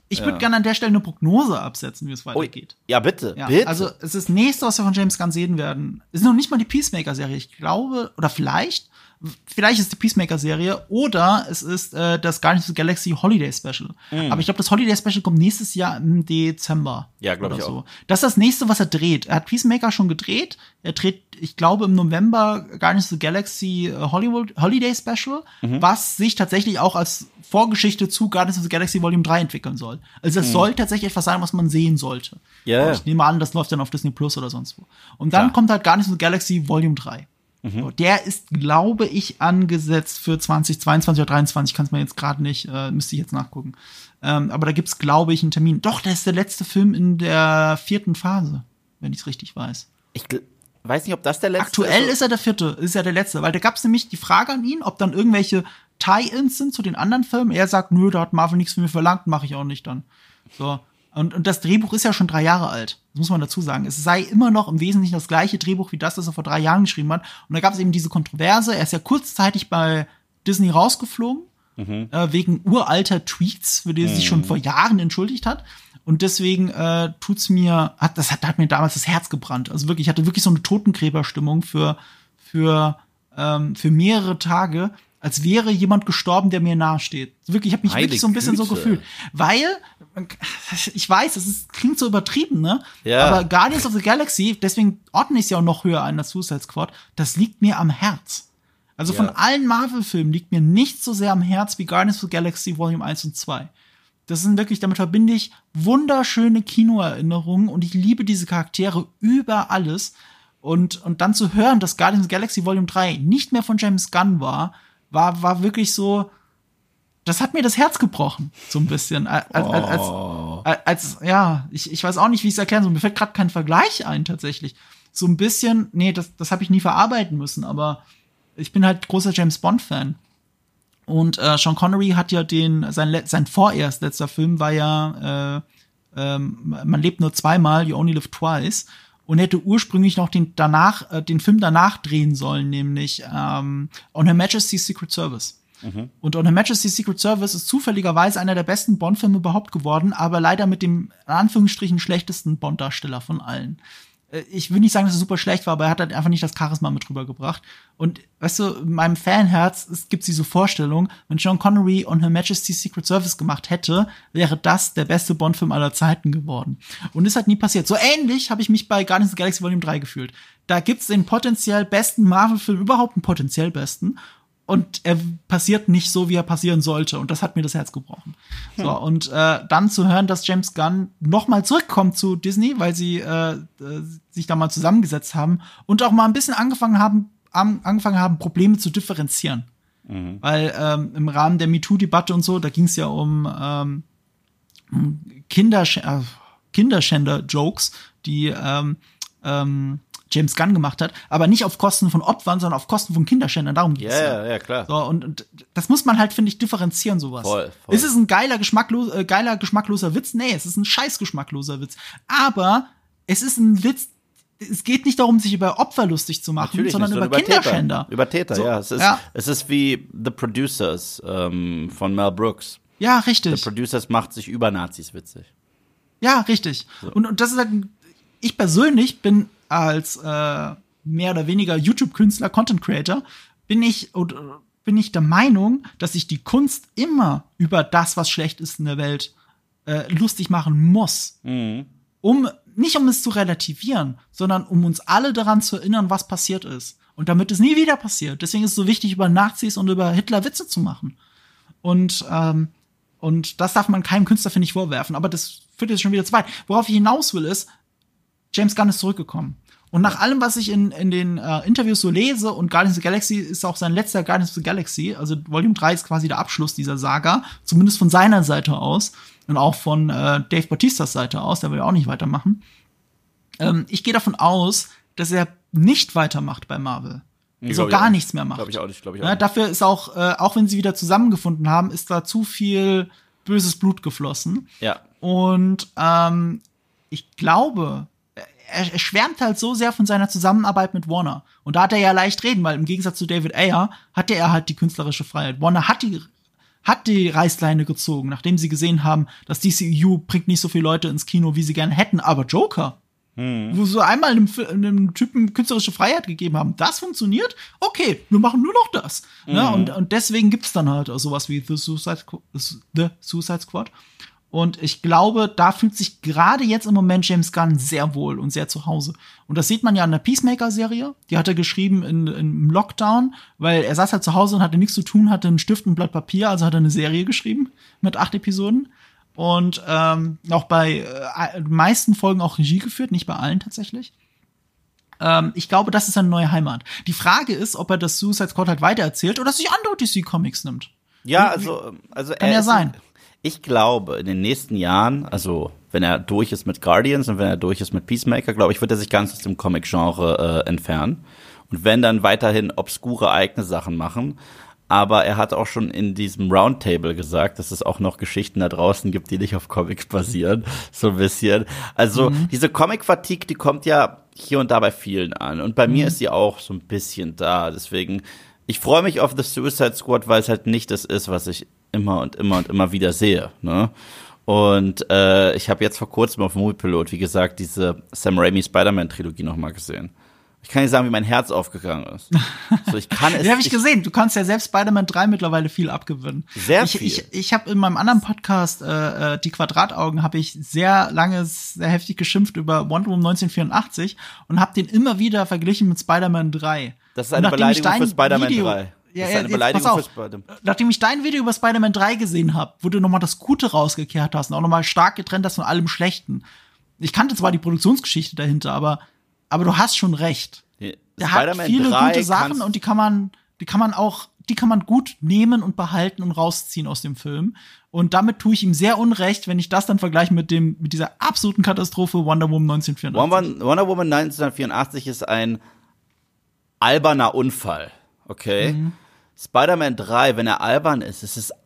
Ich Ja. würde gerne an der Stelle eine Prognose absetzen, wie es Oh, weitergeht. ja, bitte, Ja, bitte. also es ist das nächste, was wir von James Gunn sehen werden. Ist noch nicht mal die Peacemaker-Serie. Ich glaube, oder vielleicht, vielleicht ist die Peacemaker-Serie oder es ist äh, das Guardians of the Galaxy Holiday Special. Mhm. Aber ich glaube, das Holiday Special kommt nächstes Jahr im Dezember. Ja, glaub ich oder so. auch. Das ist das nächste, was er dreht. Er hat Peacemaker schon gedreht. Er dreht, ich glaube, im November Guardians of the Galaxy äh, Hollywood Holiday Special, Mhm. was sich tatsächlich auch als Vorgeschichte zu Guardians of the Galaxy Volume drei entwickeln soll. Also das soll tatsächlich etwas sein, was man sehen sollte. Mhm. Ja, ja. Ich nehme an, das läuft dann auf Disney Plus oder sonst wo. Und dann Klar. kommt halt Guardians of the Galaxy Volume drei. Mhm. So, der ist, glaube ich, angesetzt für zwanzig zweiundzwanzig oder dreiundzwanzig. Kann es mir jetzt gerade nicht, äh, müsste ich jetzt nachgucken. Ähm, aber da gibt's, glaube ich, einen Termin. Doch, der ist der letzte Film in der vierten Phase, wenn ich es richtig weiß. Ich gl- weiß nicht, ob das der letzte Aktuell ist. ist er der vierte, ist er der letzte, weil da gab's nämlich die Frage an ihn, ob dann irgendwelche Tie-Ins sind zu den anderen Filmen. Er sagt, nö, da hat Marvel nichts von mir verlangt, mache ich auch nicht dann. So. Und, und das Drehbuch ist ja schon drei Jahre alt. Das muss man dazu sagen. Es sei immer noch im Wesentlichen das gleiche Drehbuch wie das, das er vor drei Jahren geschrieben hat. Und da gab es eben diese Kontroverse. Er ist ja kurzzeitig bei Disney rausgeflogen, Mhm. äh, wegen uralter Tweets, für die er sich schon vor Jahren entschuldigt hat. Und deswegen äh, tut's mir, hat, das hat, hat mir damals das Herz gebrannt. Also wirklich, ich hatte wirklich so eine Totengräberstimmung für, für, ähm, für mehrere Tage, als wäre jemand gestorben, der mir nahe steht. Wirklich, ich habe mich Meine wirklich so ein bisschen so Güte. gefühlt. Weil, ich weiß, es ist, klingt so übertrieben, ne? Ja. Aber Guardians of the Galaxy, deswegen ordne ich es ja auch noch höher ein als Suicide Squad, das liegt mir am Herz. Also Ja. von allen Marvel-Filmen liegt mir nicht so sehr am Herz wie Guardians of the Galaxy Volume eins und zwei. Das sind wirklich, damit verbinde ich wunderschöne Kinoerinnerungen und ich liebe diese Charaktere über alles. Und, und dann zu hören, dass Guardians of the Galaxy Volume drei nicht mehr von James Gunn war, war, war wirklich so, das hat mir das Herz gebrochen, so ein bisschen. Als, als, Oh. als, als ja, ich, ich weiß auch nicht, wie ich es erklären soll. Mir fällt gerade kein Vergleich ein, tatsächlich. So ein bisschen, nee, das, das habe ich nie verarbeiten müssen, aber ich bin halt großer James Bond-Fan. Und äh, Sean Connery hat ja den, sein, le- sein vorerst letzter Film war ja äh, ähm, Man lebt nur zweimal, You Only Live Twice. Und hätte ursprünglich noch den danach, äh, den Film danach drehen sollen, nämlich ähm, On Her Majesty's Secret Service. Mhm. Und On Her Majesty's Secret Service ist zufälligerweise einer der besten Bond-Filme überhaupt geworden, aber leider mit dem in Anführungsstrichen schlechtesten Bond-Darsteller von allen. Äh, Ich will nicht sagen, dass er super schlecht war, aber er hat halt einfach nicht das Charisma mit rübergebracht. Und weißt du, in meinem Fanherz es gibt diese Vorstellung, wenn Sean Connery On Her Majesty's Secret Service gemacht hätte, wäre das der beste Bond-Film aller Zeiten geworden. Und ist halt nie passiert. So ähnlich habe ich mich bei Guardians of the Galaxy Volume drei gefühlt. Da gibt's den potenziell besten Marvel-Film, überhaupt einen potenziell besten. Und er passiert nicht so, wie er passieren sollte. Und das hat mir das Herz gebrochen. So, und äh, dann zu hören, dass James Gunn noch mal zurückkommt zu Disney, weil sie äh, äh, sich da mal zusammengesetzt haben und auch mal ein bisschen angefangen haben, am, angefangen haben, Probleme zu differenzieren. Mhm. Weil ähm, im Rahmen der MeToo-Debatte und so, da ging es ja um, ähm, um Kindersch äh, Kinderschänder-Jokes, die ähm, ähm, James Gunn gemacht hat, aber nicht auf Kosten von Opfern, sondern auf Kosten von Kinderschändern. Darum geht's Ja, ja, ja, klar. So, und, und das muss man halt, finde ich, differenzieren, sowas. Voll, voll. Ist es ein geiler, geschmacklos, äh, geiler, geschmackloser Witz? Nee, es ist ein scheiß geschmackloser Witz. Aber es ist ein Witz, es geht nicht darum, sich über Opfer lustig zu machen, Natürlich sondern nicht, über Kinderschänder. Täter. Über Täter, So, ja. Es ist, ja. es ist wie The Producers ähm, von Mel Brooks. Ja, The richtig. Producers macht sich über Nazis witzig. Ja, richtig. Und, und das ist halt, ein- ich persönlich bin als äh, mehr oder weniger YouTube-Künstler, Content-Creator, bin ich, oder, bin ich der Meinung, dass sich die Kunst immer über das, was schlecht ist in der Welt, äh, lustig machen muss. Mhm. Um, nicht um es zu relativieren, sondern um uns alle daran zu erinnern, was passiert ist. Und damit es nie wieder passiert. Deswegen ist es so wichtig, über Nazis und über Hitler Witze zu machen. Und, ähm, und das darf man keinem Künstler, finde ich, vorwerfen. Aber das führt jetzt schon wieder zu weit. Worauf ich hinaus will, ist, James Gunn ist zurückgekommen. Und nach allem, was ich in, in den äh, Interviews so lese, und Guardians of the Galaxy ist auch sein letzter Guardians of the Galaxy, also Volume drei ist quasi der Abschluss dieser Saga, zumindest von seiner Seite aus und auch von äh, Dave Bautistas Seite aus, der will ja auch nicht weitermachen. Ähm, ich gehe davon aus, dass er nicht weitermacht bei Marvel. Nee, Also glaub ich auch gar nicht. nichts mehr macht. Glaube ich auch nicht, glaube ich auch Ja, nicht. dafür ist auch, äh, auch wenn sie wieder zusammengefunden haben, ist da zu viel böses Blut geflossen. Ja. Und ähm, ich glaube, er, er schwärmt halt so sehr von seiner Zusammenarbeit mit Warner. Und da hat er ja leicht reden, weil im Gegensatz zu David Ayer hatte er halt die künstlerische Freiheit. Warner hat die hat die Reißleine gezogen, nachdem sie gesehen haben, das D C E U bringt nicht so viele Leute ins Kino, wie sie gerne hätten, aber Joker, hm. wo sie einmal einem, einem Typen künstlerische Freiheit gegeben haben, das funktioniert, okay, wir machen nur noch das. Mhm. Ne? Und, und deswegen gibt's dann halt auch sowas wie The Suicide, The Suicide Squad. Und ich glaube, da fühlt sich gerade jetzt im Moment James Gunn sehr wohl und sehr zu Hause. Und das sieht man ja in der Peacemaker-Serie. Die hat er geschrieben in, in, im Lockdown, weil er saß halt zu Hause und hatte nichts zu tun, hatte einen Stift und ein Blatt Papier, also hat er eine Serie geschrieben mit acht Episoden. Und ähm, auch bei äh, meisten Folgen auch Regie geführt, nicht bei allen tatsächlich. Ähm, ich glaube, das ist eine neue Heimat. Die Frage ist, ob er das Suicide Squad halt weitererzählt oder sich andere D C-Comics nimmt. Ja, also, also kann ja sein. Ich glaube, in den nächsten Jahren, also wenn er durch ist mit Guardians und wenn er durch ist mit Peacemaker, glaube ich, wird er sich ganz aus dem Comic-Genre äh, entfernen. Und wenn dann weiterhin obskure eigene Sachen machen. Aber er hat auch schon in diesem Roundtable gesagt, dass es auch noch Geschichten da draußen gibt, die nicht auf Comics basieren. So ein bisschen. Also mhm. diese Comic-Fatigue, die kommt ja hier und da bei vielen an. Und bei mhm. mir ist sie auch so ein bisschen da. Deswegen, ich freue mich auf The Suicide Squad, weil es halt nicht das ist, was ich immer und immer und immer wieder sehe, ne? Und äh, ich habe jetzt vor kurzem auf Moviepilot, wie gesagt, diese Sam Raimi Spider-Man-Trilogie noch mal gesehen. Ich kann nicht sagen, wie mein Herz aufgegangen ist. So, ich kann es. Die habe ich gesehen. Du kannst ja selbst Spider-Man drei mittlerweile viel abgewinnen. Sehr ich, viel. Ich, ich habe in meinem anderen Podcast, äh, die Quadrataugen, habe ich sehr lange, sehr heftig geschimpft über Wonder Woman neunzehnhundertvierundachtzig und habe den immer wieder verglichen mit Spider-Man drei. Das ist eine Beleidigung für Spider-Man Video, drei. Ja, das ist eine jetzt, Beleidigung pass auf. für Spider-Man. Nachdem ich dein Video über Spider-Man drei gesehen habe, wo du nochmal das Gute rausgekehrt hast und auch nochmal stark getrennt hast von allem Schlechten. Ich kannte zwar die Produktionsgeschichte dahinter, aber, aber du hast schon recht. Ja, Der hat viele gute Sachen und die kann man, die kann man auch, die kann man gut nehmen und behalten und rausziehen aus dem Film. Und damit tue ich ihm sehr unrecht, wenn ich das dann vergleiche mit dem, mit dieser absoluten Katastrophe Wonder Woman neunzehnhundertvierundachtzig. Wonder, Wonder Woman neunzehnhundertvierundachtzig ist ein alberner Unfall, okay? Mhm. Spider-Man drei, wenn er albern ist, ist es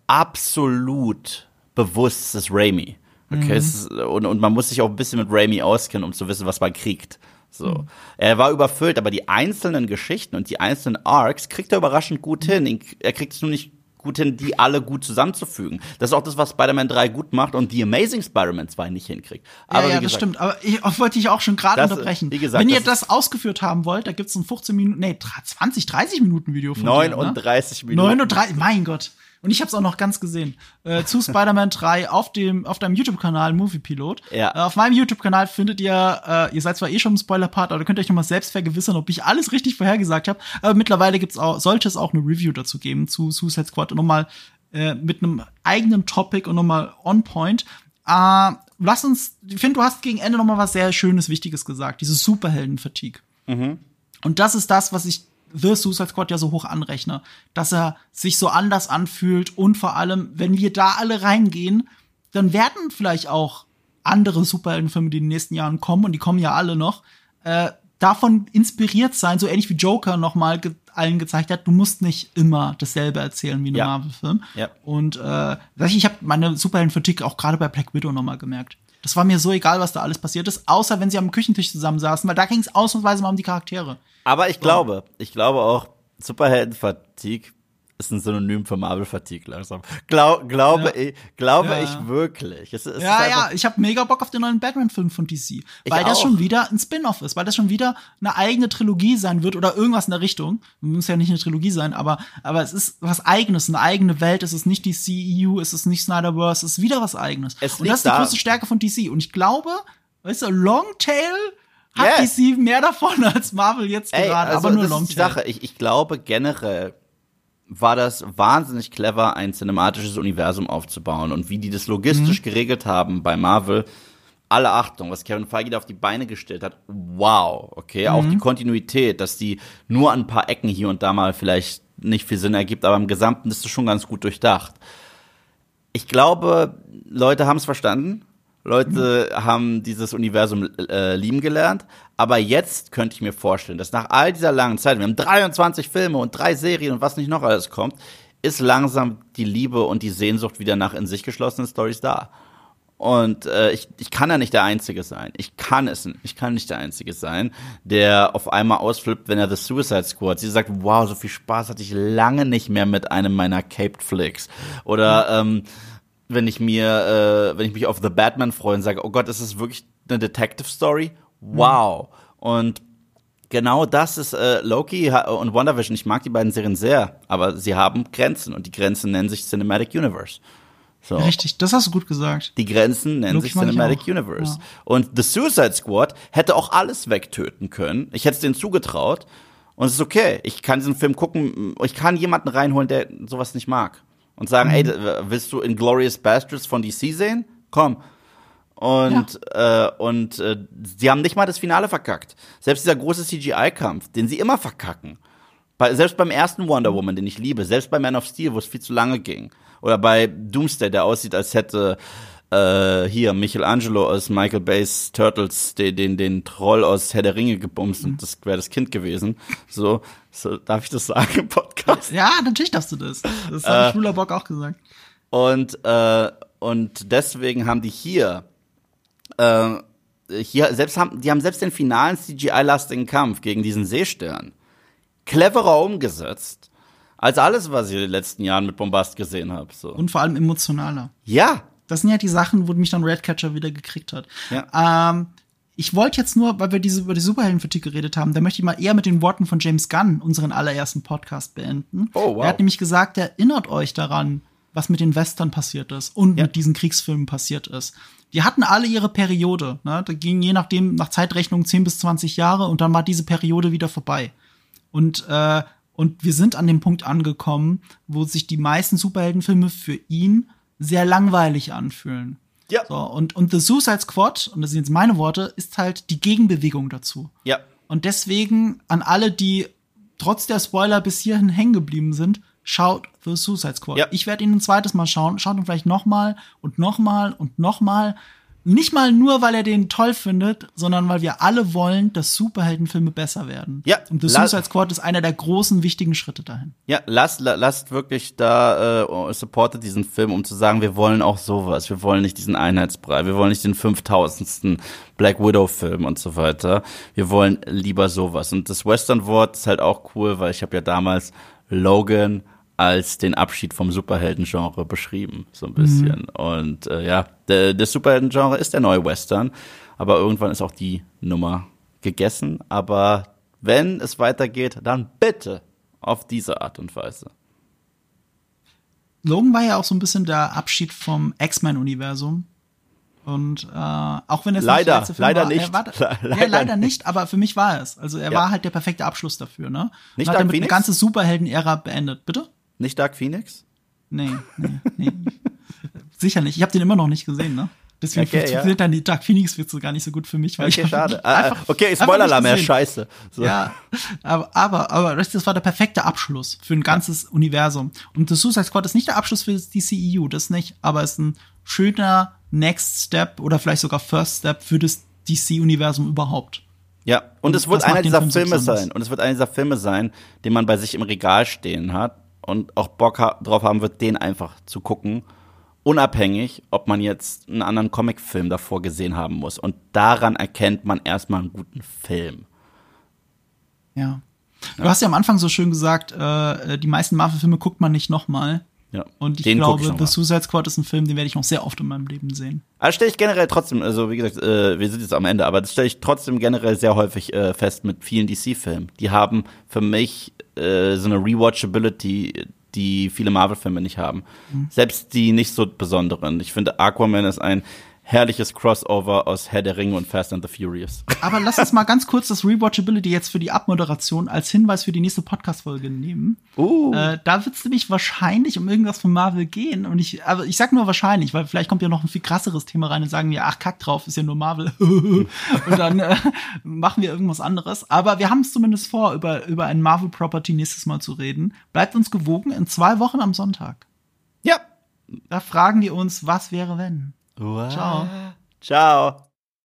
absolut bewusst, es ist Raimi, okay? Mhm. Es ist, und, und man muss sich auch ein bisschen mit Raimi auskennen, um zu wissen, was man kriegt. So. Mhm. Er war überfüllt, aber die einzelnen Geschichten und die einzelnen Arcs kriegt er überraschend gut hin. Er kriegt es nur nicht gut hin, die alle gut zusammenzufügen. Das ist auch das, was Spider-Man drei gut macht und die Amazing Spider-Man zwei nicht hinkriegt. Aber ja, ja, wie gesagt, das stimmt. Aber ich wollte ich auch schon gerade unterbrechen. Wie gesagt, wenn das ihr das ausgeführt haben wollt, da gibt's ein fünfzehn Minuten, nee, zwanzig, dreißig Minuten Video von neununddreißig dir, ne? Minuten. neununddreißig, mein Gott. Und ich habe es auch noch ganz gesehen. Äh, zu Spider-Man drei auf dem auf deinem YouTube-Kanal Moviepilot. Ja. Äh, auf meinem YouTube-Kanal findet ihr, äh, ihr seid zwar eh schon im Spoiler-Part, aber da könnt ihr euch nochmal selbst vergewissern, ob ich alles richtig vorhergesagt habe. Aber mittlerweile gibt's auch, sollte es auch eine Review dazu geben zu Suicide Squad und nochmal äh, mit einem eigenen Topic und nochmal on point. Äh, lass uns, ich finde, du hast gegen Ende nochmal was sehr Schönes, Wichtiges gesagt. Diese Superhelden-Fatigue. Mhm. Und das ist das, was ich The Suicide Squad ja so hoch anrechne, dass er sich so anders anfühlt und vor allem, wenn wir da alle reingehen, dann werden vielleicht auch andere Superheldenfilme, die in den nächsten Jahren kommen, und die kommen ja alle noch, äh, davon inspiriert sein, so ähnlich wie Joker noch mal ge- allen gezeigt hat, du musst nicht immer dasselbe erzählen wie in einem ja. Marvel-Film. Ja. Und äh, ich habe meine Superhelden-Fatigue auch gerade bei Black Widow noch mal gemerkt. Das war mir so egal, was da alles passiert ist, außer wenn sie am Küchentisch zusammensaßen, weil da ging es ausnahmsweise mal um die Charaktere. Aber ich glaube, ich glaube auch, Superhelden-Fatigue ist ein Synonym für Marvel-Fatigue langsam. Glaub, glaube ja. ich, glaube ja. ich wirklich. Es, es ja, ist ja, ich habe mega Bock auf den neuen Batman-Film von D C. Weil ich das auch. schon wieder ein Spin-off ist, weil das schon wieder eine eigene Trilogie sein wird oder irgendwas in der Richtung. Muss ja nicht eine Trilogie sein, aber, aber es ist was Eigenes, eine eigene Welt. Es ist nicht D C E U, es ist nicht Snyderverse, es ist wieder was Eigenes. Es Und das ist die da. größte Stärke von D C. Und ich glaube, weißt du, Longtail hat Yes. D C mehr davon als Marvel jetzt Ey, gerade, also aber nur das ist die Longtail. Sache. Ich, ich glaube generell war das wahnsinnig clever, ein cinematisches Universum aufzubauen und wie die das logistisch mhm. geregelt haben bei Marvel. Alle Achtung, was Kevin Feige da auf die Beine gestellt hat. Wow, okay. Mhm. Auch die Kontinuität, dass die nur an ein paar Ecken hier und da mal vielleicht nicht viel Sinn ergibt, aber im Gesamten ist es schon ganz gut durchdacht. Ich glaube, Leute haben es verstanden. Leute mhm. haben dieses Universum äh, lieben gelernt. Aber jetzt könnte ich mir vorstellen, dass nach all dieser langen Zeit, wir haben dreiundzwanzig Filme und drei Serien und was nicht noch alles kommt, ist langsam die Liebe und die Sehnsucht wieder nach in sich geschlossenen Storys da. Und äh, ich, ich kann ja nicht der Einzige sein. Ich kann es nicht. Ich kann nicht der Einzige sein, der auf einmal ausflippt, wenn er The Suicide Squad sieht. Sie sagt, wow, so viel Spaß hatte ich lange nicht mehr mit einem meiner Caped Flicks. Oder mhm. ähm, wenn ich mir, äh, wenn ich mich auf The Batman freue und sage, oh Gott, ist das wirklich eine Detective Story? Wow. Mhm. Und genau das ist äh, Loki und WandaVision. Ich mag die beiden Serien sehr, aber sie haben Grenzen und die Grenzen nennen sich Cinematic Universe. So. Richtig, das hast du gut gesagt. Die Grenzen nennen Loki sich Cinematic Universe. Ja. Und The Suicide Squad hätte auch alles wegtöten können. Ich hätte es denen zugetraut. Und es ist okay. Ich kann diesen Film gucken. Ich kann jemanden reinholen, der sowas nicht mag. Und sagen, mhm. ey, willst du Inglourious Basterds von D C sehen? Komm. Und, ja. äh, und äh, sie haben nicht mal das Finale verkackt. Selbst dieser große C G I-Kampf, den sie immer verkacken. Bei, selbst beim ersten Wonder Woman, den ich liebe. Selbst bei Man of Steel, wo es viel zu lange ging. Oder bei Doomsday, der aussieht, als hätte äh, hier Michelangelo aus Michael Bay's Turtles den, den, den Troll aus Herr der Ringe gebumst und das wäre das Kind gewesen. So, so, darf ich das sagen im Podcast? Ja, natürlich darfst du das. Das hat äh, Schwuler Bock auch gesagt. Und, äh, und deswegen haben die hier, äh, hier selbst haben, die haben selbst den finalen C G I-lastigen Kampf gegen diesen Seestern cleverer umgesetzt. Als alles, was ich in den letzten Jahren mit Bombast gesehen habe. So. Und vor allem emotionaler. Ja. Das sind ja die Sachen, wo mich dann Redcatcher wieder gekriegt hat. Ja. Ähm, ich wollte jetzt nur, weil wir diese, über die Superheldenfatigue geredet haben, da möchte ich mal eher mit den Worten von James Gunn unseren allerersten Podcast beenden. Oh, wow. Er hat nämlich gesagt, erinnert euch daran, was mit den Western passiert ist und ja. mit diesen Kriegsfilmen passiert ist. Die hatten alle ihre Periode. Ne? Da ging je nachdem, nach Zeitrechnung zehn bis zwanzig Jahre und dann war diese Periode wieder vorbei. Und äh, Und wir sind an dem Punkt angekommen, wo sich die meisten Superheldenfilme für ihn sehr langweilig anfühlen. Ja. So, und, und The Suicide Squad, und das sind jetzt meine Worte, ist halt die Gegenbewegung dazu. Ja. Und deswegen an alle, die trotz der Spoiler bis hierhin hängen geblieben sind, schaut The Suicide Squad. Ja. Ich werde ihn ein zweites Mal schauen, schaut ihn vielleicht noch mal und noch mal und noch mal. Nicht mal nur, weil er den toll findet, sondern weil wir alle wollen, dass Superheldenfilme besser werden. Ja. Und The Suicide Squad ist einer der großen, wichtigen Schritte dahin. Ja, lasst, lasst wirklich da, äh, supportet diesen Film, um zu sagen, wir wollen auch sowas. Wir wollen nicht diesen Einheitsbrei. Wir wollen nicht den fünftausendsten Black Widow-Film und so weiter. Wir wollen lieber sowas. Und das Western-Wort ist halt auch cool, weil ich habe ja damals Logan als den Abschied vom Superhelden-Genre beschrieben, so ein bisschen. Mhm. Und äh, ja, der, das Superhelden-Genre ist der neue Western, aber irgendwann ist auch die Nummer gegessen. Aber wenn es weitergeht, dann bitte auf diese Art und Weise. Logan war ja auch so ein bisschen der Abschied vom X-Men-Universum. Und äh, auch wenn es leider, nicht der letzte Film leider war, nicht. War, leider, ja, leider nicht, aber für mich war es. Also er ja. war halt der perfekte Abschluss dafür, ne? Nicht und hat Dark damit Phoenix? eine ganze Superhelden-Ära beendet. Bitte? Nicht Dark Phoenix? Nee, nee, nee. Sicher nicht. Ich habe den immer noch nicht gesehen, ne? Deswegen okay, sind ja. dann die Dark Phoenix-Witze gar nicht so gut für mich. Weil okay, ich schade. Einfach, okay, Spoiler-Alarm, ja, scheiße. So. Ja, aber, aber, aber das war der perfekte Abschluss für ein ganzes ja. Universum. Und The Suicide Squad ist nicht der Abschluss für das D C E U, das nicht, aber es ist ein schöner Next Step oder vielleicht sogar First Step für das D C-Universum überhaupt. Ja, und, und es wird einer dieser Film Filme so sein. Und es wird einer dieser Filme sein, den man bei sich im Regal stehen hat und auch Bock ha- drauf haben wird, den einfach zu gucken. Unabhängig, ob man jetzt einen anderen Comicfilm davor gesehen haben muss. Und daran erkennt man erstmal einen guten Film. Ja. Du ja. hast ja am Anfang so schön gesagt, äh, die meisten Marvel-Filme guckt man nicht nochmal. Ja, und ich glaube, ich The Suicide Squad ist ein Film, den werde ich noch sehr oft in meinem Leben sehen. Also stelle ich generell trotzdem, also wie gesagt, äh, wir sind jetzt am Ende, aber das stelle ich trotzdem generell sehr häufig äh, fest mit vielen D C-Filmen. Die haben für mich äh, so eine Rewatchability, die viele Marvel-Filme nicht haben. Mhm. Selbst die nicht so besonderen. Ich finde, Aquaman ist ein herrliches Crossover aus Herr der Ringe und Fast and the Furious. Aber lass uns mal ganz kurz das Rewatchability jetzt für die Abmoderation als Hinweis für die nächste Podcast-Folge nehmen. Uh. Äh, da wird es nämlich wahrscheinlich um irgendwas von Marvel gehen. Und ich, aber ich sag nur wahrscheinlich, weil vielleicht kommt ja noch ein viel krasseres Thema rein und sagen wir, ach, kack drauf, ist ja nur Marvel. Und dann äh, machen wir irgendwas anderes. Aber wir haben es zumindest vor, über, über ein Marvel-Property nächstes Mal zu reden. Bleibt uns gewogen in zwei Wochen am Sonntag. Ja. Da fragen wir uns, was wäre, wenn? Wow. Ciao. Ciao.